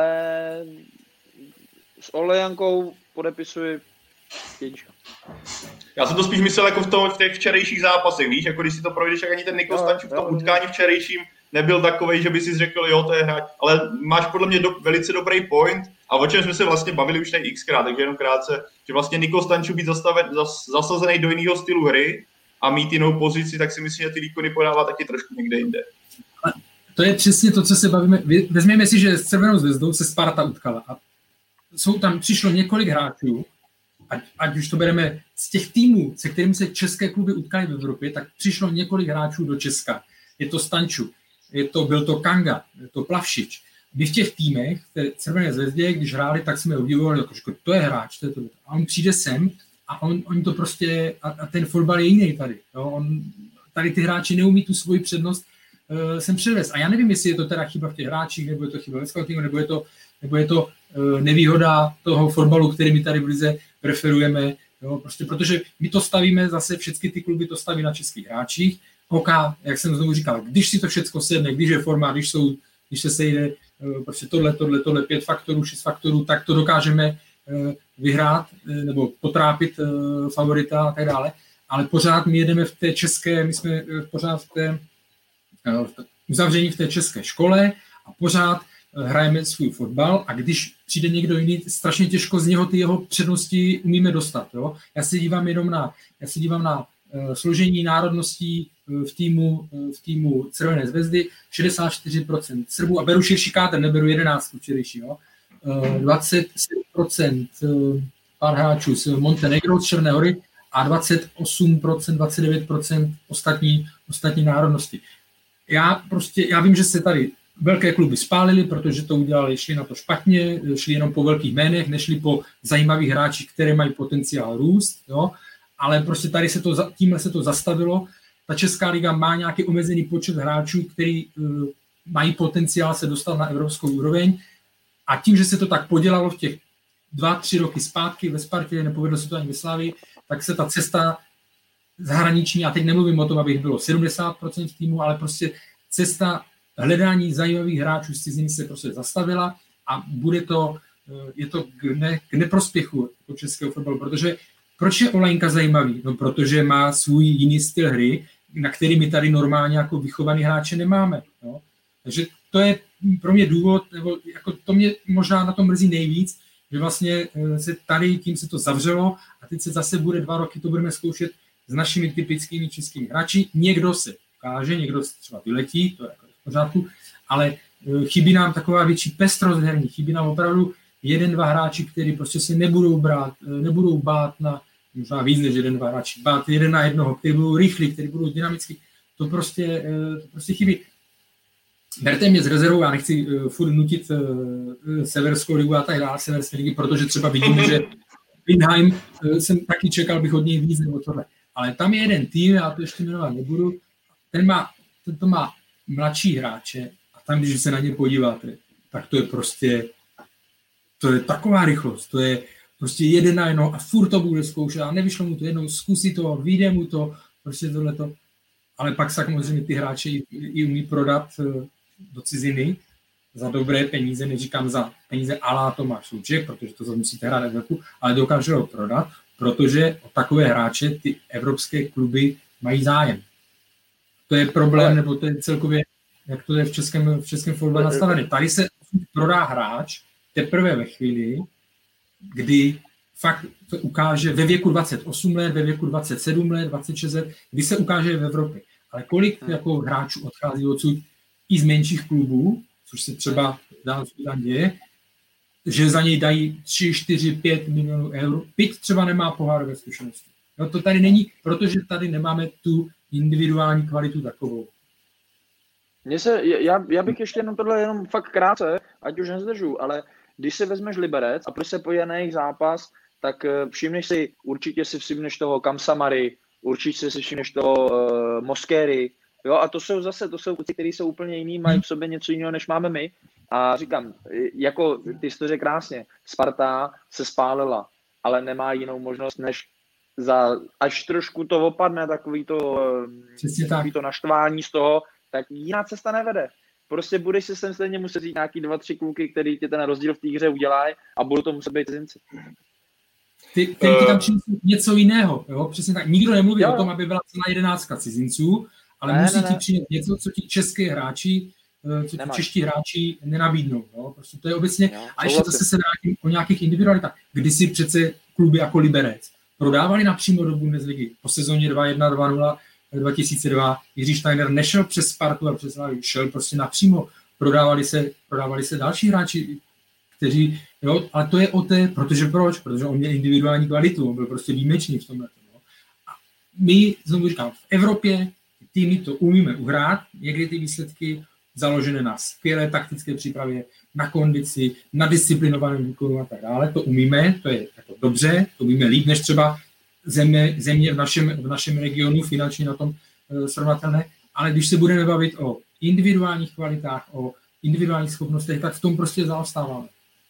s Olejankou podepisuji jednička. Já jsem to spíš myslel jako v, tom, v těch včerejších zápasech, víš, jako když si to projdeš, jak ani ten Niko Stanču v tom no, utkání včerejším nebyl takovej, že by si řekl, jo, to je hráč, ale máš podle mě do, velice dobrý point a o čem jsme se vlastně bavili už tady xkrát, takže jenom krátce, že vlastně Niko Stanču být zastaven, zas, zasazený do jiného stylu hry a mít jinou pozici, tak si myslím, že ty výkony podává taky trošku někde jinde. To je přesně to, co se bavíme. Vezměme si, že s Červenou zvězdou se Sparta utkala a jsou tam, přišlo několik hráčů, ať, ať už to bereme z těch týmů, se kterými se české kluby utkaly v Evropě, tak přišlo několik hráčů do Česka. Je to Stanču, je to, byl to Kanga, je to Plavšič. Vy v těch týmech, v Červené zvězdě, když hráli, tak jsme ho obdivovali, jako, to je hráč, to je to. A on přijde sem a on, on to prostě, a, a ten fotbal je jiný tady. Jo? On, tady ty hráči neumí tu svoji přednost uh, sem převést. A já nevím, jestli je to teda chyba v těch hráčích, nebo je to chyba ve scoutingu, nebo je to, nebo je to uh, nevýhoda toho fotbalu, který my tady v lize preferujeme. Jo? Prostě protože my to stavíme, zase všechny ty kluby to staví na českých hráčích. OK, jak jsem znovu říkal, když si to všechno sedne, když je forma, když, jsou, když se sejde uh, prostě tohle, tohle, tohle, pět faktorů, šest faktorů, tak to dokážeme uh, vyhrát uh, nebo potrápit uh, favorita a tak dále. Ale pořád my jedeme v té české, my jsme pořád v té v uzavření v té české škole a pořád hrajeme svůj fotbal a když přijde někdo jiný, strašně těžko z něho ty jeho přednosti umíme dostat. Jo? Já se dívám jenom na, já se dívám na uh, složení národností uh, v týmu, uh, v týmu Červené zvezdy, šedesát čtyři procent Srbů a beru širší kádr, neberu jedenáct včerejší. Jo? Uh, dvacet sedm procent uh, pár hráčů z Montenegro, z Černé Hory a dvacet osm procent, dvacet devět procent ostatní, ostatní národnosti. Já prostě, já vím, že se tady velké kluby spálily, protože to udělali, šli na to špatně, šli jenom po velkých jménech, nešli po zajímavých hráčích, které mají potenciál růst, jo? Ale prostě tady se to, tímhle se to zastavilo. Ta Česká liga má nějaký omezený počet hráčů, který uh, mají potenciál se dostat na evropskou úroveň a tím, že se to tak podělalo v těch dva, tři roky zpátky ve Spartě, nepovedlo se to ani ve Slavii, tak se ta cesta zahraniční, a teď nemluvím o tom, abych bylo sedmdesát procent týmu, ale prostě cesta hledání zajímavých hráčů z ciziny se prostě zastavila a bude to, je to k, ne, k neprospěchu českého fotbalu, protože proč je Olajnka zajímavý? No protože má svůj jiný styl hry, na který my tady normálně jako vychovaný hráče nemáme. No. Takže to je pro mě důvod, nebo jako to mě možná na tom mrzí nejvíc, že vlastně se tady tím se to zavřelo a teď se zase bude dva roky, to budeme zkoušet s našimi typickými českými hráči. Někdo se ukáže, někdo se třeba vyletí, to je jako v pořádku, ale chybí nám taková větší pestrost herní, chybí nám opravdu jeden, dva hráči, kteří prostě se nebudou brát, nebudou bát na, možná víc než jeden, dva hráči, bát jeden na jednoho, kteří budou rychlí, kteří budou dynamický, to prostě, to prostě chybí. Berte mě z rezervou, já nechci uh, furt nutit uh, Severskou ligu a tak dále, Severské ligy, protože třeba vidím, že Windheim uh, jsem taky čekal, bych od něj víc nebo tohle. Ale tam je jeden tým, já to ještě jmenovat nebudu, ten má, ten to má mladší hráče a tam, když se na ně podíváte, tak to je prostě, to je taková rychlost, to je prostě jeden na jedno a furt to bude zkoušet a nevyšlo mu to jednou, zkusí to, vyjde mu to, prostě tohleto. Ale pak samozřejmě ty hráče i, i umí prodat uh, do ciziny za dobré peníze, neříkám za peníze alá Tomáš Luček, protože to musíte hrát Evropu, ale dokáže ho prodat, protože o takové hráče ty evropské kluby mají zájem. To je problém, nebo to je celkově, jak to je v českém, v českém fotbalu nastavené. Tady se prodá hráč teprve ve chvíli, kdy fakt to ukáže ve věku dvacet osm let, ve věku dvacet sedm let, dvacet šest let, kdy se ukáže v Evropě. Ale kolik jako hráčů odchází odsud i z menších klubů, což se třeba dál děje, že za něj dají tři, čtyři, pět milionů eur. Byť třeba nemá pohárové zkušenosti. No to tady není, protože tady nemáme tu individuální kvalitu takovou. Mně se, já, já bych ještě jenom tohle jenom fakt krátce, ať už nezdržu, ale když si vezmeš Liberec a prostě pojde na jejich zápas, tak všimneš si, určitě si všimneš toho Kamsamary, určitě si všimneš toho uh, Mosquery, jo, a to jsou zase, to jsou kluci, kteří jsou úplně jiný, mají v sobě něco jiného, než máme my. A říkám, jako ty jsi to řekl krásně, Sparta se spálila, ale nemá jinou možnost, než za, až trošku to opadne, takový to, takový to naštvání z toho, tak jiná cesta nevede. Prostě budeš si sem stejně muset říct nějaký dva, tři kluky, který ti ten rozdíl v té hře udělají a budou to muset být cizinci. Ty, který ti tam přinesou něco jiného, jo? Přesně tak. Nikdo nemluví jo. o tom, aby byla celá jedenáctka cizinců, ale ne, musí ne, ti přinést něco, co ti české hráči, co ti Nemáš. čeští hráči nenabídnou. Jo? Prostě to je obecně, jo, a ještě zase se vrátím o nějakých individualitách. Kdysi přece kluby jako Liberec prodávali napřímo do Bundesligy po sezóně dva jedna dva nula dva tisíce dva. Jiří Steiner nešel přes Spartu a přes Slavii, šel prostě napřímo. Prodávali se, prodávali se další hráči, kteří, jo, ale to je o té, protože proč? Protože on měl individuální kvalitu, on byl prostě výjimečný v tomhle. No. A my, znovu říkám, v Evropě týmy to umíme uhrát, někdy ty výsledky založené na skvělé taktické přípravě, na kondici, na disciplinovaném výkonu a tak dále, to umíme, to je jako dobře, to umíme líp, než třeba země, země v, našem, v našem regionu finančně na tom e, srovnatelné, ale když se budeme bavit o individuálních kvalitách, o individuálních schopnostech, tak v tom prostě zaostáváme.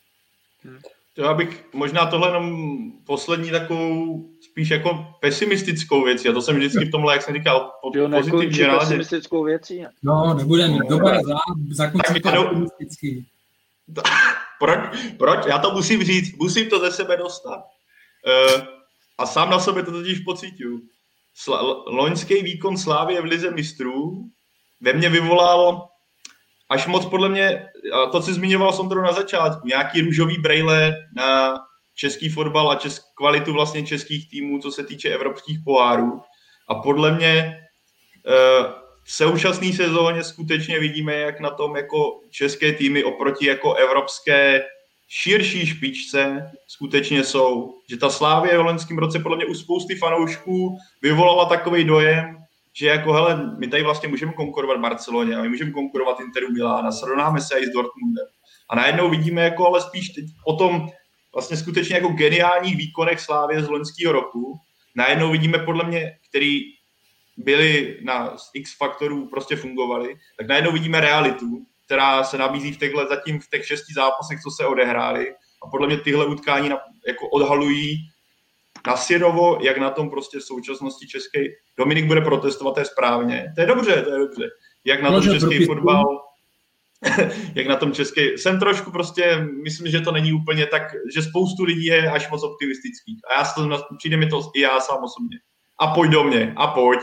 To já bych možná tohle jenom poslední takovou spíš jako pesimistickou věc. Já to jsem vždycky v tomhle, jak jsem říkal, pozitivně rád. Pesimistickou věcí. No, nebudeme. Dobrá, zakončíme to optimisticky. Proč, proč? Já to musím říct. Musím to ze sebe dostat. Uh, a sám na sobě to totiž pocituju. Sla- loňský výkon Slávie v lize mistrů ve mně vyvolal až moc podle mě, to, co zmiňoval jsem to na začátku, nějaký růžový brejle na český fotbal a česk, kvalitu vlastně českých týmů, co se týče evropských pohárů. A podle mě v současné sezóně skutečně vidíme, jak na tom jako české týmy oproti jako evropské širší špičce skutečně jsou. Že ta Slavie v loňském roce podle mě u spousty fanoušků vyvolala takový dojem, že jako hele, my tady vlastně můžeme konkurovat Barceloně, a my můžeme konkurovat Interu Milána, srovnáme se i s Dortmundem. A najednou vidíme jako ale spíš teď o tom vlastně skutečně jako geniálních výkonech Slavie z loňského roku. Najednou vidíme podle mě, který byli na X faktorů prostě fungovali, tak najednou vidíme realitu, která se nabízí v těchto, zatím v těch šesti zápasech, co se odehrály. A podle mě tyhle utkání na, jako odhalují na syrovo, jak na tom prostě v současnosti český Dominik bude protestovat, to je správně. To je dobře, to je dobře. Jak na tom český fotbal, jak na tom český... Jsem trošku prostě, myslím, že to není úplně tak, že spoustu lidí je až moc optimistických. A já jsem, přijde mi to i já sám osobně. A pojď do mě, a pojď.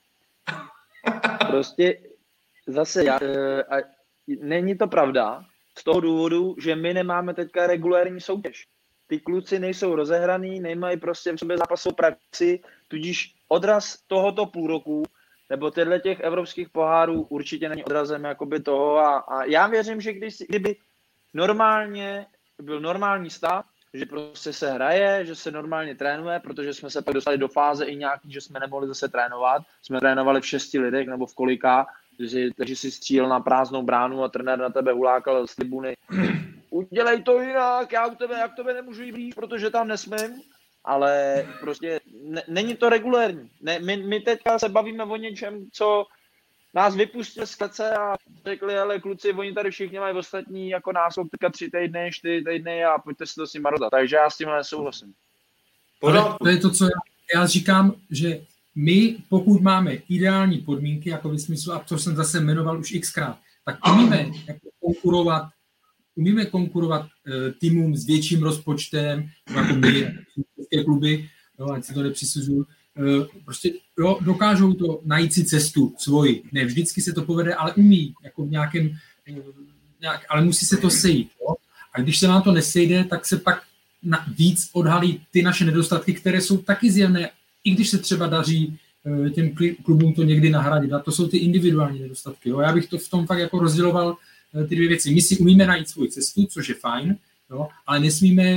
Prostě zase já, a není to pravda z toho důvodu, že my nemáme teďka regulární soutěž. Ty kluci nejsou rozehraný, nemají prostě v sobě zápasovou praxi, tudíž odraz tohoto půl roku nebo těchto těch evropských pohárů určitě není odrazem jakoby toho a, a já věřím, že když, kdyby normálně byl normální stav, že prostě se hraje, že se normálně trénuje, protože jsme se pak dostali do fáze i nějaký, že jsme nemohli zase trénovat. Jsme trénovali v šesti lidech nebo v kolika, takže, takže si střílel na prázdnou bránu a trenér na tebe hulákal z tribuny. Udělej to jinak, já u tebe, já k tebe nemůžu jít blíž, protože tam nesmím. Ale prostě ne, není to regulérní. Ne, my, my teďka se bavíme o něčem, co nás vypustili z klece a řekli, ale kluci, oni tady všichni mají ostatní jako náskok teďka tři týdny, čtyři týdny a pojďte si to s nima rozdat. Takže já s tímhle nesouhlasím. Ale to je to, co já, já říkám, že my, pokud máme ideální podmínky, jako ve smyslu, a to jsem zase jmenoval už xkrát, tak umíme jako konkurovat, umíme konkurovat uh, týmům s větším rozpočtem, jako my, české kluby, jo, ať si to nepřisuzuju, uh, prostě jo, dokážou to najít si cestu svoji. Ne, vždycky se to povede, ale umí, jako v nějakém, uh, nějak, ale musí se to sejít. Jo? A když se nám to nesejde, tak se pak na, víc odhalí ty naše nedostatky, které jsou taky zjevné, i když se třeba daří uh, těm klubům to někdy nahradit. A to jsou ty individuální nedostatky. Jo? Já bych to v tom fakt jako rozděloval ty dvě věci. My si umíme najít svou cestu, což je fajn, jo, ale nesmíme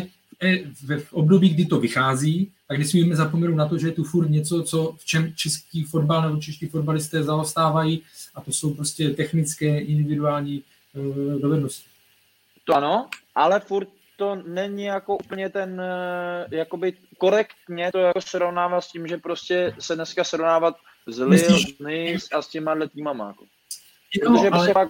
v období, kdy to vychází, tak nesmíme zapomenout na to, že je tu furt něco, co v čem český fotbal nebo čeští fotbalisté zaostávají a to jsou prostě technické, individuální uh, dovednosti. To ano, ale furt to není jako úplně ten, jakoby korektně to jako srovnávat s tím, že prostě se dneska srovnávat s Lille, s Nice a s těma týmama. Jako. Jo, protože ale... pak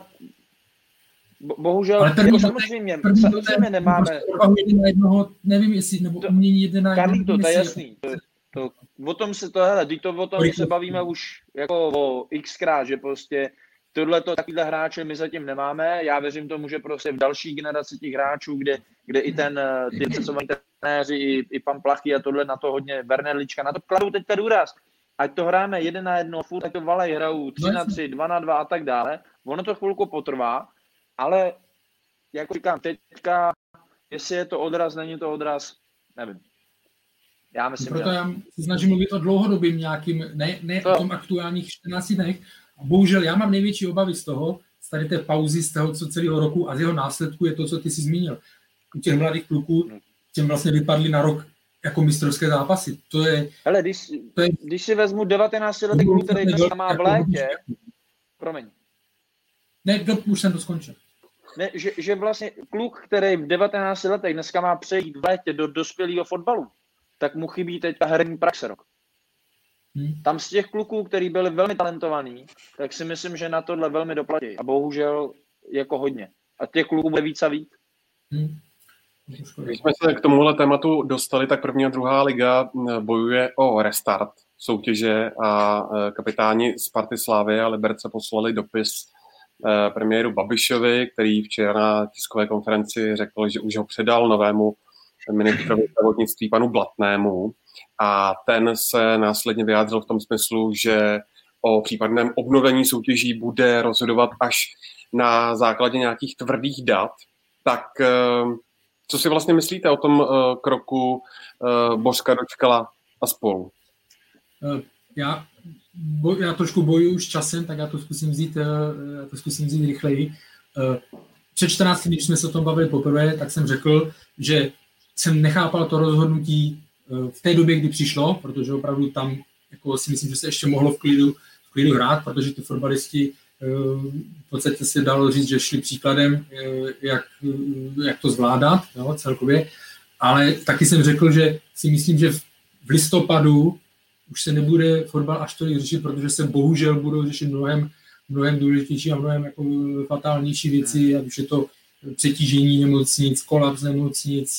bohužel, ale první jako samozřejmě, první samozřejmě nemáme... Na jednoho, nevím, jestli, nebo to, umění jeden na jednoho... Karlík, to, to je jasný. To, to, o tom se to, hele, to o tom se bavíme už jako o xkrát, že prostě tohleto, takovýhle hráče my zatím nemáme. Já věřím tomu, že prostě v další generaci těch hráčů, kde, kde i ten, ty předsovaní trenéři, i, i pan Plachy a tohle na to hodně, Bernelička, na to kladou teďka důraz. Ať to hráme jeden na jedno, furt, ať to valej hrajou tři na tři, dva na dva a tak dále. Ono to chvilku potrvá, ale jako říkám, teďka, jestli je to odraz, není to odraz, nevím. Já myslím, Proto že... já se snažím mluvit o dlouhodobým nějakým, ne, ne to... o tom aktuálních čtrnácti dnech. A bohužel já mám největší obavy z toho, z tady té pauzy, z toho co celého roku a z jeho následku je to, co ty jsi zmínil. U těch mladých kluků těm vlastně vypadly na rok jako mistrovské zápasy. To je... Hele, když, to je, když si vezmu devatenáctiletý kluk, který dneska má v létě... Promiň. Ne, do, už jsem to skončil. Ne, že, že vlastně kluk, který v devatenácti letech dneska má přejít v létě do dospělého fotbalu, tak mu chybí teď ta herní praxe rok. Hmm. Tam z těch kluků, kteří byli velmi talentovaní, tak si myslím, že na tohle velmi doplatí. A bohužel jako hodně. A těch kluků bude víc a víc. Hmm. Když jsme se k tomuhle tématu dostali, tak první a druhá liga bojuje o restart soutěže a kapitáni Sparty, Slavie a Liberce poslali dopis premiéru Babišovi, který včera na tiskové konferenci řekl, že už ho předal novému ministrovi zdravotnictví panu Blatnému a ten se následně vyjádřil v tom smyslu, že o případném obnovení soutěží bude rozhodovat až na základě nějakých tvrdých dat. Tak co si vlastně myslíte o tom kroku Bořka Dočkala a spolu? Já, boj, já trošku bojuju už časem, tak já to zkusím vzít, já to zkusím vzít rychleji. Před čtrnácti dny, když jsme se o tom bavili poprvé, tak jsem řekl, že jsem nechápal to rozhodnutí v té době, kdy přišlo, protože opravdu tam jako si myslím, že se ještě mohlo v klidu, v klidu hrát, protože ty fotbalisti v podstatě se dalo říct, že šli příkladem, jak, jak to zvládat, jo, celkově. Ale taky jsem řekl, že si myslím, že v listopadu už se nebude fotbal až tolik řešit, protože se bohužel budou řešit mnohem, mnohem důležitější a mnohem jako fatálnější věci, ať už je to přetížení nemocnic, kolaps nemocnic,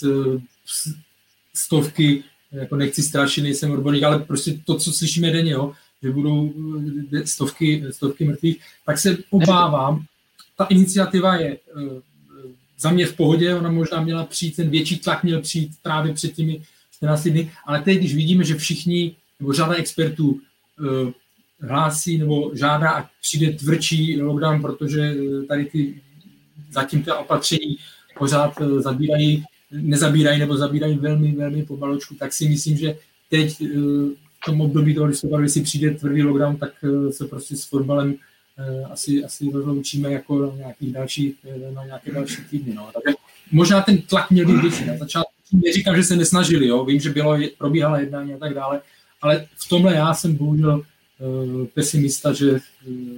stovky, jako nechci strašit, nejsem odborník, ale prostě to, co slyšíme denně, jo, že budou stovky, stovky mrtvých, tak se obávám. Ta iniciativa je za mě v pohodě, ona možná měla přijít, ten větší tlak měl přijít právě před těmi čtrnácti dny, ale teď, když vidíme, že všichni, nebo řada expertů hlásí nebo žádá, ať přijde tvrdší lockdown, protože tady ty zatím ta opatření pořád zabírají, nezabírají nebo zabírají velmi, velmi pomaločku, tak si myslím, že teď v tom období toho listopadu, když si přijde tvrdý lockdown, tak se prostě s fotbalem asi, asi rozloučíme jako na nějakých další, na nějaké další týdny. No. Takže možná ten tlak měl být větší. Na začátku neříkám, že se nesnažili, jo. Vím, že bylo, probíhala jednání a tak dále, ale v tomhle já jsem bohužel uh, pesimista, že uh,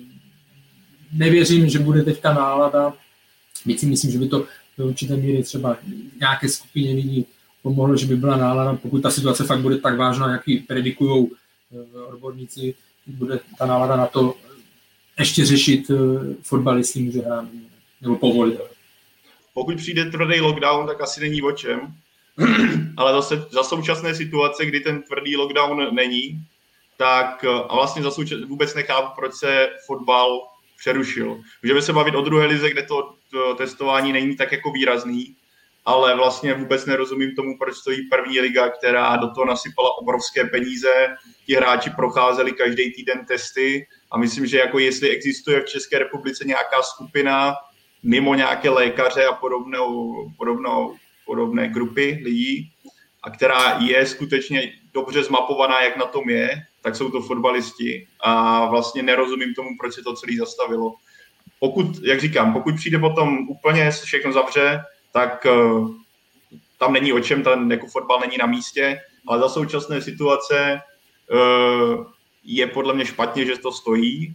nevěřím, že bude teďka nálada. Víc si myslím, že by to do určité míry třeba nějaké skupině lidí pomohlo, že by byla nálada, pokud ta situace fakt bude tak vážná, jak ji predikují uh, odborníci, bude ta nálada na to ještě řešit uh, fotbalisty může hrát nebo povolit. Pokud přijde tvrdý lockdown, tak asi není o čem. Ale zase za současné situace, kdy ten tvrdý lockdown není, tak a vlastně za součas, vůbec nechápu, proč se fotbal přerušil. Můžeme se bavit o druhé lize, kde to, to testování není tak jako výrazný, ale vlastně vůbec nerozumím tomu, proč stojí první liga, která do toho nasypala obrovské peníze. Ti hráči procházeli každý týden testy a myslím, že jako jestli existuje v České republice nějaká skupina mimo nějaké lékaře a podobnou, podobnou podobné grupy lidí, a která je skutečně dobře zmapovaná, jak na tom je, tak jsou to fotbalisti a vlastně nerozumím tomu, proč se to celé zastavilo. Pokud, jak říkám, pokud přijde potom úplně se všechno zavře, tak uh, tam není o čem, ten jako fotbal není na místě, ale za současné situace uh, je podle mě špatně, že to stojí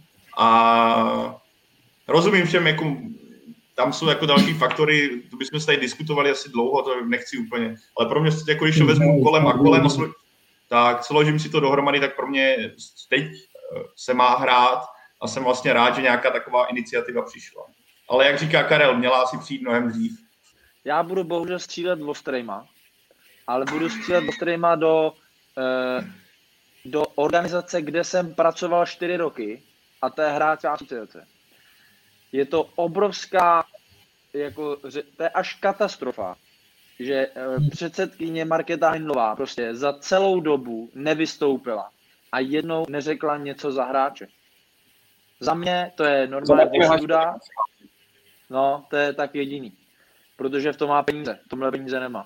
a rozumím všem, jako tam jsou jako další faktory, to bychom se tady diskutovali asi dlouho, to nechci úplně, ale pro mě, jako když to vezmu kolem a kolem, tak složím si to dohromady, tak pro mě teď se má hrát a jsem vlastně rád, že nějaká taková iniciativa přišla. Ale jak říká Karel, měla asi přijít mnohem dřív. Já budu bohužel střílet ostrejma, ale budu střílet ostrejma do, eh, do organizace, kde jsem pracoval čtyři roky a to je hráčská asociace. Je to obrovská, jako, to je až katastrofa, že předsedkyně Markéta Hindlová prostě za celou dobu nevystoupila a jednou neřekla něco za hráče. Za mě to je normálně ostuda, no to je tak jediný, protože v tom má peníze, v tomhle peníze nemá.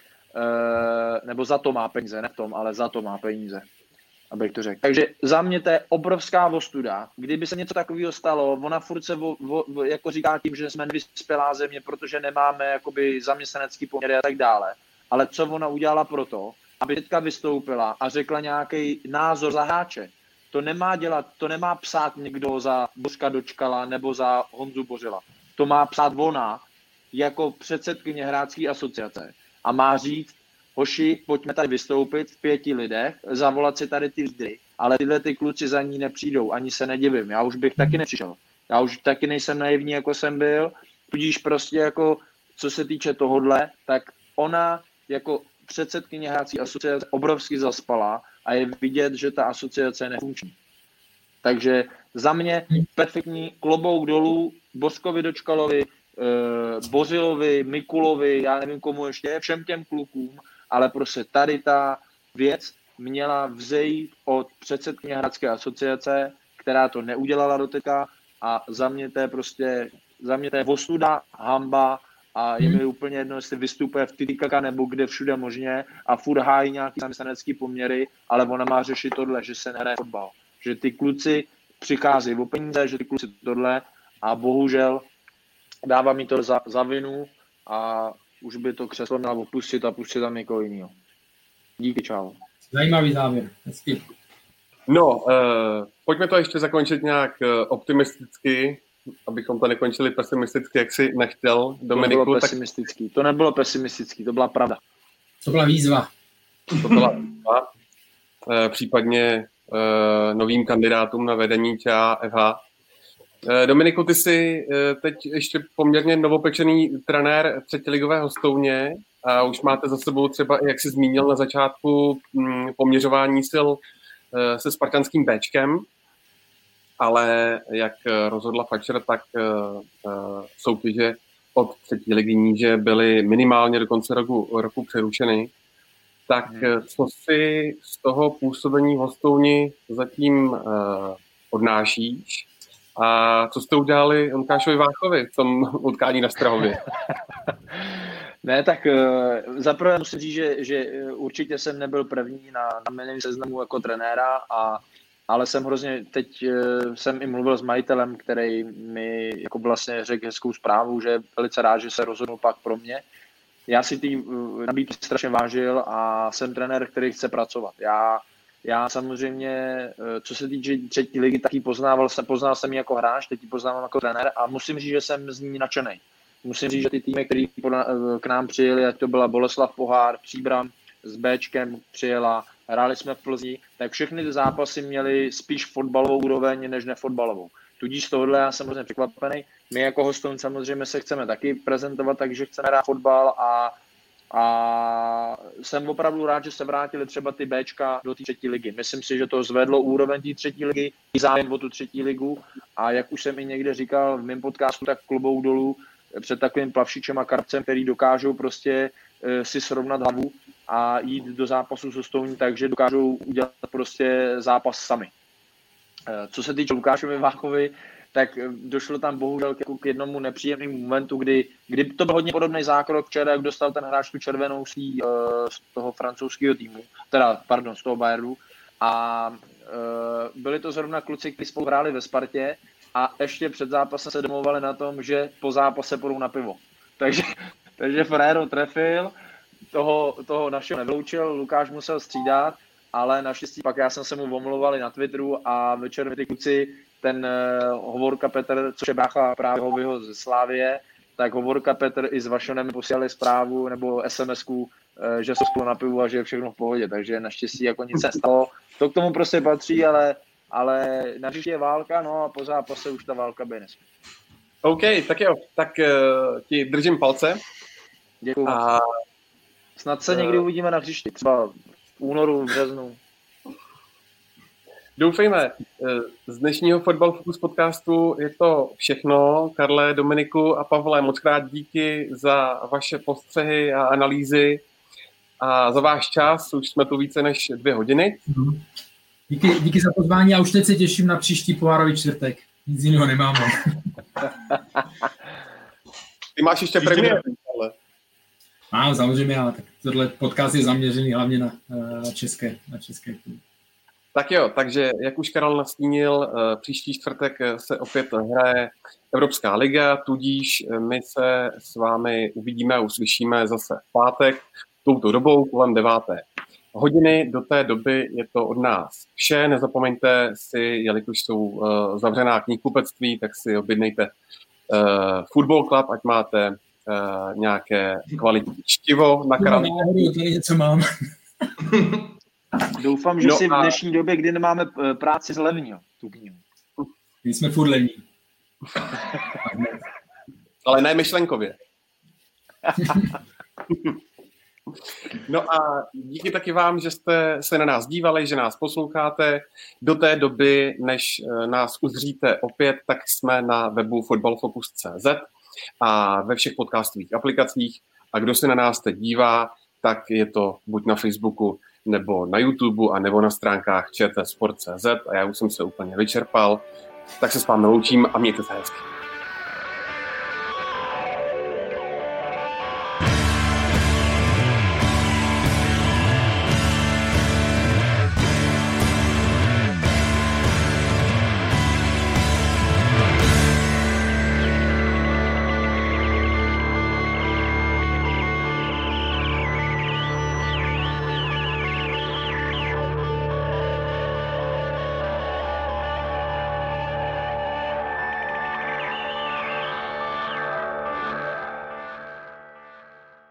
E, nebo za to má peníze, ne v tom, ale za to má peníze. Abych to řekl. Takže za mě to je obrovská ostuda. Kdyby se něco takového stalo, ona furt se vo, vo, jako říká tím, že jsme nevyspělá země, protože nemáme jakoby zaměstnanecký poměry a tak dále. Ale co ona udělala proto, aby teďka vystoupila a řekla nějaký názor za hráče. To nemá dělat, to nemá psát někdo za Bořka Dočkala nebo za Honzu Bořila. To má psát ona jako předsedkyně hráčské asociace a má říct, hoši, pojďme tady vystoupit v pěti lidech, zavolat si tady ty lídry, ale tyhle ty kluci za ní nepřijdou, ani se nedivím, já už bych taky nepřišel. Já už taky nejsem naivní, jako jsem byl, tudíž prostě jako, co se týče tohodle, tak ona jako předsedkyně hráčské asociace obrovsky zaspala a je vidět, že ta asociace je nefunkční. Takže za mě perfektní klobouk dolů Bořkovi Dočkalovi, Bořilovi, Mikulovi, já nevím komu ještě, všem těm klukům, ale prostě tady ta věc měla vzejít od předsedkyně hráčské asociace, která která to neudělala doteďka a za mě to je prostě, za mě to je ostuda, hamba a je mi úplně jedno, jestli vystupuje v Titykaka nebo kde všude možně a furt hájí nějaký zaměstnanecký poměry, ale ona má řešit tohle, že se nehraje fotbal. Že ty kluci přicházejí o peníze, že ty kluci tohle a bohužel dává mi to za, za vinu a už by to křeslo měla opustit a pustit tam někoho jiného. Díky, čau. Zajímavý závěr. Hezky. No, uh, pojďme to ještě zakončit nějak uh, optimisticky, abychom to nekončili pesimisticky, jak si nechtěl, Dominiku. To nebylo tak... pesimistický, to nebylo pesimistický, to byla pravda. To byla výzva. To byla výzva. Uh, případně uh, novým kandidátům na vedení Č A F H. Uh, Dominiku, ty jsi uh, teď ještě poměrně novopečený trenér třetiligové Hostouně a už máte za sebou třeba, jak jsi zmínil na začátku, um, poměřování sil se spartanským Bčkem, ale jak rozhodla Fatcher, tak soutěže od třetí ligy níže byly minimálně do konce roku, roku přerušeny. Tak co si z toho působení v Hostouni zatím odnášíš? A co jste udělali Lukášovi Váchovi v tom utkání na Strahově? Ne, tak uh, zaprvé musím říct, že, že určitě jsem nebyl první na, na mém seznamu jako trenéra, a, ale jsem hrozně, teď uh, jsem i mluvil s majitelem, který mi jako vlastně řekl hezkou zprávu, že je velice rád, že se rozhodnul pak pro mě. Já si ty uh, nabídky strašně vážil a jsem trenér, který chce pracovat. Já, já samozřejmě, uh, co se týče třetí ligy, tak ji poznával jsem, poznal jsem ji jako hráč, teď ji poznávám jako trenér a musím říct, že jsem z ní nadšenej. Musím říct, že ty týmy, které k nám přijeli, ať to byla Boleslav Pohár, Příbram s Bčkem přijela, hráli jsme v Plzni, tak všechny ty zápasy měly spíš fotbalovou úroveň než nefotbalovou. Tudíž z tohohle já jsem hrozně překvapený. My jako Hostoun samozřejmě se chceme taky prezentovat, takže chceme hrát fotbal a, a jsem opravdu rád, že se vrátili třeba ty Bčka do té třetí ligy. Myslím si, že to zvedlo úroveň té třetí ligy, i zájem o tu třetí ligu a jak už jsem i někde říkal v mém podcastu, tak klobouk dolů před takovým Plavšičem a Karpcem, který dokážou prostě e, si srovnat hlavu a jít do zápasu s Hostouní, takže dokážou udělat prostě zápas sami. E, co se týče Lukášovi Váchovi, tak došlo tam bohužel k, k jednomu nepříjemnému momentu, kdy, kdy to byl hodně podobný zákrok včera, jak dostal ten hráč tu červenou z, tý, e, z toho francouzského týmu, teda, pardon, z toho Bayernu. A e, byli to zrovna kluci, kteří spolu hráli ve Spartě, a ještě před zápasem se domlouvali na tom, že po zápase půjdou na pivo. Takže, takže Ferrero trefil, toho, toho našeho nevyloučil, Lukáš musel střídat, ale naštěstí pak já jsem se mu omlouval na Twitteru a večer mi ty kluci, ten uh, Hovorka Petr, což je brácha právě Hovyho ze Slávie, tak Hovorka Petr i s Vašonem posílali zprávu nebo es em esku, uh, že jsou spolu na pivu a že je všechno v pohodě, takže naštěstí jako nic nestalo. To k tomu prostě patří, ale ale na příště je válka, no a po zápase už ta válka by nesmí. OK, tak jo, tak uh, ti držím palce. Děkuju. A... Snad se uh... někdy uvidíme na příště, třeba v únoru, v březnu. Doufejme. Z dnešního Fotbal Focus podcastu je to všechno. Karle, Dominiku a Pavle, moc krát díky za vaše postřehy a analýzy a za váš čas. Už jsme tu více než dvě hodiny. Mm. Díky, díky za pozvání a už teď se těším na příští pohárový čtvrtek. Nic jiného nemáme. Ty máš ještě premiéru, ale... Mám, samozřejmě, ale tak tohle podcast je zaměřený hlavně na, na české, na české kluby. Tak jo, takže jak už Karel nastínil, příští čtvrtek se opět hraje Evropská liga, tudíž my se s vámi uvidíme a uslyšíme zase v pátek touto dobou kolem deváté hodiny. Do té doby je to od nás vše. Nezapomeňte si, jelikož jsou uh, zavřená knihkupectví, tak si objednejte uh, Football Club, ať máte uh, nějaké kvalitní čtivo na karanténu. Tady něco mám. Doufám, že no si v dnešní a... době, kdy nemáme práci, zlevnil tu knihu. My jsme furt levní. Ale ne myšlenkově. No a díky taky vám, že jste se na nás dívali, že nás posloucháte. Do té doby, než nás uzříte opět, tak jsme na webu fotbalfocus tečka cé zet a ve všech podcastových aplikacích. A kdo se na nás teď dívá, tak je to buď na Facebooku nebo na YouTube, a nebo na stránkách čtsport tečka cz a já už jsem se úplně vyčerpal, tak se s vámi loučím a mějte se hezky.